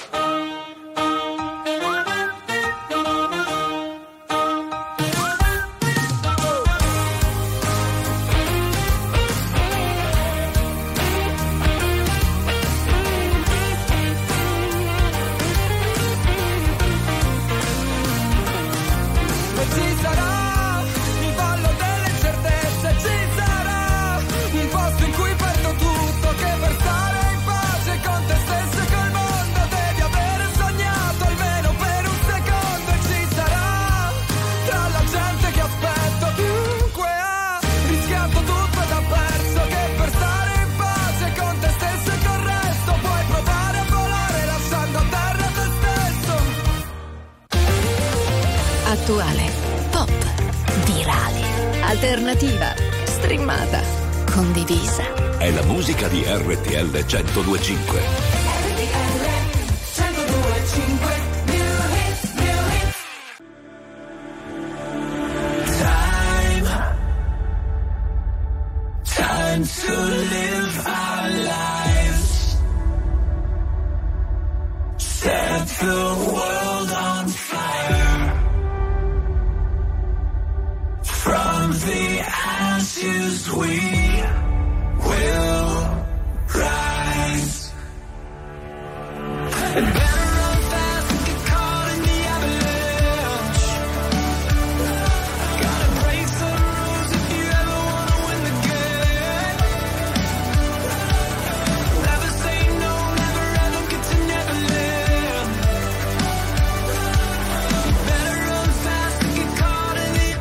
Attuale, pop, virale, alternativa, streamata, condivisa. È la musica di R T L centodue e cinque. Time, time to live our lives. Set the world on fire. From the ashes choose, we will rise. And better run fast and get caught in the avalanche. Gotta break some rules if you ever wanna win the game. Never say no, never ever get to Neverland. Better run fast and get caught in the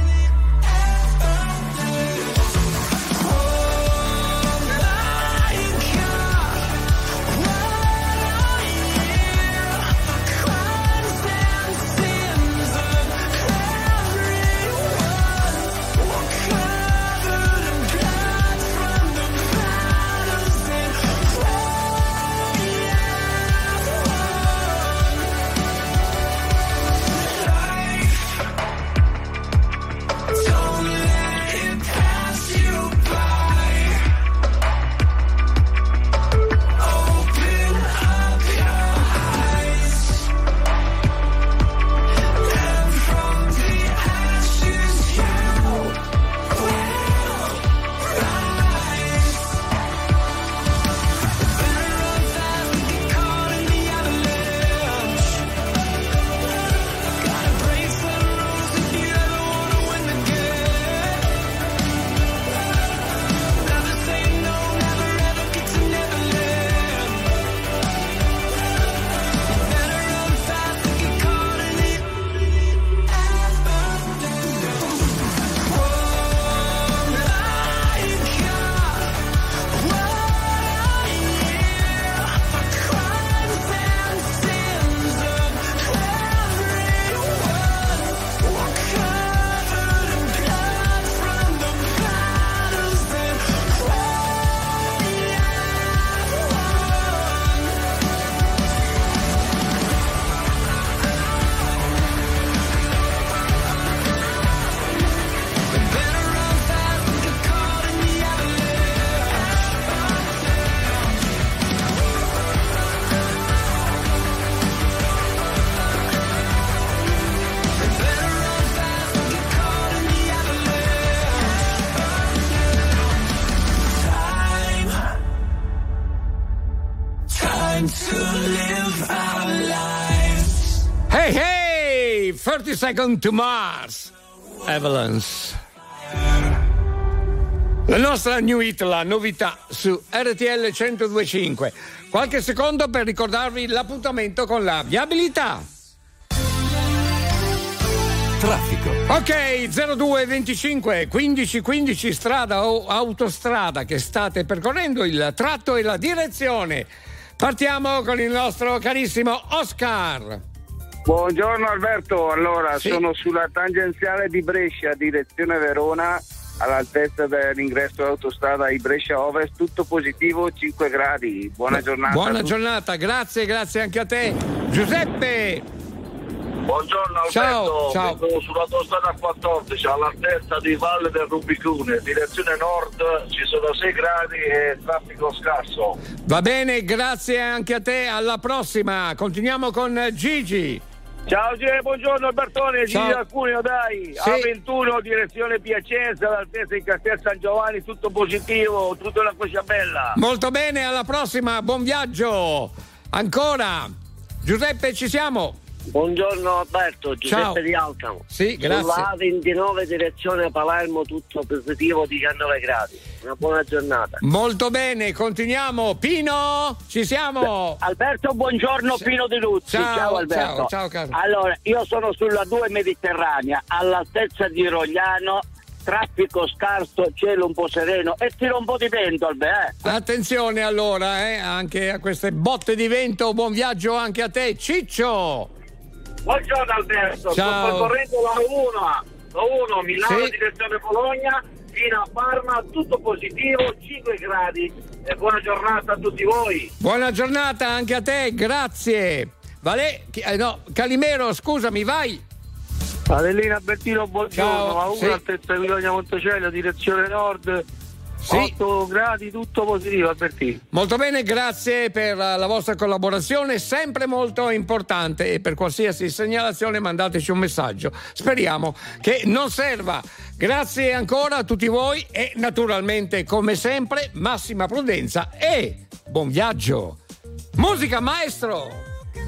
Hey hey, thirty seconds to Mars, Avalanche. La nostra new hit, la novità su R T L centodue e cinque. Qualche secondo per ricordarvi l'appuntamento con la viabilità. Traffico. Ok, zero due venticinque quindici quindici strada o autostrada che state percorrendo, il tratto e la direzione. Partiamo con il nostro carissimo Oscar. Buongiorno Alberto, allora Sì. sono sulla tangenziale di Brescia, direzione Verona, all'altezza dell'ingresso dell'autostrada di Brescia Ovest, tutto positivo, cinque gradi. Buona giornata. Buona a tutti. giornata, grazie, grazie anche a te. Giuseppe. Buongiorno Alberto, Ciao, ciao. vengo sull'autostrada quattordici all'altezza di Valle del Rubicone, direzione nord, ci sono sei gradi e traffico scarso. Va bene, grazie anche a te, alla prossima. Continuiamo con Gigi. Ciao Gigi, buongiorno Albertone, Gigi Ciao. da Cuneo, dai. Sì. A ventuno, direzione Piacenza, all'altezza di Castel San Giovanni, tutto positivo, tutto una cosa bella. Molto bene, alla prossima, buon viaggio. Ancora. Giuseppe, ci siamo? Buongiorno Alberto, Giuseppe Ciao. di Alcamo. Sì, grazie. Sulla A ventinove direzione Palermo, tutto positivo, diciannove gradi. Una buona giornata. Molto bene, continuiamo. Pino, ci siamo? Alberto, buongiorno. Pino De Luzzi. Ciao, Ciao, Alberto. ciao, ciao, caro. Allora, io sono sulla due Mediterranea, all'altezza di Rogliano, traffico scarso, cielo un po' sereno e tira un po' di vento, Alberto. Eh? Attenzione allora, eh, anche a queste botte di vento. Buon viaggio anche a te, Ciccio. Buongiorno Alberto, Ciao. sto percorrendo la uno, la uno Milano Sì. direzione Bologna fino a Parma, tutto positivo, cinque gradi e buona giornata a tutti voi. Buona giornata anche a te, grazie. Vale, chi- eh, no, Calimero, scusami, vai. Adelina Bertino, buongiorno. Ciao, A uno sì. altezza Bologna Monticello, direzione nord, Sì. otto gradi, tutto positivo, Albertino. Molto bene, grazie per la vostra collaborazione, sempre molto importante, e per qualsiasi segnalazione mandateci un messaggio. Speriamo che non serva. Grazie ancora a tutti voi e naturalmente, come sempre, massima prudenza e buon viaggio. Musica, maestro!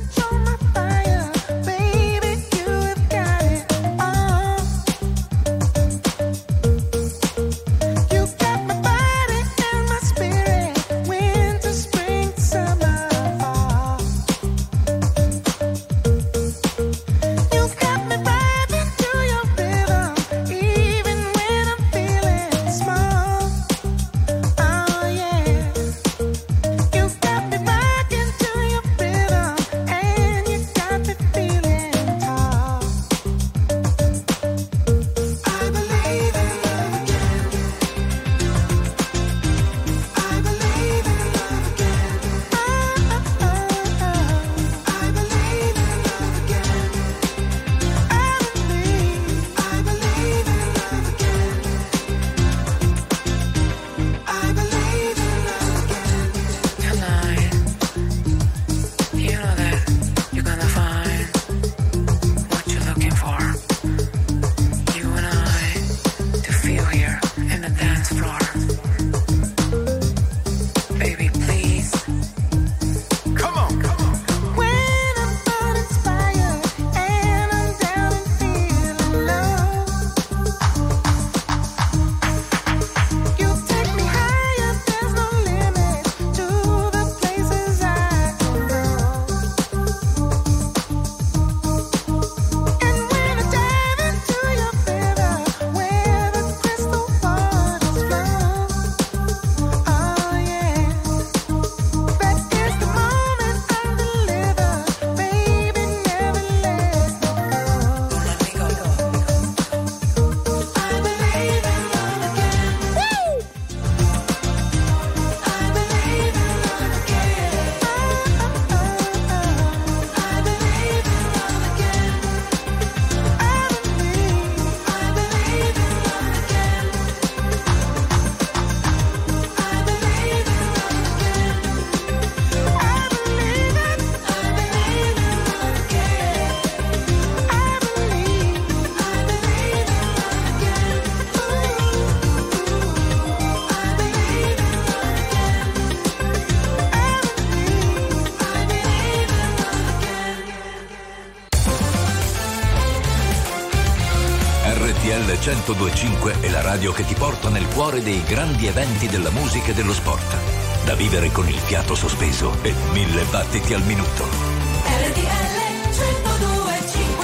centodue e cinque è la radio che ti porta nel cuore dei grandi eventi della musica e dello sport. Da vivere con il fiato sospeso e mille battiti al minuto. R T L centodue e cinque.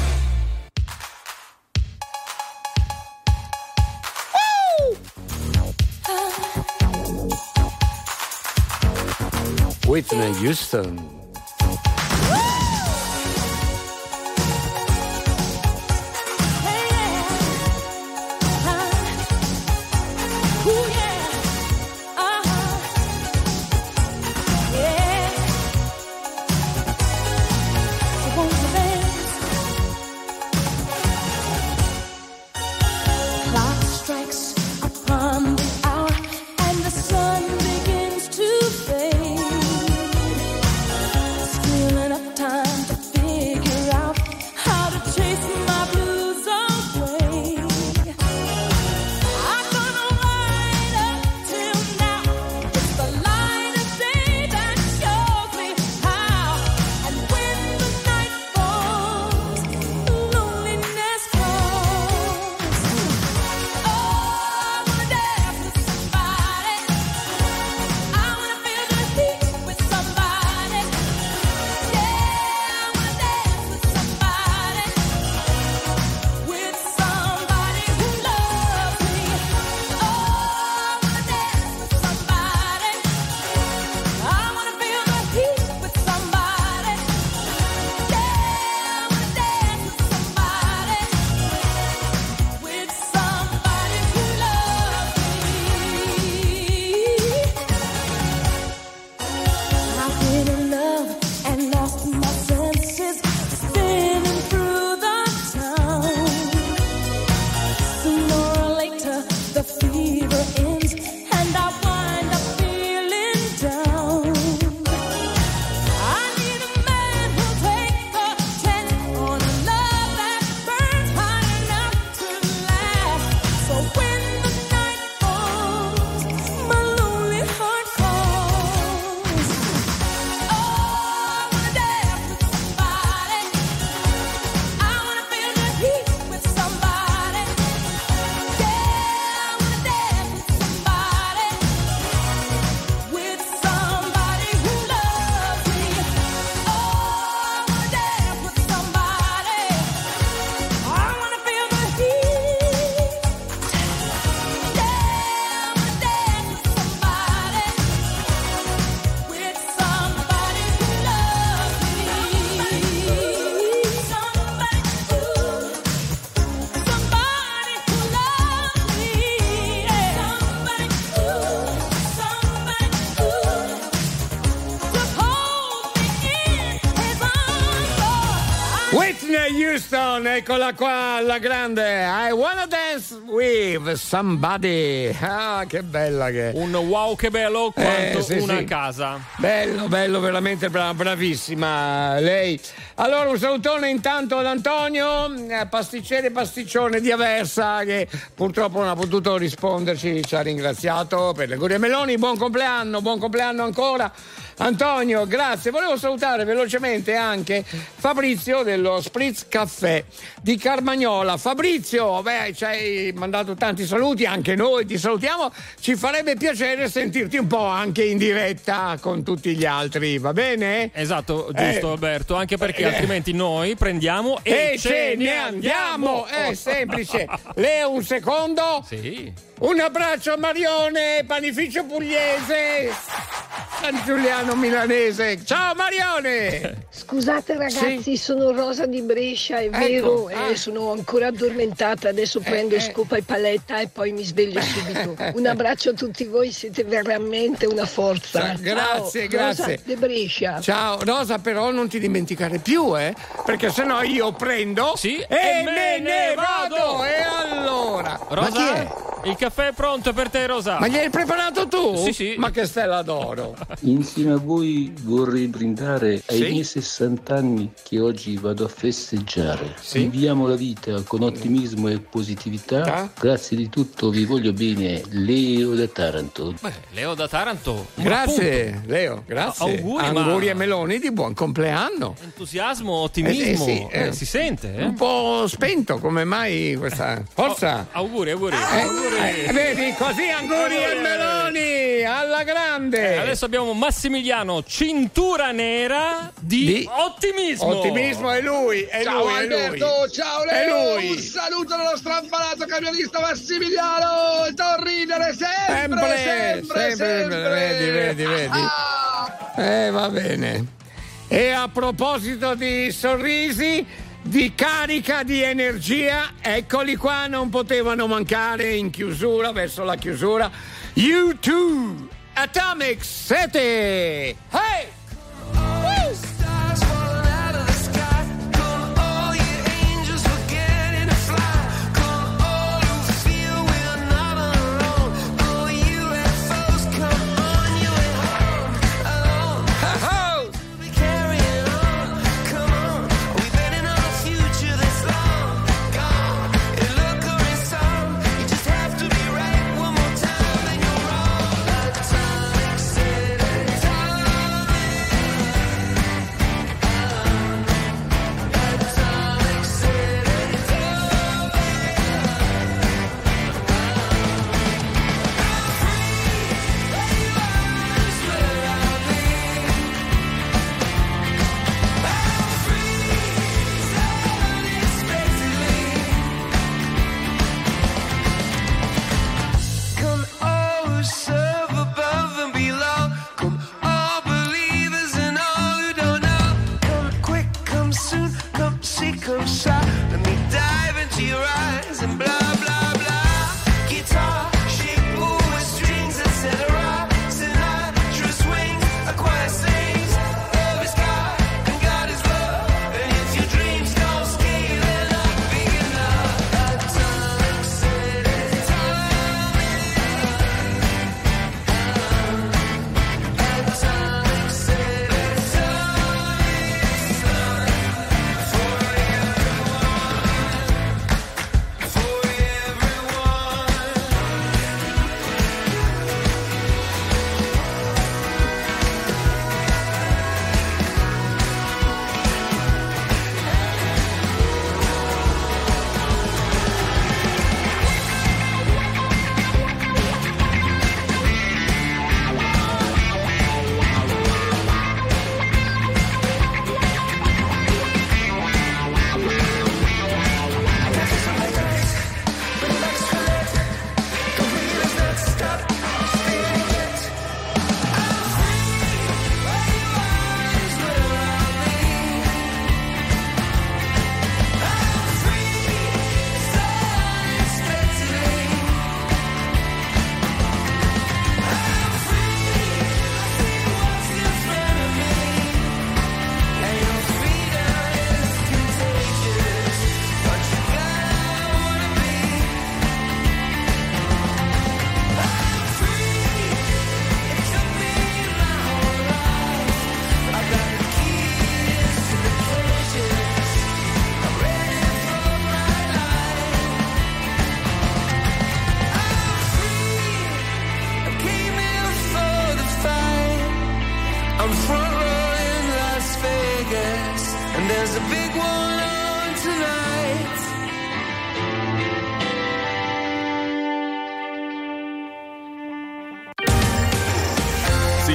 Whitney Houston. The fever ends Madonna, eccola qua, la grande. I wanna dance with somebody. Ah, che bella che è. Un wow, che bello quanto Eh, sì, una sì. casa. Bello, bello, veramente bra- bravissima lei. Allora un salutone intanto ad Antonio, eh, pasticcere e pasticcione di Aversa, che purtroppo non ha potuto risponderci, ci ha ringraziato per le augurie Meloni. Buon compleanno, buon compleanno ancora Antonio, grazie. Volevo salutare velocemente anche Fabrizio dello Spritz Caffè di Carmagnola. Fabrizio, beh, ci hai mandato tanti saluti, anche noi ti salutiamo, ci farebbe piacere sentirti un po' anche in diretta con tutti gli altri, va bene? Esatto, giusto Eh. Alberto, anche perché Eh. altrimenti noi prendiamo e, E ce ne andiamo, è semplice. Lei un secondo? Sì. Un abbraccio a Marione, panificio pugliese, San Giuliano milanese. Ciao Marione! Scusate ragazzi, sono Rosa di Brescia, è vero, ah. eh, sono ancora addormentata, adesso prendo eh. scopa e paletta e poi mi sveglio subito. Un abbraccio a tutti voi, siete veramente una forza. Grazie, Ciao, grazie. Rosa di Brescia. Ciao Rosa, però non ti dimenticare più, eh? Perché sennò io prendo Sì, e, e me ne vado. E allora? Rosa, Ma chi è? il caffè è pronto per te, Rosa. Ma gliel'hai preparato tu? Sì, sì. Ma che stella d'oro. Insieme a voi vorrei brindare ai Sì? miei sessanta anni che oggi vado a festeggiare. Viviamo la vita con ottimismo e positività. Ah. Grazie di tutto, vi voglio bene. Leo da Taranto. Beh, Leo da Taranto. un Grazie appunto. Leo, grazie. Auguri, Auguri ma- a Meloni di buon compleanno. Entusiasmo, ottimismo, Eh, sì, eh. eh, si sente, eh? Un po' spento, come mai questa forza? Oh, auguri, auguri. Eh, eh, vedi, così auguri a Meloni, alla grande. Eh, adesso abbiamo Massimiliano, cintura nera di, Di ottimismo. Ottimismo è lui, è Ciao lui, è Alberto, lui. ciao È Leo, lui. un saluto dallo strampalato camionista Massimiliano, torridere sempre, sempre, sempre, sempre, vedi, vedi, vedi. Eh, va bene. E a proposito di sorrisi, di carica, di energia, eccoli qua, non potevano mancare in chiusura, verso la chiusura, U due, Atomic City. Hey!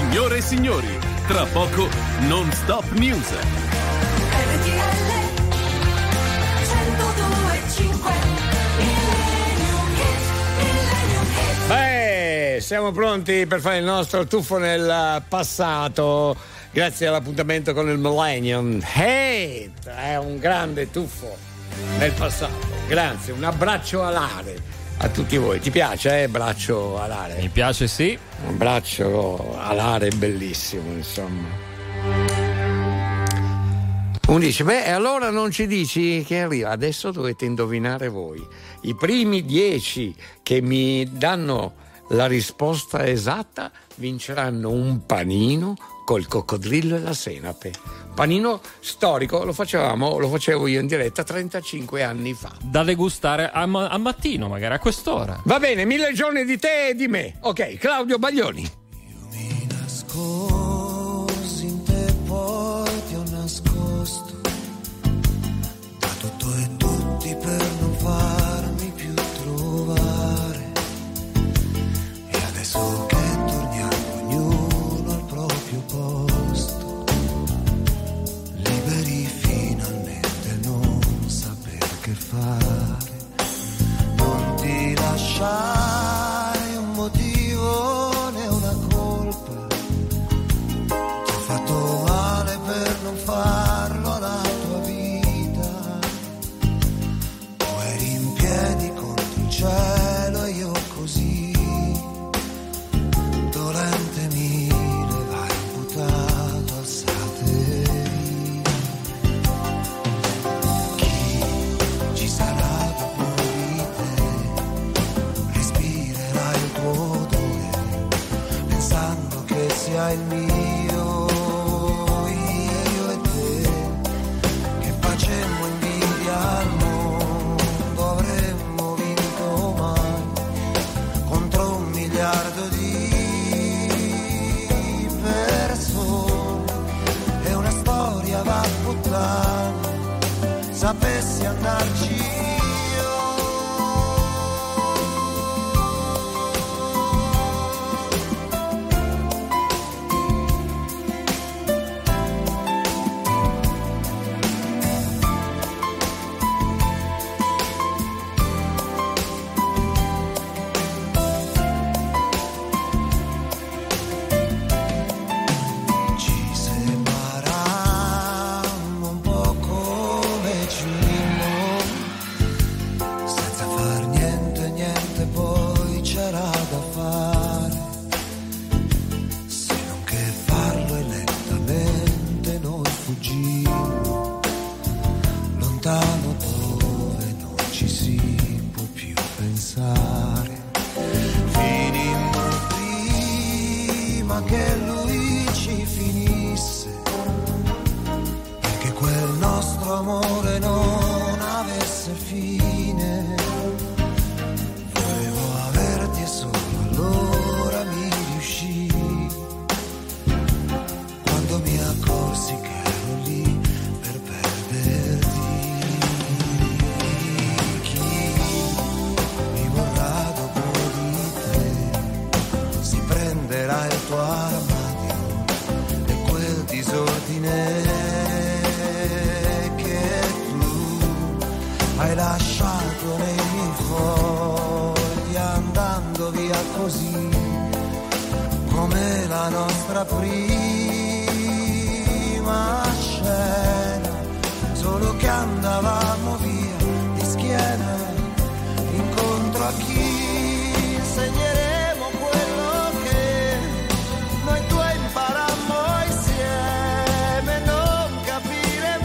Signore e signori, tra poco Non Stop News. R T L centodue e cinque. Millennium Hit, Millennium Hit. Beh, siamo pronti per fare il nostro tuffo nel passato, grazie all'appuntamento con il Millennium Hit. È un grande tuffo nel passato. Grazie, un abbraccio alare a tutti voi. Ti piace, eh? Braccio alare? Mi piace, sì. Un braccio alare bellissimo, insomma. Uno dice, beh, e allora non ci dici che arriva? Adesso dovete indovinare voi. I primi dieci che mi danno la risposta esatta vinceranno un panino col coccodrillo e la senape. Panino storico, lo facevamo, lo facevo io in diretta trentacinque anni fa. Da degustare a, ma- a mattino, magari a quest'ora. Va bene, mille giorni di te e di me. Ok, Claudio Baglioni. Io mi nascosi in te, poi ti ho nascosto da tutto e tutti per non farmi più trovare. E adesso che torniamo ognuno al proprio posto, liberi finalmente, non saper che fare, non ti lasciare un motivo né una colpa, ti ho fatto male per non farlo alla tua vita, tu eri in piedi contro il cielo e io così, dolente mi levai imputato, alzate via. Chi ci sarà dopo di te? Respirerai il tuo odore, pensando che sia il mio, io e te, che facemmo invidia al mondo, avremmo vinto mai contro un miliardo di persone, e una storia va a puttane, sapessi andarci io. Ci separammo un po' come cimino, senza far niente, niente poi c'era da fare, se non che farlo e lentamente noi fuggimmo, lontano dove non ci si può più pensare. Finimmo prima che lui ci finisse, perché quel nostro amore non avesse fine. Volevo averti e solo allora mi riuscì, quando mi accorsi che ero lì per perderti. Chi mi vorrà dopo di te si prenderà il tuo armadio e quel disordine che tu hai lasciato nei miei fogli, andando via così come la nostra prima scena, solo che andavamo via di schiena incontro a chi insegneremo quello che noi due imparammo insieme, non capire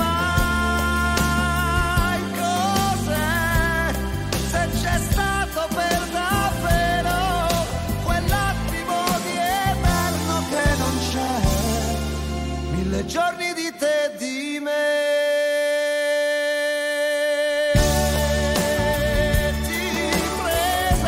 mai cos'è, se c'è stato per davvero quell'attimo di eterno che non c'è, mille giorni di te e di me. Ti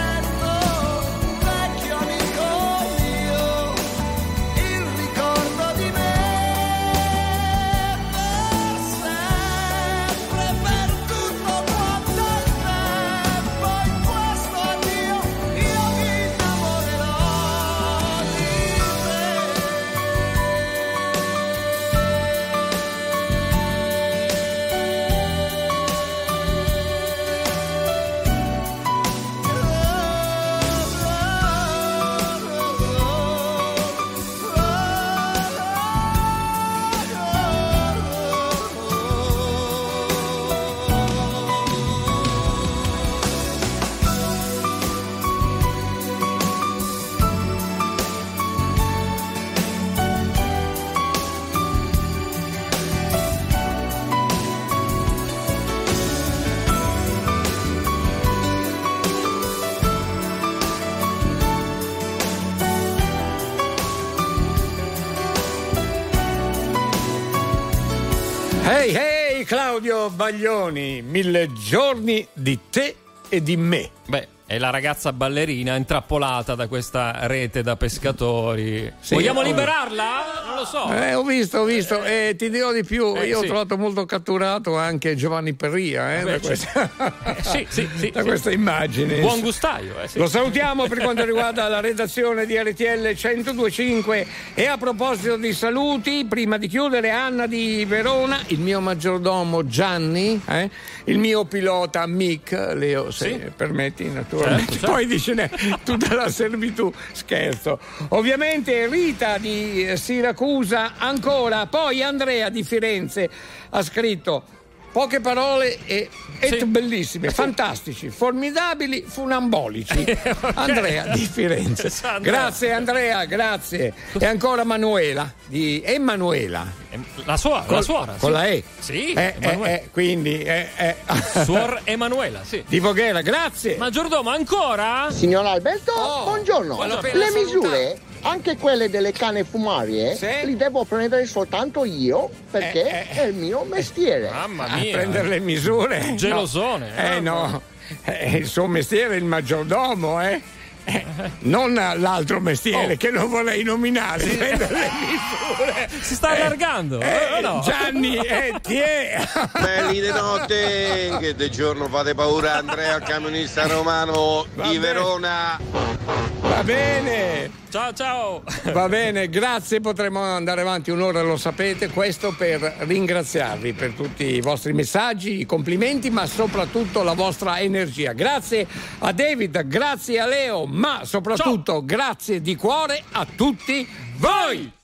Ehi, ehi, Claudio Baglioni, mille giorni di te e di me. Beh, è la ragazza ballerina intrappolata da questa rete da pescatori. Sì, Vogliamo eh. liberarla? Non lo so. Eh, ho visto, ho visto, e eh, ti dirò di più, Eh, io sì. ho trovato molto catturato anche Giovanni Perria, eh, Beh, da questa, Eh, sì, sì, sì, da sì. questa immagine. Buon gustaio. Eh, sì. Lo salutiamo per quanto riguarda la redazione di R T L centodue e cinque. E a proposito di saluti, prima di chiudere, Anna di Verona, il mio maggiordomo Gianni, eh, il mio pilota Mick, Leo, se Sì. permetti, naturalmente. Certo, certo. Poi dice tutta la servitù, scherzo. Ovviamente Rita di Siracusa ancora, poi Andrea di Firenze ha scritto poche parole e, e Sì. bellissime, fantastici, formidabili, funambolici. Andrea di Firenze. Grazie Andrea, grazie. E ancora Manuela di Emanuela. La suora, Col- la suora. con sì. la E. Sì, Eh, eh, Emanuela. eh, quindi eh, eh. Suor Emanuela, sì. Di Voghera, grazie. Maggiordomo, ancora? Signor Alberto, Oh, buongiorno. voglio appena Le salutare. misure, anche quelle delle canne fumarie, Sì? li devo prendere soltanto io perché Eh, eh. è il mio mestiere. Mamma A mia. prendere le misure. Gelosone. No. Eh no, Eh, il suo mestiere è il maggiordomo, eh? Eh, non l'altro mestiere Oh. che non vorrei nominare. Prendere le misure. Si sta allargando. Eh, eh, no? Gianni, eh, ti è. Belli di notte, che di giorno fate paura. Andrea, camionista romano Va di bene. Verona. Va bene. Ciao, ciao. Va bene, grazie, potremo andare avanti un'ora, lo sapete, questo per ringraziarvi per tutti i vostri messaggi, i complimenti, ma soprattutto la vostra energia. Grazie a David, grazie a Leo, ma soprattutto grazie di cuore a tutti voi!